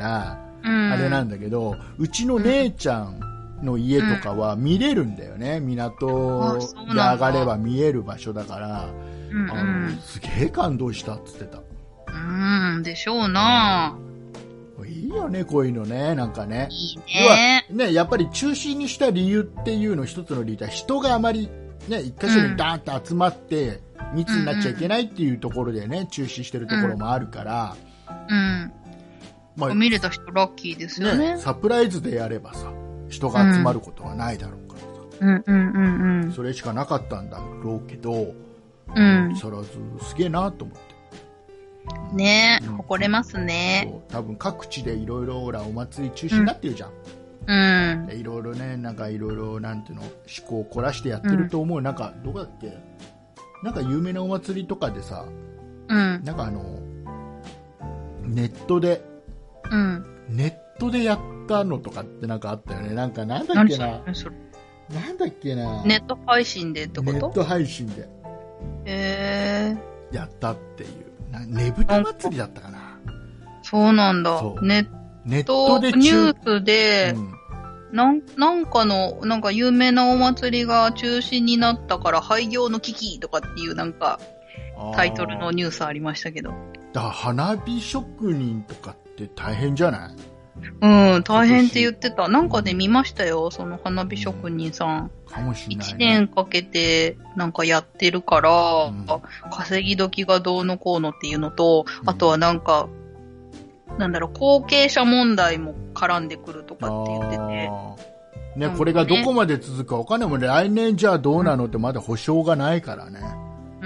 [SPEAKER 2] うん、あれなんだけど、うちの姉ちゃんの家とかは見れるんだよね。うん、港で上がれば見える場所だから、うんうん、あのすげえ感動したって言ってた。
[SPEAKER 1] うんでしょうな。
[SPEAKER 2] いいよね、こういうのね、なんかね。
[SPEAKER 1] いいね。
[SPEAKER 2] 要はね、やっぱり中止にした理由っていうの一つの理由は、人があまりね、一箇所にダーンと集まって密になっちゃいけないっていうところでね、うんうん、中止してるところもあるから。
[SPEAKER 1] うん。まあ、見れた人ラッキーですよね。
[SPEAKER 2] ね、サプライズでやればさ、人が集まることはないだろうからさ。
[SPEAKER 1] うんうんうんうん。
[SPEAKER 2] それしかなかったんだろうけど、
[SPEAKER 1] うん。
[SPEAKER 2] 木更津すげえなと思って。
[SPEAKER 1] ねえ、うん、誇れますね。
[SPEAKER 2] 多分各地でいろいろお祭り中止になってるじゃん。
[SPEAKER 1] うん。
[SPEAKER 2] いろいろね、なんかいろいろなんていうの、思考を凝らしてやってると思う。うん、なんかどこだっけ、なんか有名なお祭りとかでさ、
[SPEAKER 1] うん。
[SPEAKER 2] なんかあのネットで、
[SPEAKER 1] うん。
[SPEAKER 2] ネットでやったのとかってなんかあったよね。なんかなんだっけな。なんだっけな。
[SPEAKER 1] ネット配信でってこと？
[SPEAKER 2] ネット配信で。
[SPEAKER 1] へー。
[SPEAKER 2] やったっていう。ねぶた祭りだったかな。
[SPEAKER 1] そうなんだ。ネットでニュースで、うん、なん、なんかの、なんか有名なお祭りが中止になったから廃業の危機とかっていうなんかタイトルのニュースありましたけど。
[SPEAKER 2] だから花火職人とかって大変じゃない？
[SPEAKER 1] うん、大変って言ってた。なんかで見ましたよ、その花火職人さん。
[SPEAKER 2] かもしれない、ね。
[SPEAKER 1] 一年かけてなんかやってるから、うん、稼ぎ時がどうのこうのっていうのと、うん、あとはなんか、なんだろう、後継者問題も絡んでくるとかって言ってて。
[SPEAKER 2] ね、これがどこまで続くかわかんないもんね。来年じゃあどうなのってまだ保証がないからね。
[SPEAKER 1] うん。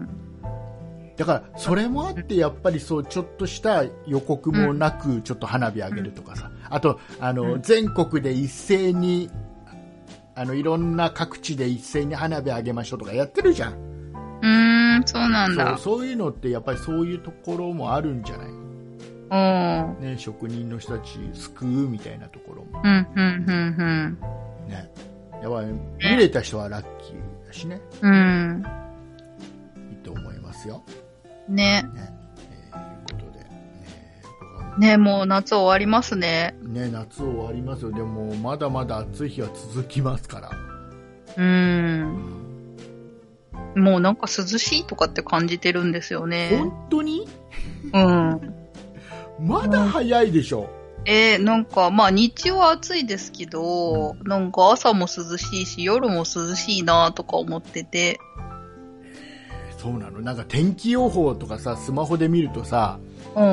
[SPEAKER 2] だからそれもあってやっぱりそうちょっとした予告もなくちょっと花火上げるとかさ、あとあの全国で一斉にあのいろんな各地で一斉に花火上げましょうとかやってるじゃん。
[SPEAKER 1] うーん、そうなんだ。
[SPEAKER 2] そう、そういうのってやっぱりそういうところもあるんじゃない？
[SPEAKER 1] うん。
[SPEAKER 2] ね、職人の人たち救うみたいなところも。
[SPEAKER 1] うん、うん、うん、うん。
[SPEAKER 2] ね。やっぱり見れた人はラッキーだしね。
[SPEAKER 1] うん。
[SPEAKER 2] いいと思いますよ。
[SPEAKER 1] ね。
[SPEAKER 2] ね、えー、いうことで、ね、
[SPEAKER 1] ね、もう夏終わりますね。
[SPEAKER 2] ね、夏終わりますよ。でもまだまだ暑い日は続きますから。
[SPEAKER 1] うーん。うん、もうなんか涼しいとかって感じてるんですよね。
[SPEAKER 2] 本当に？
[SPEAKER 1] うん。
[SPEAKER 2] まだ早いでしょ。
[SPEAKER 1] えー、なんかまあ日中は暑いですけど、うん、なんか朝も涼しいし夜も涼しいなとか思ってて。
[SPEAKER 2] そうなの。なんか天気予報とかさ、スマホで見るとさ、
[SPEAKER 1] うんうん、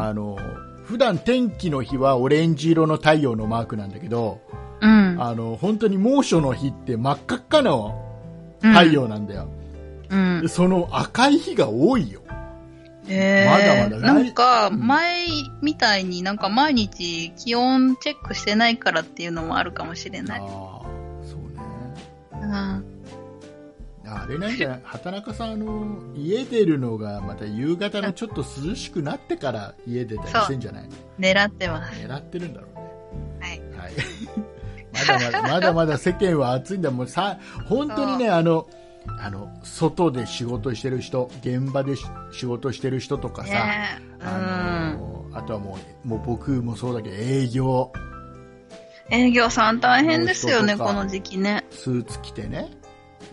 [SPEAKER 2] あの普段天気の日はオレンジ色の太陽のマークなんだけど、
[SPEAKER 1] うん、
[SPEAKER 2] あの本当に猛暑の日って真っ赤っかの太陽なんだよ、
[SPEAKER 1] うんうん、
[SPEAKER 2] その赤い日が多いよ。
[SPEAKER 1] え
[SPEAKER 2] ー、まだまだ
[SPEAKER 1] なんか前みたいになんか毎日気温チェックしてないからっていうのもあるかもしれない。
[SPEAKER 2] ああ、そうね。
[SPEAKER 1] うん。
[SPEAKER 2] あれなんじゃない？畑中さん、あの家出るのがまた夕方のちょっと涼しくなってから家出たりしてんじゃない？
[SPEAKER 1] 狙ってます。
[SPEAKER 2] 狙ってるんだろう
[SPEAKER 1] ね。
[SPEAKER 2] はい。はい。まだまだまだまだ世間は暑いんだ。もうさ、本当にね、あのあの外で仕事してる人、現場で仕事してる人とかさ、
[SPEAKER 1] ね、
[SPEAKER 2] あの、うん、あとはもうもう僕もそうだけど営業
[SPEAKER 1] 営業さん大変ですよね、この時期ね。
[SPEAKER 2] スーツ着てね。
[SPEAKER 1] うん、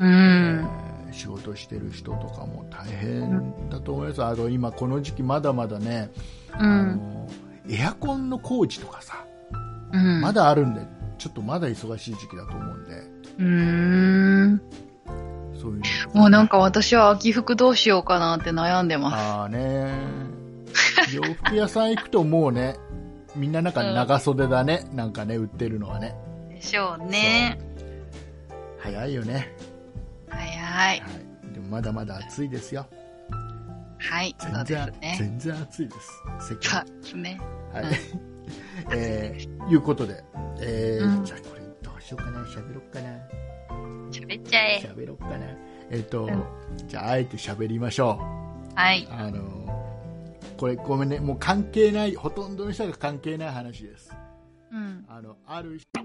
[SPEAKER 2] えー、仕事してる人とかも大変だと思います、うん、あの今この時期まだまだね、
[SPEAKER 1] うん、あの
[SPEAKER 2] エアコンの工事とかさ、
[SPEAKER 1] うん、
[SPEAKER 2] まだあるんでちょっとまだ忙しい時期だと思うんで、
[SPEAKER 1] うーん、
[SPEAKER 2] そういう、ね、
[SPEAKER 1] もうなんか私は秋服どうしようかなって悩んでます。
[SPEAKER 2] あーね、洋服屋さん行くともうねみんななんか長袖だね、うん、なんかね売ってるのはね。
[SPEAKER 1] でしょうね。
[SPEAKER 2] 早いよね。
[SPEAKER 1] 早い、
[SPEAKER 2] はい、でもまだまだ暑いですよ。
[SPEAKER 1] はい、
[SPEAKER 2] 全然、
[SPEAKER 1] そうですね、
[SPEAKER 2] 全然暑いです。
[SPEAKER 1] そうですね。
[SPEAKER 2] はい、うん、えー、いうことで、えーうん、じゃあこれどうしようかな、喋ろっかな。
[SPEAKER 1] 喋っちゃえ。
[SPEAKER 2] 喋ろっかな。えっ、ー、と、うん、じゃああえて喋りましょ
[SPEAKER 1] う。はい。
[SPEAKER 2] あのこれごめんね、もう関係ない、ほとんどの人が関係ない話です。
[SPEAKER 1] うん。
[SPEAKER 2] あのある人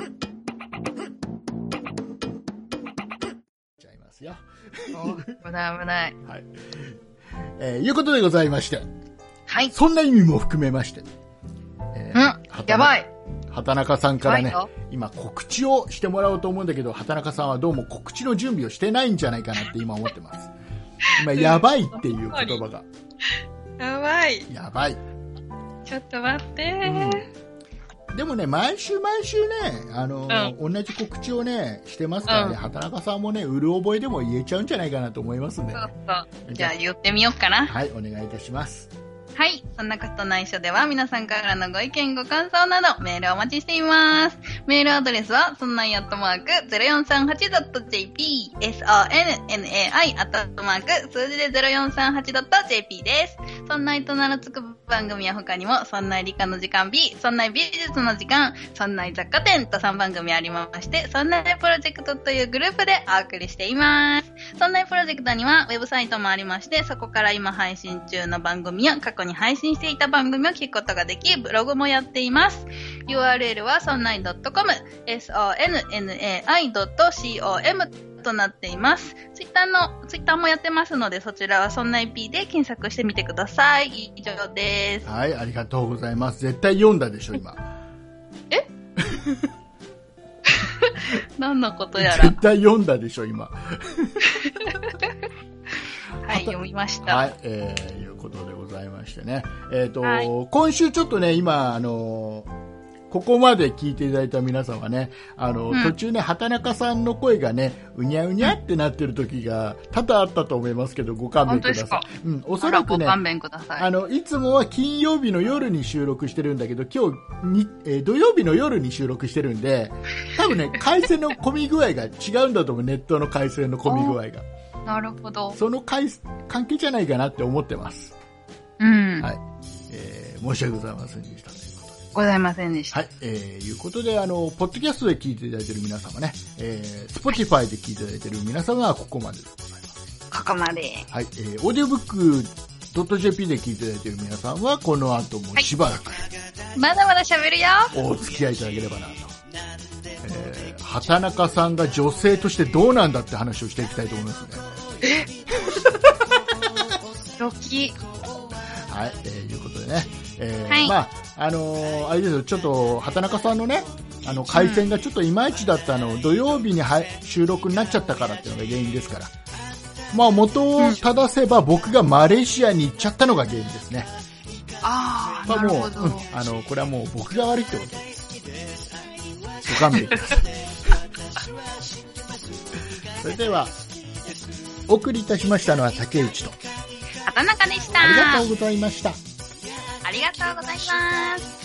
[SPEAKER 2] ちゃいますよ。
[SPEAKER 1] 危ない危ない。
[SPEAKER 2] はい。えー、いうことでございまして。
[SPEAKER 1] はい。
[SPEAKER 2] そんな意味も含めまして。
[SPEAKER 1] えー、うん。やばい。
[SPEAKER 2] 畑中さんからね、今告知をしてもらおうと思うんだけど、畑中さんはどうも告知の準備をしてないんじゃないかなって今思ってます。今、やばいっていう言葉が。
[SPEAKER 1] やばい。
[SPEAKER 2] やばい。
[SPEAKER 1] ちょっと待って、
[SPEAKER 2] うん。でもね、毎週毎週ね、あの、うん、同じ告知をね、してますからね、うん、畑中さんもね、うる覚えでも言えちゃうんじゃないかなと思いますんで、ね。
[SPEAKER 1] そうそう。じゃあ言ってみようかな。
[SPEAKER 2] はい、お願いいたします。
[SPEAKER 1] はい。そんなことないっしょでは皆さんからのご意見ご感想などメールをお待ちしています。メールアドレスはそんないアットマーク ゼロよんさんはちドットジェーピー ソンナイ アットマーク数字で ゼロよんさんはちドットジェーピー です。そんないと名の付く番組は他にもそんない理科の時間 B、そんない美術の時間、そんない雑貨店とさんばん組ありまして、そんないプロジェクトというグループでお送りしています。そんないプロジェクトにはウェブサイトもありまして、そこから今配信中の番組や過去に配信していた番組を聞くことができ、ブログもやっています。ユーアールエル は ソンナイドットコム、ソンナイドットコム となっています。ツイッターの、ツイッターもやってますので、そちらはそんない P で検索してみてください。以上です。
[SPEAKER 2] はい、ありがとうございます。絶対読んだでしょ、今。
[SPEAKER 1] え何のことやら。
[SPEAKER 2] 絶対読んだでしょ、今。
[SPEAKER 1] はい、読みました。
[SPEAKER 2] はい、えー、いうことでございましてね。えっと、はい、今週ちょっとね、今、あのー、ここまで聞いていただいた皆さんはね、あの、うん、途中ね、畑中さんの声がね、うにゃうにゃってなってる時が多々あったと思いますけど、ご勘弁ください。うん、おそらくね、
[SPEAKER 1] ご勘弁ください。
[SPEAKER 2] あの、いつもは金曜日の夜に収録してるんだけど、今日に、えー、土曜日の夜に収録してるんで、多分ね、回線の混み具合が違うんだと思う、ネットの回線の混み具合が。
[SPEAKER 1] なるほど。
[SPEAKER 2] その回関係じゃないかなって思ってます。
[SPEAKER 1] うん。
[SPEAKER 2] はい。えー、申し訳ございませんでした。
[SPEAKER 1] ございませんでした。
[SPEAKER 2] はい、えー、いうことで、あの、ポッドキャストで聞いていただいている皆様ね、えー、Spotify で聞いていただいている皆様はここまででございます。
[SPEAKER 1] ここまで。
[SPEAKER 2] はい、えー、オーディオブック .jp で聞いていただいている皆さんは、この後もしばらく、はい、
[SPEAKER 1] まだまだ喋るよ。
[SPEAKER 2] お付き合いいただければなと。えー、畑中さんが女性としてどうなんだって話をしていきたいと思いますね。
[SPEAKER 1] えドキ。
[SPEAKER 2] はい、えー、いうことでね。えー
[SPEAKER 1] はい、
[SPEAKER 2] まあ、あのー、あれですよ、ちょっと、畑中さんのね、あの、回線がちょっといまいちだったの、うん、土曜日には収録になっちゃったからっていうのが原因ですから。まあ、元を正せば、僕がマレーシアに行っちゃったのが原因ですね。
[SPEAKER 1] ああ、
[SPEAKER 2] まあ、もう、
[SPEAKER 1] なるほど。
[SPEAKER 2] うん、あの、これはもう僕が悪いってことです。ご勘弁ください。それでは、お送りいたしましたのは竹内と
[SPEAKER 1] 畑中でした。
[SPEAKER 2] ありがとうございました。
[SPEAKER 1] ありがとうございます。